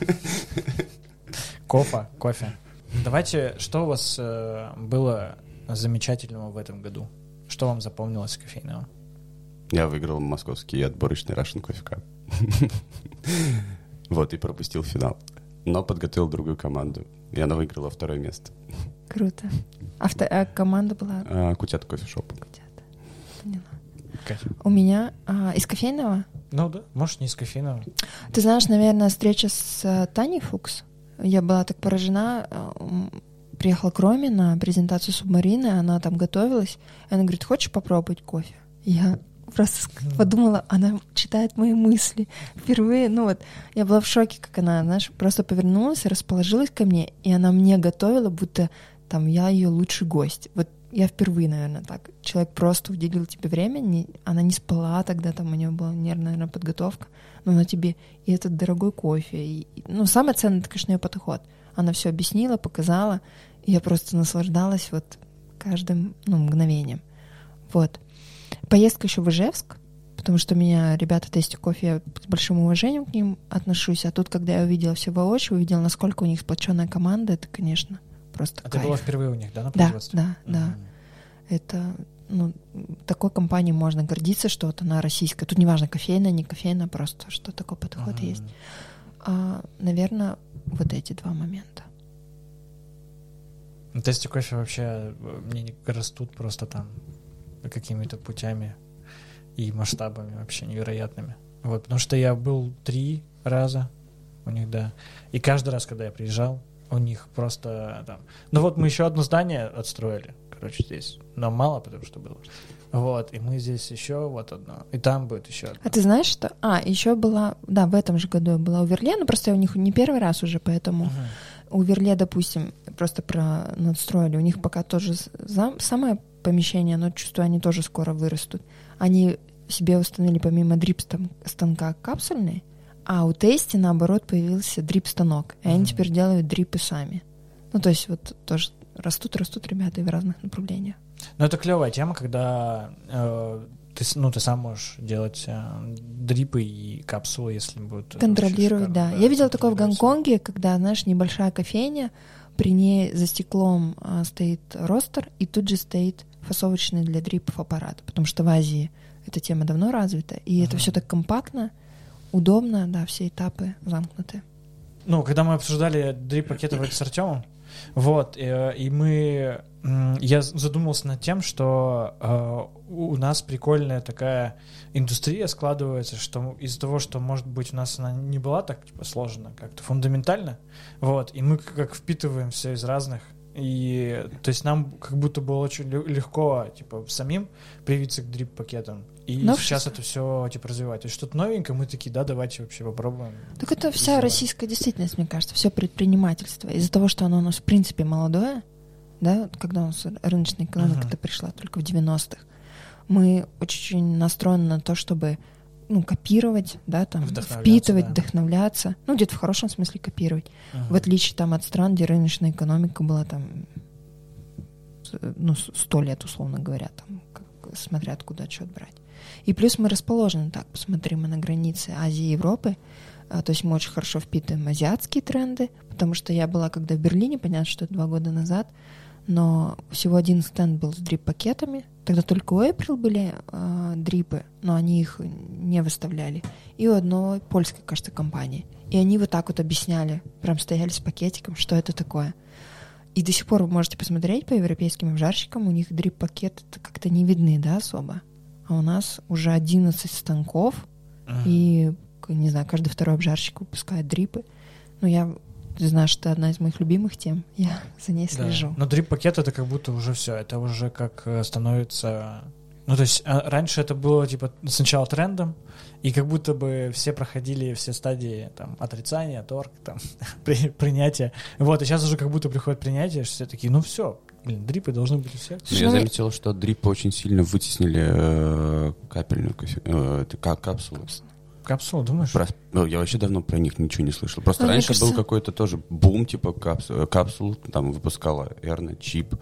Кофе. Давайте, что у вас было замечательного в этом году? Что вам запомнилось кофейного? Я выиграл московский отборочный Russian Coffee Cup. Вот, и пропустил финал. Но подготовил другую команду. И она выиграла 2 место. Круто. А команда была? Кутята кофе-шоп. Кутята. Поняла. Катя. У меня из кофейного? Ну да, может, не из кофейного. Ты знаешь, наверное, встреча с Таней Фукс. Я была так поражена. Приехала к Роме на презентацию Субмарины, она там готовилась. И она говорит, хочешь попробовать кофе? Я просто подумала, она читает мои мысли. Впервые, я была в шоке, как она, знаешь, просто повернулась и расположилась ко мне, и она мне готовила, будто там я ее лучший гость. Вот я впервые, наверное, так. Человек просто уделил тебе время, она не спала тогда, там у нее была нервная, наверное, подготовка, но она тебе и этот дорогой кофе. Самое ценное, это, конечно, ее подход. Она все объяснила, показала, и я просто наслаждалась вот каждым мгновением. Вот. Поездка еще в Ижевск, потому что меня ребята тестят кофе, я с большим уважением к ним отношусь, а тут, когда я увидела все воочию, увидела, насколько у них сплоченная команда, это, конечно, просто кайф. Ты была впервые у них, да, на производстве? Да. Это, такой компанией можно гордиться, что вот она российская. Тут неважно, кофейная, не кофейная, просто что такой подход есть. Наверное, вот эти 2 момента. Тесты кофе вообще мне растут просто там какими-то путями и масштабами вообще невероятными. Вот, потому что я был 3 раза у них, да. И каждый раз, когда я приезжал, у них просто там... мы еще одно здание отстроили, здесь. Но мало, потому что было. Вот, и мы здесь еще вот одно. И там будет еще одно. А ты знаешь, что... еще была... Да, в этом же году я была у Верле, но просто я у них не первый раз уже, поэтому... У Верле, допустим, просто надстроили. У них пока тоже самое помещение, но чувствую, они тоже скоро вырастут. Они себе установили помимо дрип-станка капсульный, а у Тейсти, наоборот, появился дрип-станок. И они теперь делают дрипы сами. То есть вот тоже растут ребята и в разных направлениях. Это клевая тема, когда ты сам можешь делать дрипы и капсулы, если будут... Контролировать, да. Я видела такое в Гонконге, когда, знаешь, небольшая кофейня, при ней за стеклом стоит ростер, и тут же стоит фасовочный для дрипов аппарат, потому что в Азии эта тема давно развита, и это все так компактно, удобно, да, все этапы замкнуты. Ну, когда мы обсуждали дрип-пакеты с Артемом, вот, я задумался над тем, что у нас прикольная такая индустрия складывается, что из-за того, что, может быть, у нас она не была так типа сложена, как-то фундаментально, вот, и мы как впитываем все из разных, и то есть нам как будто было очень легко типа самим привиться к дрип-пакетам, и сейчас это все типа развивать. То есть что-то новенькое, мы такие, да, давайте вообще попробуем. Так это вся российская действительность, мне кажется, все предпринимательство. Из-за того, что оно у нас в принципе молодое, да, когда у нас рыночная экономика-то пришла только в 90-х, мы очень настроены на то, чтобы копировать, да, там, впитывать, вдохновляться. Ну, где-то в хорошем смысле копировать. В отличие там от стран, где рыночная экономика была там 100 лет, условно говоря, там, смотря откуда отчет брать. И плюс мы расположены так, посмотрим мы на границе Азии и Европы, то есть мы очень хорошо впитываем азиатские тренды, потому что я была когда в Берлине, понятно, что это 2 года назад, но всего один стенд был с дрип-пакетами, тогда только у April были дрипы, но они их не выставляли, и у одной польской, кажется, компании. И они вот так вот объясняли, прям стояли с пакетиком, что это такое. И до сих пор вы можете посмотреть по европейским обжарщикам, у них дрип-пакеты как-то не видны, да, особо. А у нас уже 11 станков, и, не знаю, каждый второй обжарщик выпускает дрипы. Ну, ты знаешь, это одна из моих любимых тем, я за ней слежу. Да. Но дрип-пакет — это как будто уже все, это уже как становится... Ну, то есть раньше это было, типа, сначала трендом, и как будто бы все проходили все стадии, там, отрицания, торг, там, принятия. Вот, и сейчас уже как будто приходит принятие, что все такие, ну, все, дрипы должны быть у всех. Я заметил, что дрипы очень сильно вытеснили капельную капсулу. Капсулу, думаешь? Я вообще давно про них ничего не слышал. Просто раньше был какой-то тоже бум, типа капсул, там выпускала Эрна, Чип,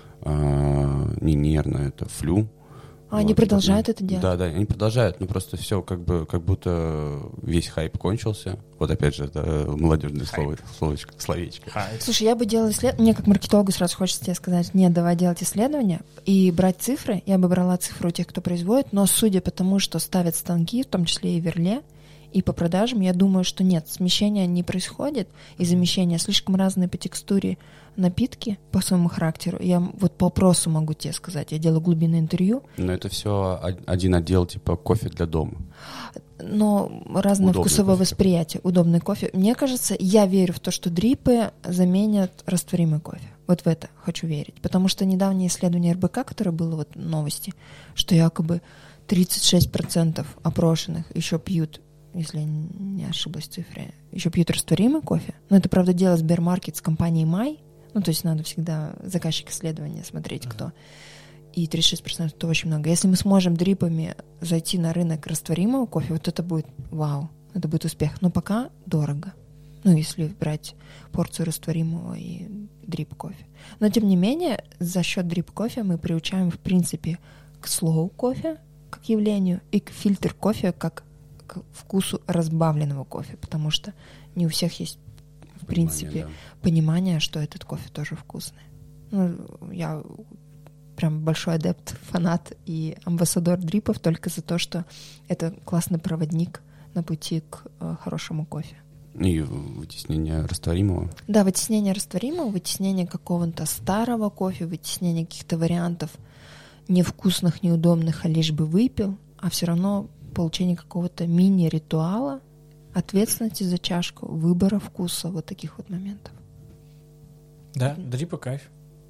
не Эрна, это Флю. Они продолжают это делать? Да, они продолжают, но просто все как будто весь хайп кончился. Вот опять же, это молодежное словечко. Слушай, я бы делала исследование, мне как маркетологу сразу хочется тебе сказать, нет, давай делать исследования и брать цифры. Я бы брала цифры у тех, кто производит, но судя по тому, что ставят станки, в том числе и в Верле, и по продажам, я думаю, что нет, смещения не происходит, и замещения слишком разные по текстуре напитки, по своему характеру. Я вот по опросу могу тебе сказать, я делаю глубинное интервью. Но это все один отдел, типа кофе для дома. Но разное вкусовое восприятие, удобный кофе. Мне кажется, я верю в то, что дрипы заменят растворимый кофе. Вот в это хочу верить. Потому что недавнее исследование РБК, которое было вот новости, что якобы 36% опрошенных еще пьют, если я не ошиблась в цифре, еще пьют растворимый кофе. Но это, правда, дело Сбермаркет с компанией Май. Ну, то есть надо всегда заказчик исследования смотреть, кто. И 36% это очень много. Если мы сможем дрипами зайти на рынок растворимого кофе, вот это будет вау, это будет успех. Но пока дорого. Ну, если брать порцию растворимого и дрип-кофе. Но, тем не менее, за счет дрип-кофе мы приучаем, в принципе, к слоу-кофе, как явлению, и к фильтр-кофе, как к вкусу разбавленного кофе, потому что не у всех есть, в принципе, понимание, что этот кофе тоже вкусный. Ну, я прям большой адепт, фанат и амбассадор дрипов только за то, что это классный проводник на пути к хорошему кофе. И вытеснение растворимого. Да, вытеснение растворимого, вытеснение какого-то старого кофе, вытеснение каких-то вариантов невкусных, неудобных, а лишь бы выпил, а все равно получение какого-то мини-ритуала, ответственности за чашку, выбора вкуса, вот таких вот моментов. Да, дрипы кайф.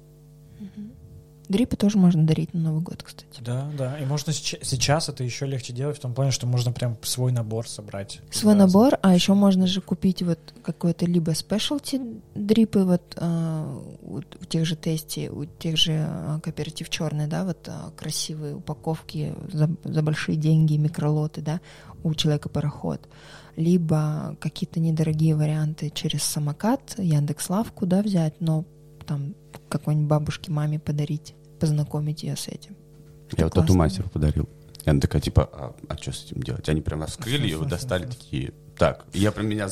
Дрипы тоже можно дарить на Новый год, кстати. Да. И можно сейчас это еще легче делать в том плане, что можно прям свой набор собрать. Свой набор, а еще можно же купить вот какой-то либо спешлти дрипы вот у тех же Тести, у тех же Кооператив Черный, да, вот красивые упаковки за большие деньги, микролоты, да, у Человека Пароход. Либо какие-то недорогие варианты через самокат, Яндекс.Лавку, да, взять, но там какой-нибудь бабушке, маме подарить, познакомить ее с этим. Я вот тату-мастеру подарил. И она такая, типа, а что с этим делать? Они прям раскрыли его, достали такие, так. И я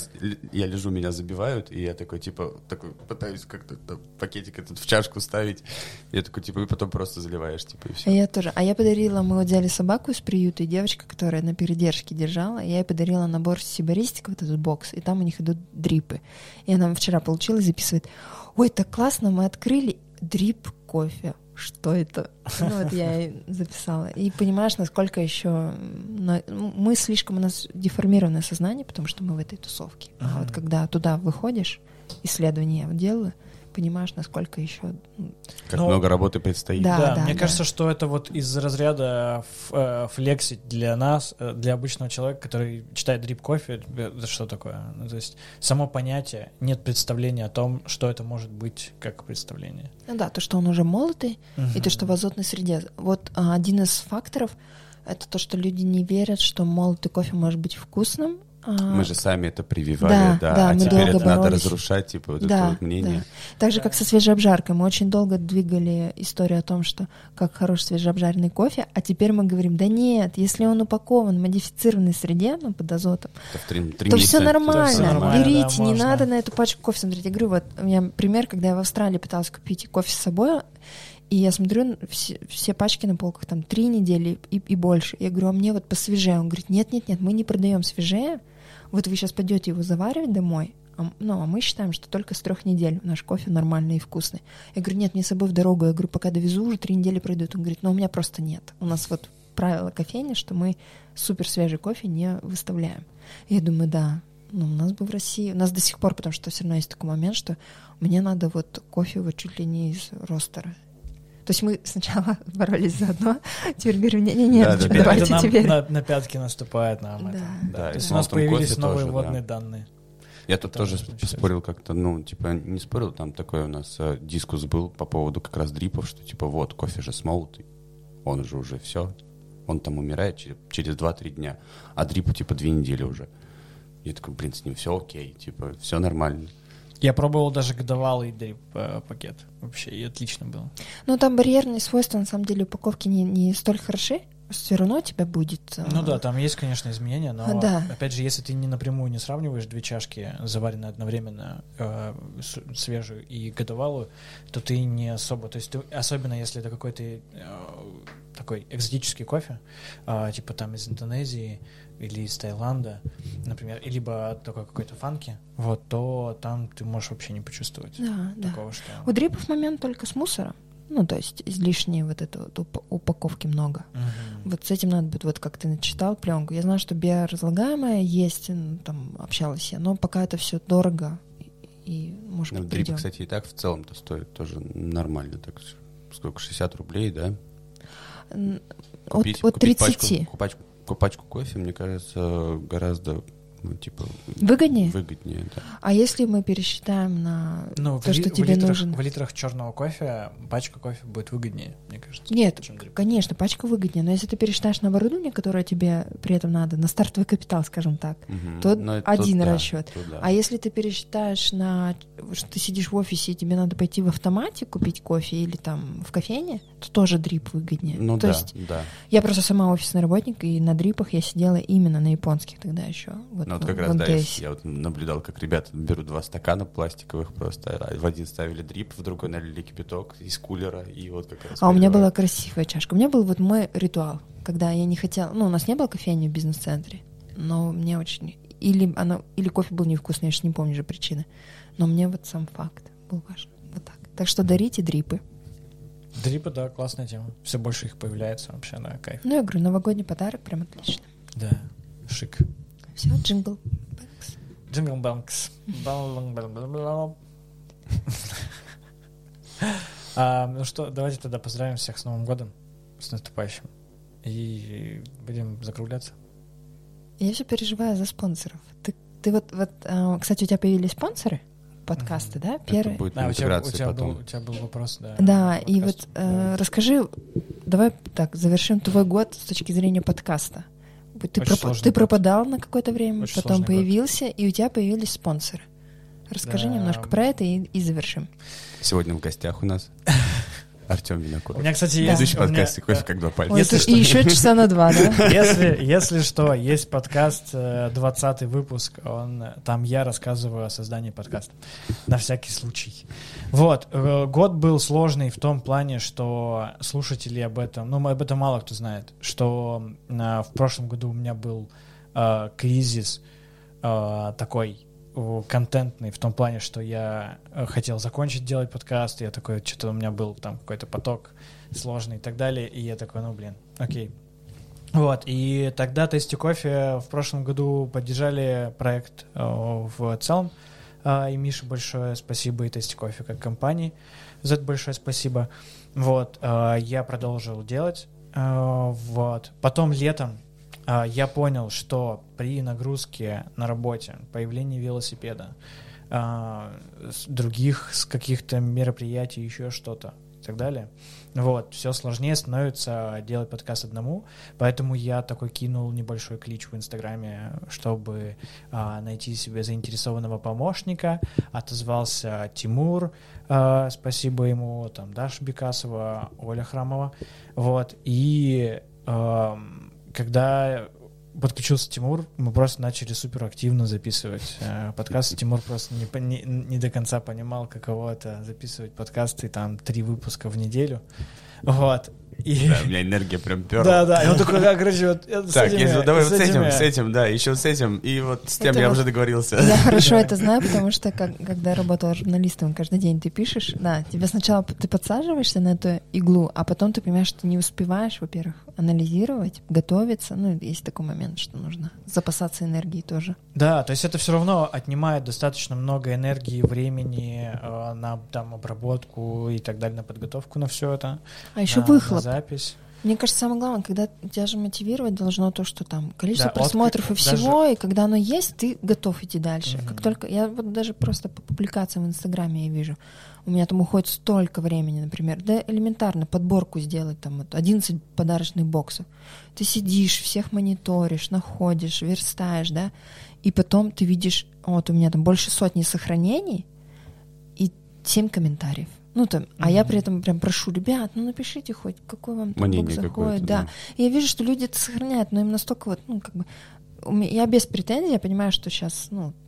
лежу, меня забивают, и я такой, типа, пытаюсь как-то пакетик этот в чашку ставить. Я такой, типа, и потом просто заливаешь, типа, и все. А я тоже. А я подарила, мы вот взяли собаку из приюта, и девочка, которая на передержке держала, я ей подарила набор сибаристика, вот этот бокс, и там у них идут дрипы. И она вчера получила и записывает: ой, так классно, мы открыли дрип кофе. Что это? Ну, вот я ей записала. И понимаешь, насколько еще... Мы слишком... У нас деформированное сознание, потому что мы в этой тусовке. А вот когда туда выходишь, исследования я делаю, понимаешь, насколько еще... Как много работы предстоит. Да, мне кажется, что это вот из разряда флексить для нас, для обычного человека, который читает дрип кофе, это что такое? Ну, то есть само понятие, нет представления о том, что это может быть как представление. Ну да, то, что он уже молотый, и то, что в азотной среде. Вот один из факторов — это то, что люди не верят, что молотый кофе может быть вкусным. Мы же сами это прививали, да, а теперь это надо разрушать, типа, вот это вот мнение. Да. Так же, как со свежей обжаркой. Мы очень долго двигали историю о том, что как хороший свежеобжаренный кофе, а теперь мы говорим, да нет, если он упакован в модифицированной среде, ну, под азотом, то все нормально. Берите, да, не надо на эту пачку кофе смотреть. Я говорю, вот у меня пример, когда я в Австралии пыталась купить кофе с собой, и я смотрю, все пачки на полках там 3 недели и больше. Я говорю, а мне вот посвежее. Он говорит, нет, мы не продаем свежее. Вот вы сейчас пойдете его заваривать домой, а мы считаем, что только с 3 недель наш кофе нормальный и вкусный. Я говорю, нет, мне с собой в дорогу. Я говорю, пока довезу, уже 3 недели пройдут. Он говорит, у меня просто нет. У нас вот правило кофейни, что мы супер свежий кофе не выставляем. И я думаю, да, у нас бы в России, у нас до сих пор, потому что все равно есть такой момент, что мне надо вот кофе вот чуть ли не из ростера. То есть мы сначала боролись за одно, теперь говорю, нет, давайте теперь. На пятки наступает нам. Да. У нас появились новые вводные данные. Я тут тоже спорил как-то, не спорил, там такой у нас дискус был по поводу как раз дрипов, что типа вот, кофе же смолотый, он же уже все, он там умирает через 2-3 дня, а дрипу типа 2 недели уже. Я такой, блин, с ним все окей, типа все нормально. Я пробовал даже годовалый дрип-пакет. Вообще, и отлично было. Ну, там барьерные свойства, на самом деле, упаковки не столь хороши. Все равно у тебя будет... Ну да, там есть, конечно, изменения, но, опять же, если ты напрямую не сравниваешь 2 чашки, заваренные одновременно, свежую и годовалую, то ты не особо... То есть, особенно если это какой-то такой экзотический кофе, типа там из Индонезии, или из Таиланда, например, либо такой какой-то фанки, вот, то там ты можешь вообще не почувствовать такого, что... У дрипов момент только с мусором. Ну, то есть излишней вот этой упаковки много. Вот с этим надо будет, вот как ты начитал пленку. Я знаю, что биоразлагаемая есть, там общалась я, но пока это все дорого и может быть дрип, кстати, и так в целом-то стоит тоже нормально. Так сколько, 60 рублей, да? От 30. Пачку кофе, мне кажется, гораздо выгоднее? Выгоднее, да. А если мы пересчитаем на то, что тебе нужно... В литрах черного кофе пачка кофе будет выгоднее, мне кажется. Нет, конечно, пачка выгоднее, но если ты пересчитаешь на оборудование, которое тебе при этом надо, на стартовый капитал, скажем так, то один расчет. А если ты пересчитаешь что ты сидишь в офисе и тебе надо пойти в автомате купить кофе или там в кофейне, то тоже дрип выгоднее. То есть я просто сама офисный работник, и на дрипах я сидела именно на японских тогда еще. Вот как раз, да, я вот наблюдал, как ребята берут 2 стакана пластиковых просто, в один ставили дрип, в другой налили кипяток из кулера, и вот как раз... А у меня была красивая чашка. У меня был вот мой ритуал, когда я не хотела... у нас не было кофейни в бизнес-центре, но мне очень... Или кофе был невкусный, я же не помню же причины. Но мне вот сам факт был важен. Вот так. Так что дарите дрипы. Дрипы, да, классная тема. Все больше их появляется вообще, да, кайф. Ну, я говорю, новогодний подарок прям отлично. Да, шик. Все, джингл. Джингл Бэнкс. Ну что, давайте тогда поздравим всех с Новым годом, с наступающим. И будем закругляться. Я все переживаю за спонсоров. Ты вот, кстати, у тебя появились спонсоры подкасты, да? Первый. Будет у тебя был вопрос, да. Да, и вот расскажи, давай так, завершим твой год с точки зрения подкаста. Ты пропадал на какое-то время, очень потом появился, и у тебя появились спонсоры. Расскажи немножко про это и завершим. Сегодня в гостях у нас Артем Винокуров. У меня, кстати, Да. есть... Следующий у меня- подкаст «Кофе как два пальца». Ой, Если это что- и еще часа на 2, да? Если что, есть подкаст, 20-й выпуск, там я рассказываю о создании подкаста. На всякий случай. Вот. Год был сложный в том плане, что слушатели об этом... об этом мало кто знает. Что в прошлом году у меня был кризис такой контентный в том плане, что я хотел закончить делать подкаст, я такой, что-то у меня был там какой-то поток сложный и так далее, и я такой, окей. Вот, и тогда Tasty Coffee в прошлом году поддержали проект в целом, и Мише большое спасибо, и Tasty Coffee как компании за это большое спасибо. Вот, я продолжил делать, вот. Потом летом я понял, что при нагрузке на работе, появлении велосипеда, других с каких-то мероприятий, еще что-то и так далее, вот, все сложнее становится делать подкаст одному, поэтому я такой кинул небольшой клич в Инстаграме, чтобы найти себе заинтересованного помощника. Отозвался Тимур, спасибо ему, там Даша Бекасова, Оля Храмова, вот, и когда подключился Тимур, мы просто начали суперактивно записывать подкасты. Тимур просто не до конца понимал, каково это записывать подкасты, там 3 выпуска в неделю. Вот. И... Да, у меня энергия прям перла. Да, и он такой, короче, вот с Так, этими, давай вот этими. с этим, да, еще с этим, и вот с тем Это я вот- уже договорился. Я хорошо это знаю, потому что когда работала журналистом, каждый день ты пишешь, да, тебе сначала ты подсаживаешься на эту иглу, а потом ты понимаешь, что ты не успеваешь, во-первых, анализировать, готовиться, есть такой момент, что нужно запасаться энергией тоже. Да, то есть это все равно отнимает достаточно много энергии, времени на там обработку и так далее, на подготовку на все это. А еще на выхлоп. запись. Мне кажется, самое главное, когда тебя же мотивировать должно то, что там количество Да, просмотров и отклик, всего, и когда оно есть, ты готов идти дальше. Мгм. Как только я вот даже просто по публикациям в Инстаграме я вижу, у меня там уходит столько времени, например, да элементарно подборку сделать, там вот 11 подарочных боксов. Ты сидишь, всех мониторишь, находишь, верстаешь, да, и потом ты видишь, вот у меня там больше 100 сохранений и 7 комментариев. А я при этом прям прошу, ребят, напишите хоть, какой вам там Мнение бог заходит. какое-то, Да. да. И я вижу, что люди это сохраняют, но им настолько я без претензий, я понимаю, что сейчас,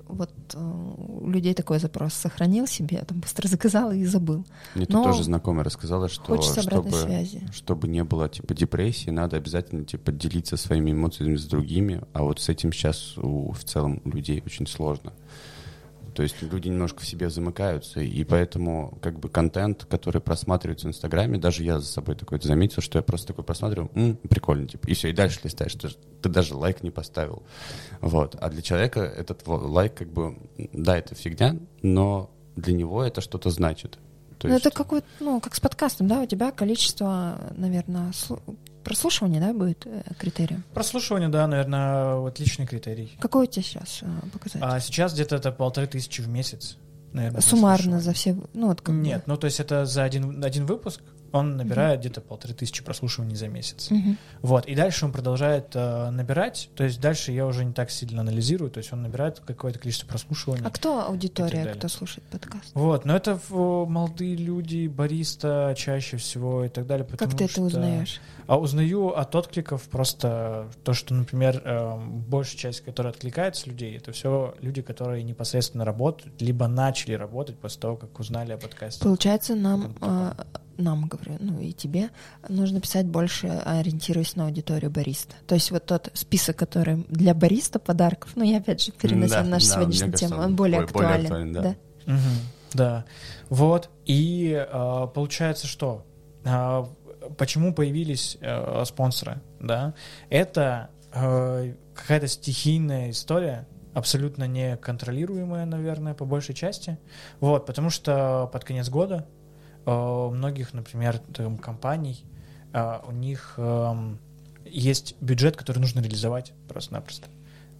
у людей такой запрос сохранил себе, я там быстро заказала и забыл. Мне Но тут тоже знакомая рассказала, что хочется обратной связи. чтобы не было депрессии, надо обязательно делиться своими эмоциями с другими, а вот с этим сейчас в целом у людей очень сложно. То есть люди немножко в себе замыкаются, и поэтому контент, который просматривается в Инстаграме, даже я за собой такой заметил, что я просто такой просматриваю, прикольно, и все, и дальше листаешь, ты даже лайк не поставил. Вот. А для человека этот лайк да, это фигня, но для него это что-то значит. То есть... Это как с подкастом, да, у тебя количество, наверное, прослушивания, да, будет критерием? Прослушивание, да, наверное, отличный критерий. Какой у тебя сейчас показатель? А сейчас где-то это 1500 в месяц, наверное. Суммарно прослушиваний. за все, Нет, то есть это за один выпуск он набирает где-то 1500 прослушиваний за месяц. Мгм. Вот, и дальше он продолжает набирать, то есть дальше я уже не так сильно анализирую, то есть он набирает какое-то количество прослушиваний. А кто И так аудитория, далее. кто слушает подкаст? Вот, но это молодые люди, бариста чаще всего и так далее. Как потому ты это что- узнаешь? А узнаю от откликов просто то, что, например, большая часть, которая откликается людей, это все люди, которые непосредственно работают, либо начали работать после того, как узнали о подкасте. Получается, нам, говорю, и тебе, нужно писать больше, ориентируясь на аудиторию бариста. То есть вот тот список, который для бариста подарков, я опять же перенося Да, на нашу да, сегодняшнюю мне кажется, тему, он более более актуален. актуален, да. Мгм. Да, вот, и получается, что почему появились спонсоры, да, это какая-то стихийная история, абсолютно неконтролируемая, наверное, по большей части, вот, потому что под конец года у многих, например, компаний, у них есть бюджет, который нужно реализовать просто-напросто.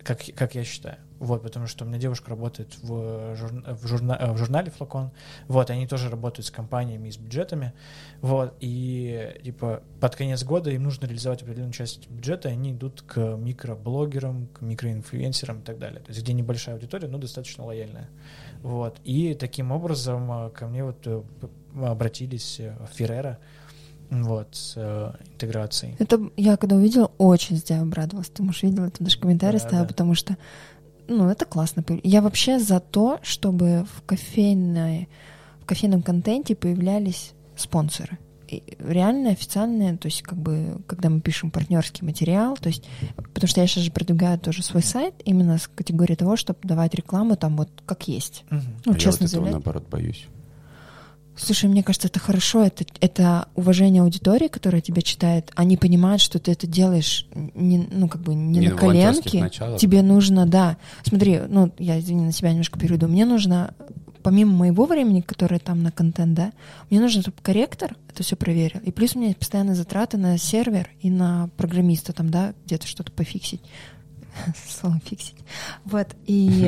как я считаю. Вот, потому что у меня девушка работает в журнале «Флакон». Вот, и они тоже работают с компаниями и с бюджетами. Вот, и типа под конец года им нужно реализовать определенную часть бюджета, и они идут к микроблогерам, к микроинфлюенсерам и так далее. То есть где небольшая аудитория, но достаточно лояльная. Вот, и таким образом ко мне вот обратились Ferrero, вот, с интеграцией. Это я когда увидела, очень за тебя обрадовалась. Ты, может, видела, ты даже комментарий ставила, потому что, это классно. Я вообще за то, чтобы в кофейном контенте появлялись спонсоры. И реально официальные, то есть как бы, когда мы пишем партнерский материал, то есть, потому что я сейчас же продвигаю тоже свой сайт именно с категории того, чтобы давать рекламу там вот как есть. Честно я вот этого, наоборот, боюсь. Слушай, мне кажется, это хорошо, это уважение аудитории, которая тебя читает. Они понимают, что ты это делаешь не на коленке. Тебе нужно, да. Смотри, я, извини, на себя немножко перейду. Мне нужно, помимо моего времени, которое там на контент, да, мне нужно, чтобы корректор это все проверил. И плюс у меня постоянные затраты на сервер и на программиста там, да, где-то что-то пофиксить. Словом фиксить. Вот. И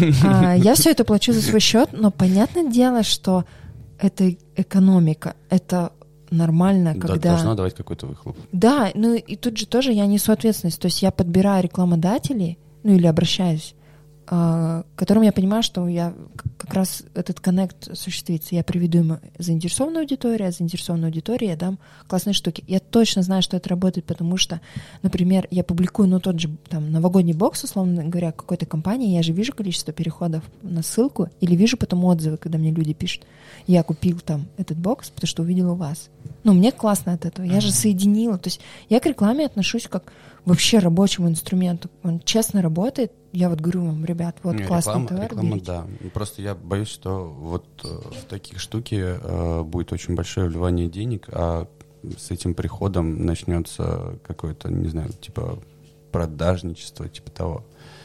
я все это плачу за свой счет, но понятное дело, что это экономика, это нормально, когда... Должна давать какой-то выхлоп. Да, и тут же тоже я несу ответственность, то есть я подбираю рекламодателей, или обращаюсь, которым я понимаю, что я как раз этот коннект осуществится. Я приведу им заинтересованную аудиторию, а заинтересованной аудитории я дам классные штуки. Я точно знаю, что это работает, потому что, например, я публикую, тот же там новогодний бокс, условно говоря, какой-то компании, я же вижу количество переходов на ссылку или вижу потом отзывы, когда мне люди пишут, я купил там этот бокс, потому что увидел у вас. Мне классно от этого. Я же соединила. То есть я к рекламе отношусь как вообще рабочему инструменту. Он честно работает. Я вот говорю вам, ребят, вот классный товар. Реклама, да. Просто я боюсь, что вот в таких штуки будет очень большое вливание денег, а с этим приходом начнется какое-то, не знаю, типа продажничество, типа того.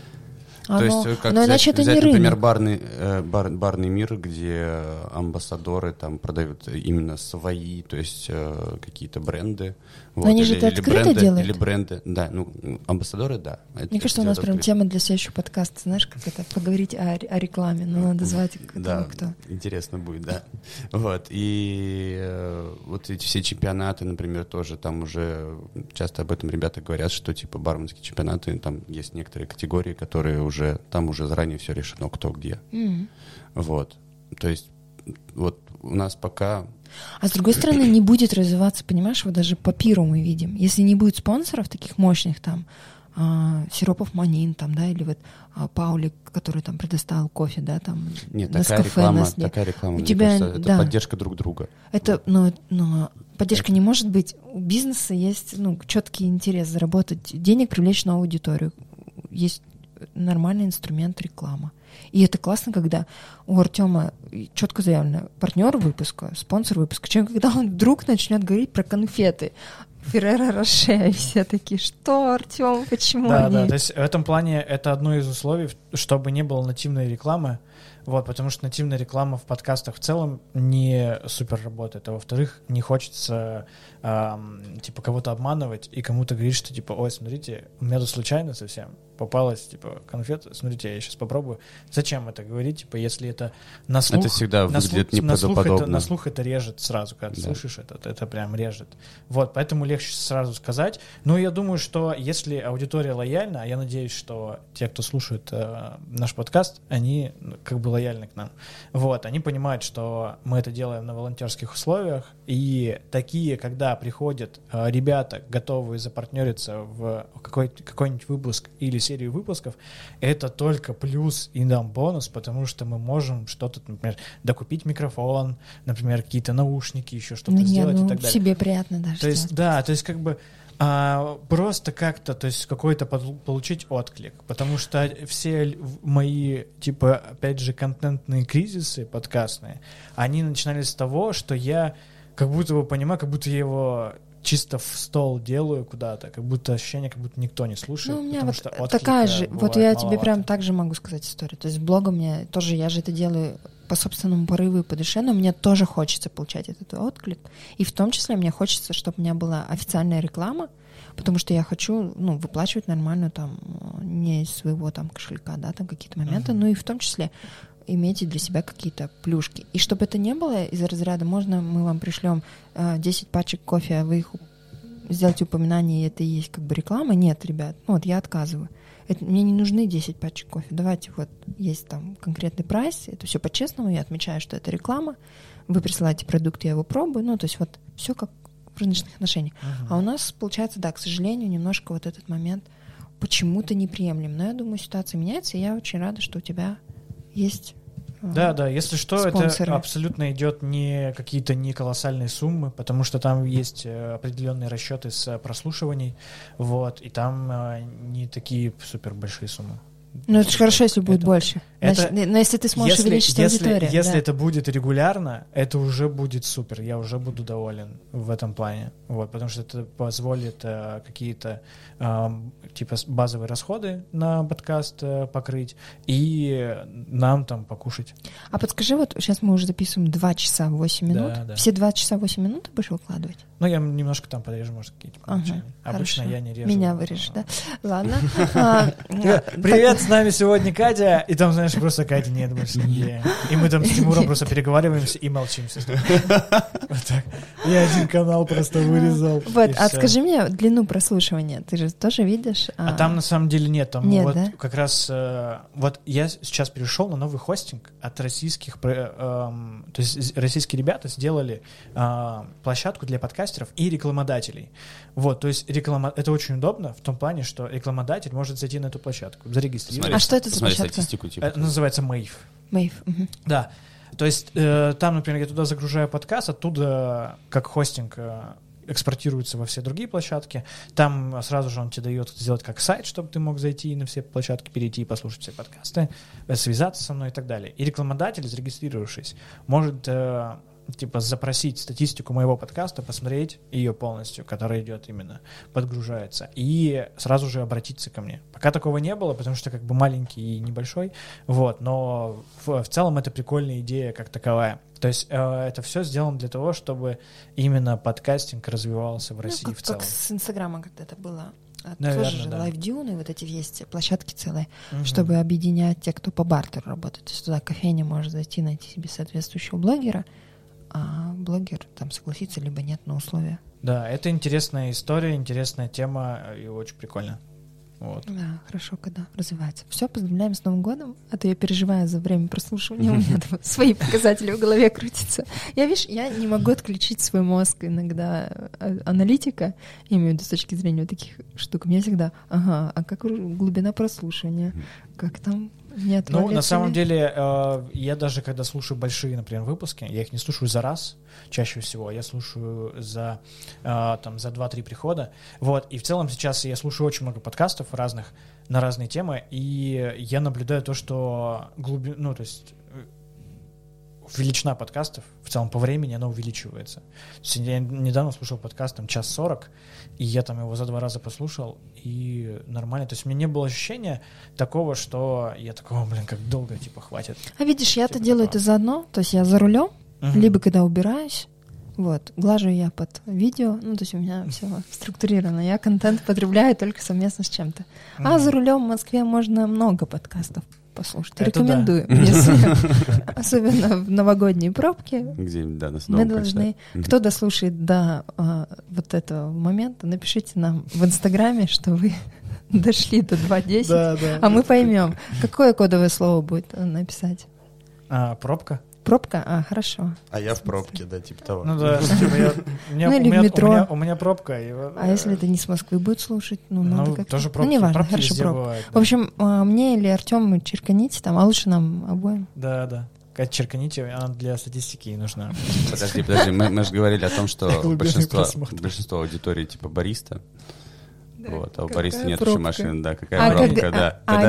То есть, как взять, например, барный мир, где амбассадоры там продают именно свои, то есть какие-то бренды. Но они же это открыто делают? Или бренды, да, амбассадоры, да. Мне кажется, у нас прям тема для следующего подкаста, знаешь, как это, поговорить о рекламе, но надо звать да, кто. Интересно будет, да. Вот, и вот эти все чемпионаты, например, тоже там уже часто об этом ребята говорят, что типа барменские чемпионаты, там есть некоторые категории, которые уже, там уже заранее все решено, кто где. Вот, то есть вот у нас пока... А с другой стороны, не будет развиваться, понимаешь, вот даже по пиру мы видим. Если не будет спонсоров таких мощных, там, Сиропов Манин, там, да, или вот Паули, который там предоставил кофе, да, там, нет, такая реклама, у тебя, кажется, это поддержка друг друга. Это, но поддержка не может быть. У бизнеса есть, четкий интерес заработать денег, привлечь новую аудиторию. Есть нормальный инструмент реклама. И это классно, когда у Артема четко заявлено партнер выпуска, спонсор выпуска. Чем когда он вдруг начнет говорить про конфеты, Ferrero Rocher, и все такие, что, Артем, почему да, они... Да, то есть в этом плане это одно из условий, чтобы не было нативной рекламы, вот, потому что нативная реклама в подкастах в целом не супер работает, а во-вторых, не хочется типа кого-то обманывать и кому-то говорить, что типа, ой, смотрите, у меня тут случайно совсем попалась типа конфета, смотрите, я сейчас попробую. Зачем это говорить, типа, если это на слух... Это всегда выглядит неправдоподобно. На слух это режет сразу, когда ты слышишь это прям режет. Вот, поэтому легче сразу сказать. Ну, я думаю, что если аудитория лояльна, а я надеюсь, что те, кто слушает наш подкаст, они как бы лояльны к нам. Вот, они понимают, что мы это делаем на волонтерских условиях, и такие, когда приходят ребята, готовые запартнериться в какой-нибудь выпуск или серию выпусков, это только плюс и нам бонус, потому что мы можем что-то, например, докупить микрофон, например, какие-то наушники, еще что-то сделать и так далее. Себе приятно даже. То есть, да, то есть как бы просто как-то, то есть какой-то получить отклик, потому что все мои, типа, опять же, контентные кризисы подкастные, они начинались с того, что я как будто бы понимаю, как будто я его чисто в стол делаю куда-то, как будто ощущение, как будто никто не слушает. Ну, у меня вот такая же, вот я тебе прям так же могу сказать историю. То есть блога мне тоже, я же это делаю по собственному порыву и по душе, но мне тоже хочется получать этот отклик. И в том числе мне хочется, чтобы у меня была официальная реклама. потому что я хочу, выплачивать нормально там, не из своего там кошелька, да, там какие-то моменты, но и в том числе иметь для себя какие-то плюшки. И чтобы это не было из разряда, можно мы вам пришлем 10 пачек кофе, а вы их сделаете упоминание, и это и есть как бы реклама. Нет, ребят, я отказываю. Мне не нужны 10 пачек кофе. Давайте есть там конкретный прайс, это все по-честному, я отмечаю, что это реклама, вы присылаете продукт, я его пробую, то есть все как в рыночных отношениях. А у нас получается, да, к сожалению, немножко этот момент почему-то неприемлем. Но я думаю, ситуация меняется, и я очень рада, что у тебя есть Да, если что, спонсоры. Это абсолютно идет не какие-то не колоссальные суммы, потому что там есть определенные расчеты с прослушиваний, и там не такие супер большие суммы. Это же хорошо, если будет больше. Но если ты сможешь увеличить аудиторию. Если это будет регулярно, это уже будет супер. Я уже буду доволен в этом плане. Потому что это позволит какие-то типа базовые расходы на подкаст покрыть и нам там покушать. А подскажи, сейчас мы уже записываем 2 часа 8 минут. Да. Все 2 часа 8 минут ты будешь выкладывать? Я немножко там подрежу, может, какие-то обычно хорошо. Я не режу. Меня вырежешь, да? Ладно. Привет, с нами сегодня Катя. И там, знаешь, просто Кати нет больше нигде. И мы там с Тимуром просто переговариваемся и молчим. Вот так. Я один канал просто вырезал. Скажи мне длину прослушивания. Ты же тоже видишь? А там на самом деле нет. Там нет, да? Как раз... я сейчас перешел на новый хостинг от российских... То есть российские ребята сделали площадку для подкастеров и рекламодателей. То есть это очень удобно в том плане, что рекламодатель может зайти на эту площадку, зарегистрировать. А что это за площадка? Статистику, типа. Это называется Mave. Mave. Да. То есть там, например, я туда загружаю подкаст, оттуда как хостинг экспортируется во все другие площадки. Там сразу же он тебе дает сделать как сайт, чтобы ты мог зайти на все площадки, перейти и послушать все подкасты, связаться со мной и так далее. И рекламодатель, зарегистрировавшись, может запросить статистику моего подкаста, посмотреть ее полностью, которая идет именно, подгружается, и сразу же обратиться ко мне. Пока такого не было, потому что как бы маленький и небольшой, но в целом это прикольная идея как таковая. То есть это все сделано для того, чтобы именно подкастинг развивался в России в целом. Как с Инстаграма когда-то было. Наверное, тоже же да. лайв-дюны, эти есть площадки целые, чтобы объединять тех, кто по бартеру работает. То есть туда кофейня может зайти, найти себе соответствующего блогера, а блогер там согласится либо нет на условия. Да, это интересная история, интересная тема и очень прикольно. Да, хорошо, когда развивается. Все, поздравляем с Новым годом. А то я переживаю за время прослушивания, у меня там свои показатели в голове крутятся. Я не могу отключить свой мозг иногда аналитика, я имею в виду с точки зрения таких штук. Мне всегда, а как глубина прослушивания, как там... Нет, на самом деле, я даже когда слушаю большие, например, выпуски, я их не слушаю за раз, чаще всего, я слушаю за 2-3 прихода. И в целом сейчас я слушаю очень много подкастов разных, на разные темы, и я наблюдаю то, что то есть величина подкастов, в целом по времени она увеличивается. То есть я недавно слушал подкаст, там 1:40, и я там его за 2 раза послушал, и нормально. То есть у меня не было ощущения такого, что я такого, как долго, хватит. А видишь, я-то делаю это заодно, то есть я за рулем, либо когда убираюсь, глажу я под видео, то есть у меня все структурировано, я контент потребляю только совместно с чем-то. А за рулем в Москве можно много подкастов послушать. Это рекомендую. Да. Особенно в новогодние пробки. Где, да, мы должны... Кто дослушает до этого момента, напишите нам в Инстаграме, что вы дошли до 2:10, а мы поймем, какое кодовое слово будет написать. Пробка? Пробка? Хорошо. А я в пробке, да, типа того. Да, у меня пробка. А если это не с Москвы будет слушать? Тоже пробка. Неважно, хорошо, пробка. В общем, мне или Артему черканите там, а лучше нам обоим. Да. Катя, черканите, она для статистики нужна. Подожди, мы же говорили о том, что большинство аудитории типа бариста. А у бариста нет еще машины, да, какая пробка, да.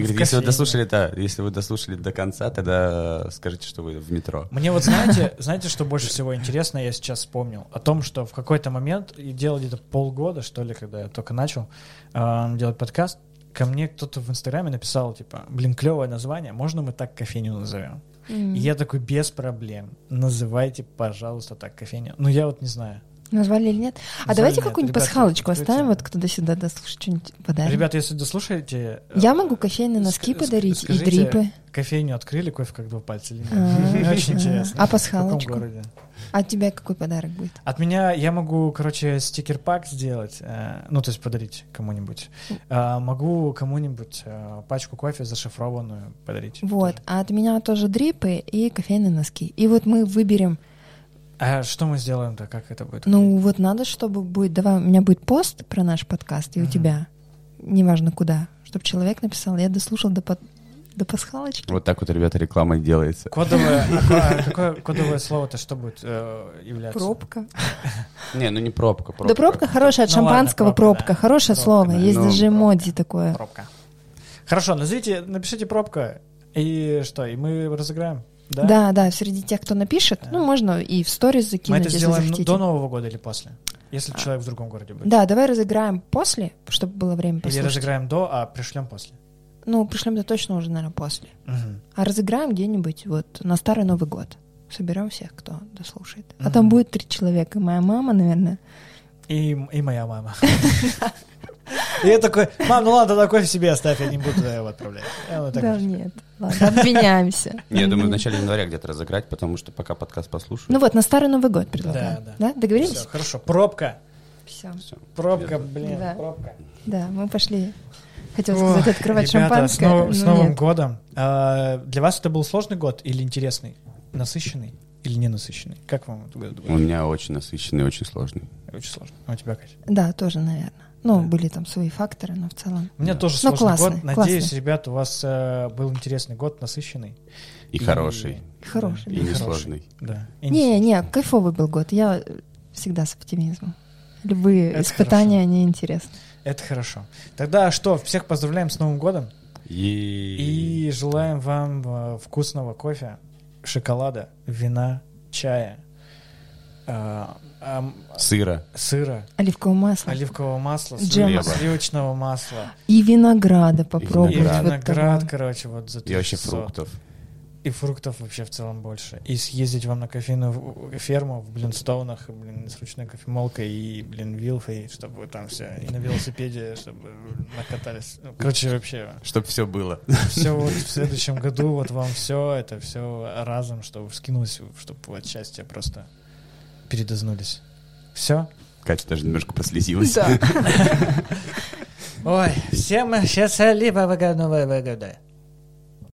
Если вы дослушали до конца, тогда скажите, что вы в метро. Мне знаете, что больше всего интересно, я сейчас вспомнил, о том, что в какой-то момент, и делал где-то полгода, что ли, когда я только начал делать подкаст, ко мне кто-то в Инстаграме написал, клевое название, можно мы так кофейню назовем? И я такой, без проблем, называйте, пожалуйста, так кофейню. Я не знаю. Назвали или нет? А Назвали давайте нет. какую-нибудь Ребята, пасхалочку откройте. оставим, вот кто до сюда дослушает, что-нибудь подарим. Ребята, если дослушаете... Я могу кофейные носки подарить и скажите, дрипы. Кофейню открыли, кофе как 2 пальца или нет? А, Очень интересно. А В пасхалочку? каком городе? А от тебя какой подарок будет? От меня я могу, стикер-пак сделать, ну, то есть подарить кому-нибудь. Могу кому-нибудь пачку кофе зашифрованную подарить. Вот. тоже. А от меня тоже дрипы и кофейные носки. И вот мы выберем. А что мы сделаем-то? Как это будет? Ну, вот надо, чтобы будет... Давай, у меня будет пост про наш подкаст, и у тебя, неважно куда, чтобы человек написал, я дослушал до пасхалочки. Вот так вот, ребята, реклама делается. Кодовое, какое кодовое слово-то что будет являться? Пробка. Не, ну не пробка. Да пробка хорошая, от Ну ладно, шампанского пробка, пробка. да. Хорошее Пробка, слово. да. Есть Ну, даже пробка. эмодзи такое. Пробка. Хорошо, напишите пробка, и что, и мы разыграем? Да? Да, среди тех, кто напишет, ну, можно и в сторис Мы закинуть, это если сделаем захотите. до Нового года или после? Если человек в другом городе будет. Да, давай разыграем после, чтобы было время Или послушать. разыграем до, а пришлем после. Ну, пришлем-то точно уже, наверное, после. Мгм. А разыграем где-нибудь вот на Старый Новый год. Соберем всех, кто дослушает. А Мгм. там будет 3 человека. Моя мама, наверное. И моя мама. И я такой, мам, ну ладно, тогда кофе себе оставь, я не буду его отправлять. Я вот так Да, вот. нет. Ладно, обменяемся. Не, я думаю, в начале января где-то разыграть, потому что пока подкаст послушаю. Ну вот, на Старый Новый год предлагаю. Да. Да, договорились? Всё, хорошо, пробка. Все. Всё. Пробка, блин, Да. пробка. Да, мы пошли. Хотел Ох, сказать, открывать ребята, шампанское. с но Новым нет. годом. Для вас это был сложный год или интересный? Насыщенный или ненасыщенный? Как вам этот год был? У меня очень насыщенный, очень сложный. Очень сложно. А у тебя, Катя? Да, тоже, наверное. Ну, Да. были там свои факторы, но в целом. У меня тоже Ну, сложный классный, год. Надеюсь, классный. ребят, у вас был интересный год, насыщенный. И хороший. Хороший. И хороший. несложный. Да. И Не, кайфовый был год. Я всегда с оптимизмом. Любые Это испытания, они интересны. Это хорошо. Тогда что, всех поздравляем с Новым годом И и желаем вам вкусного кофе, шоколада, вина, чая, сыра. сыра, Оливковое масло. оливкового масла, Джема. сливочного масла, И винограда попробовать. и виноград. вот виноград, такого. короче, вот за И вообще 1600. фруктов. И фруктов вообще в целом больше. И съездить вам на кофейную ферму в Блинстоунах, с ручной кофемолкой и, вилфой, чтобы вы там все, и на велосипеде, чтобы накатались. Ну, короче, вообще, Чтоб все было. все вот в следующем году вот вам все, это все разом, чтобы вскинулось, чтобы от счастья просто передознулись. Все? Катя даже немножко прослезилась. Да. Ой, всем счастливого года.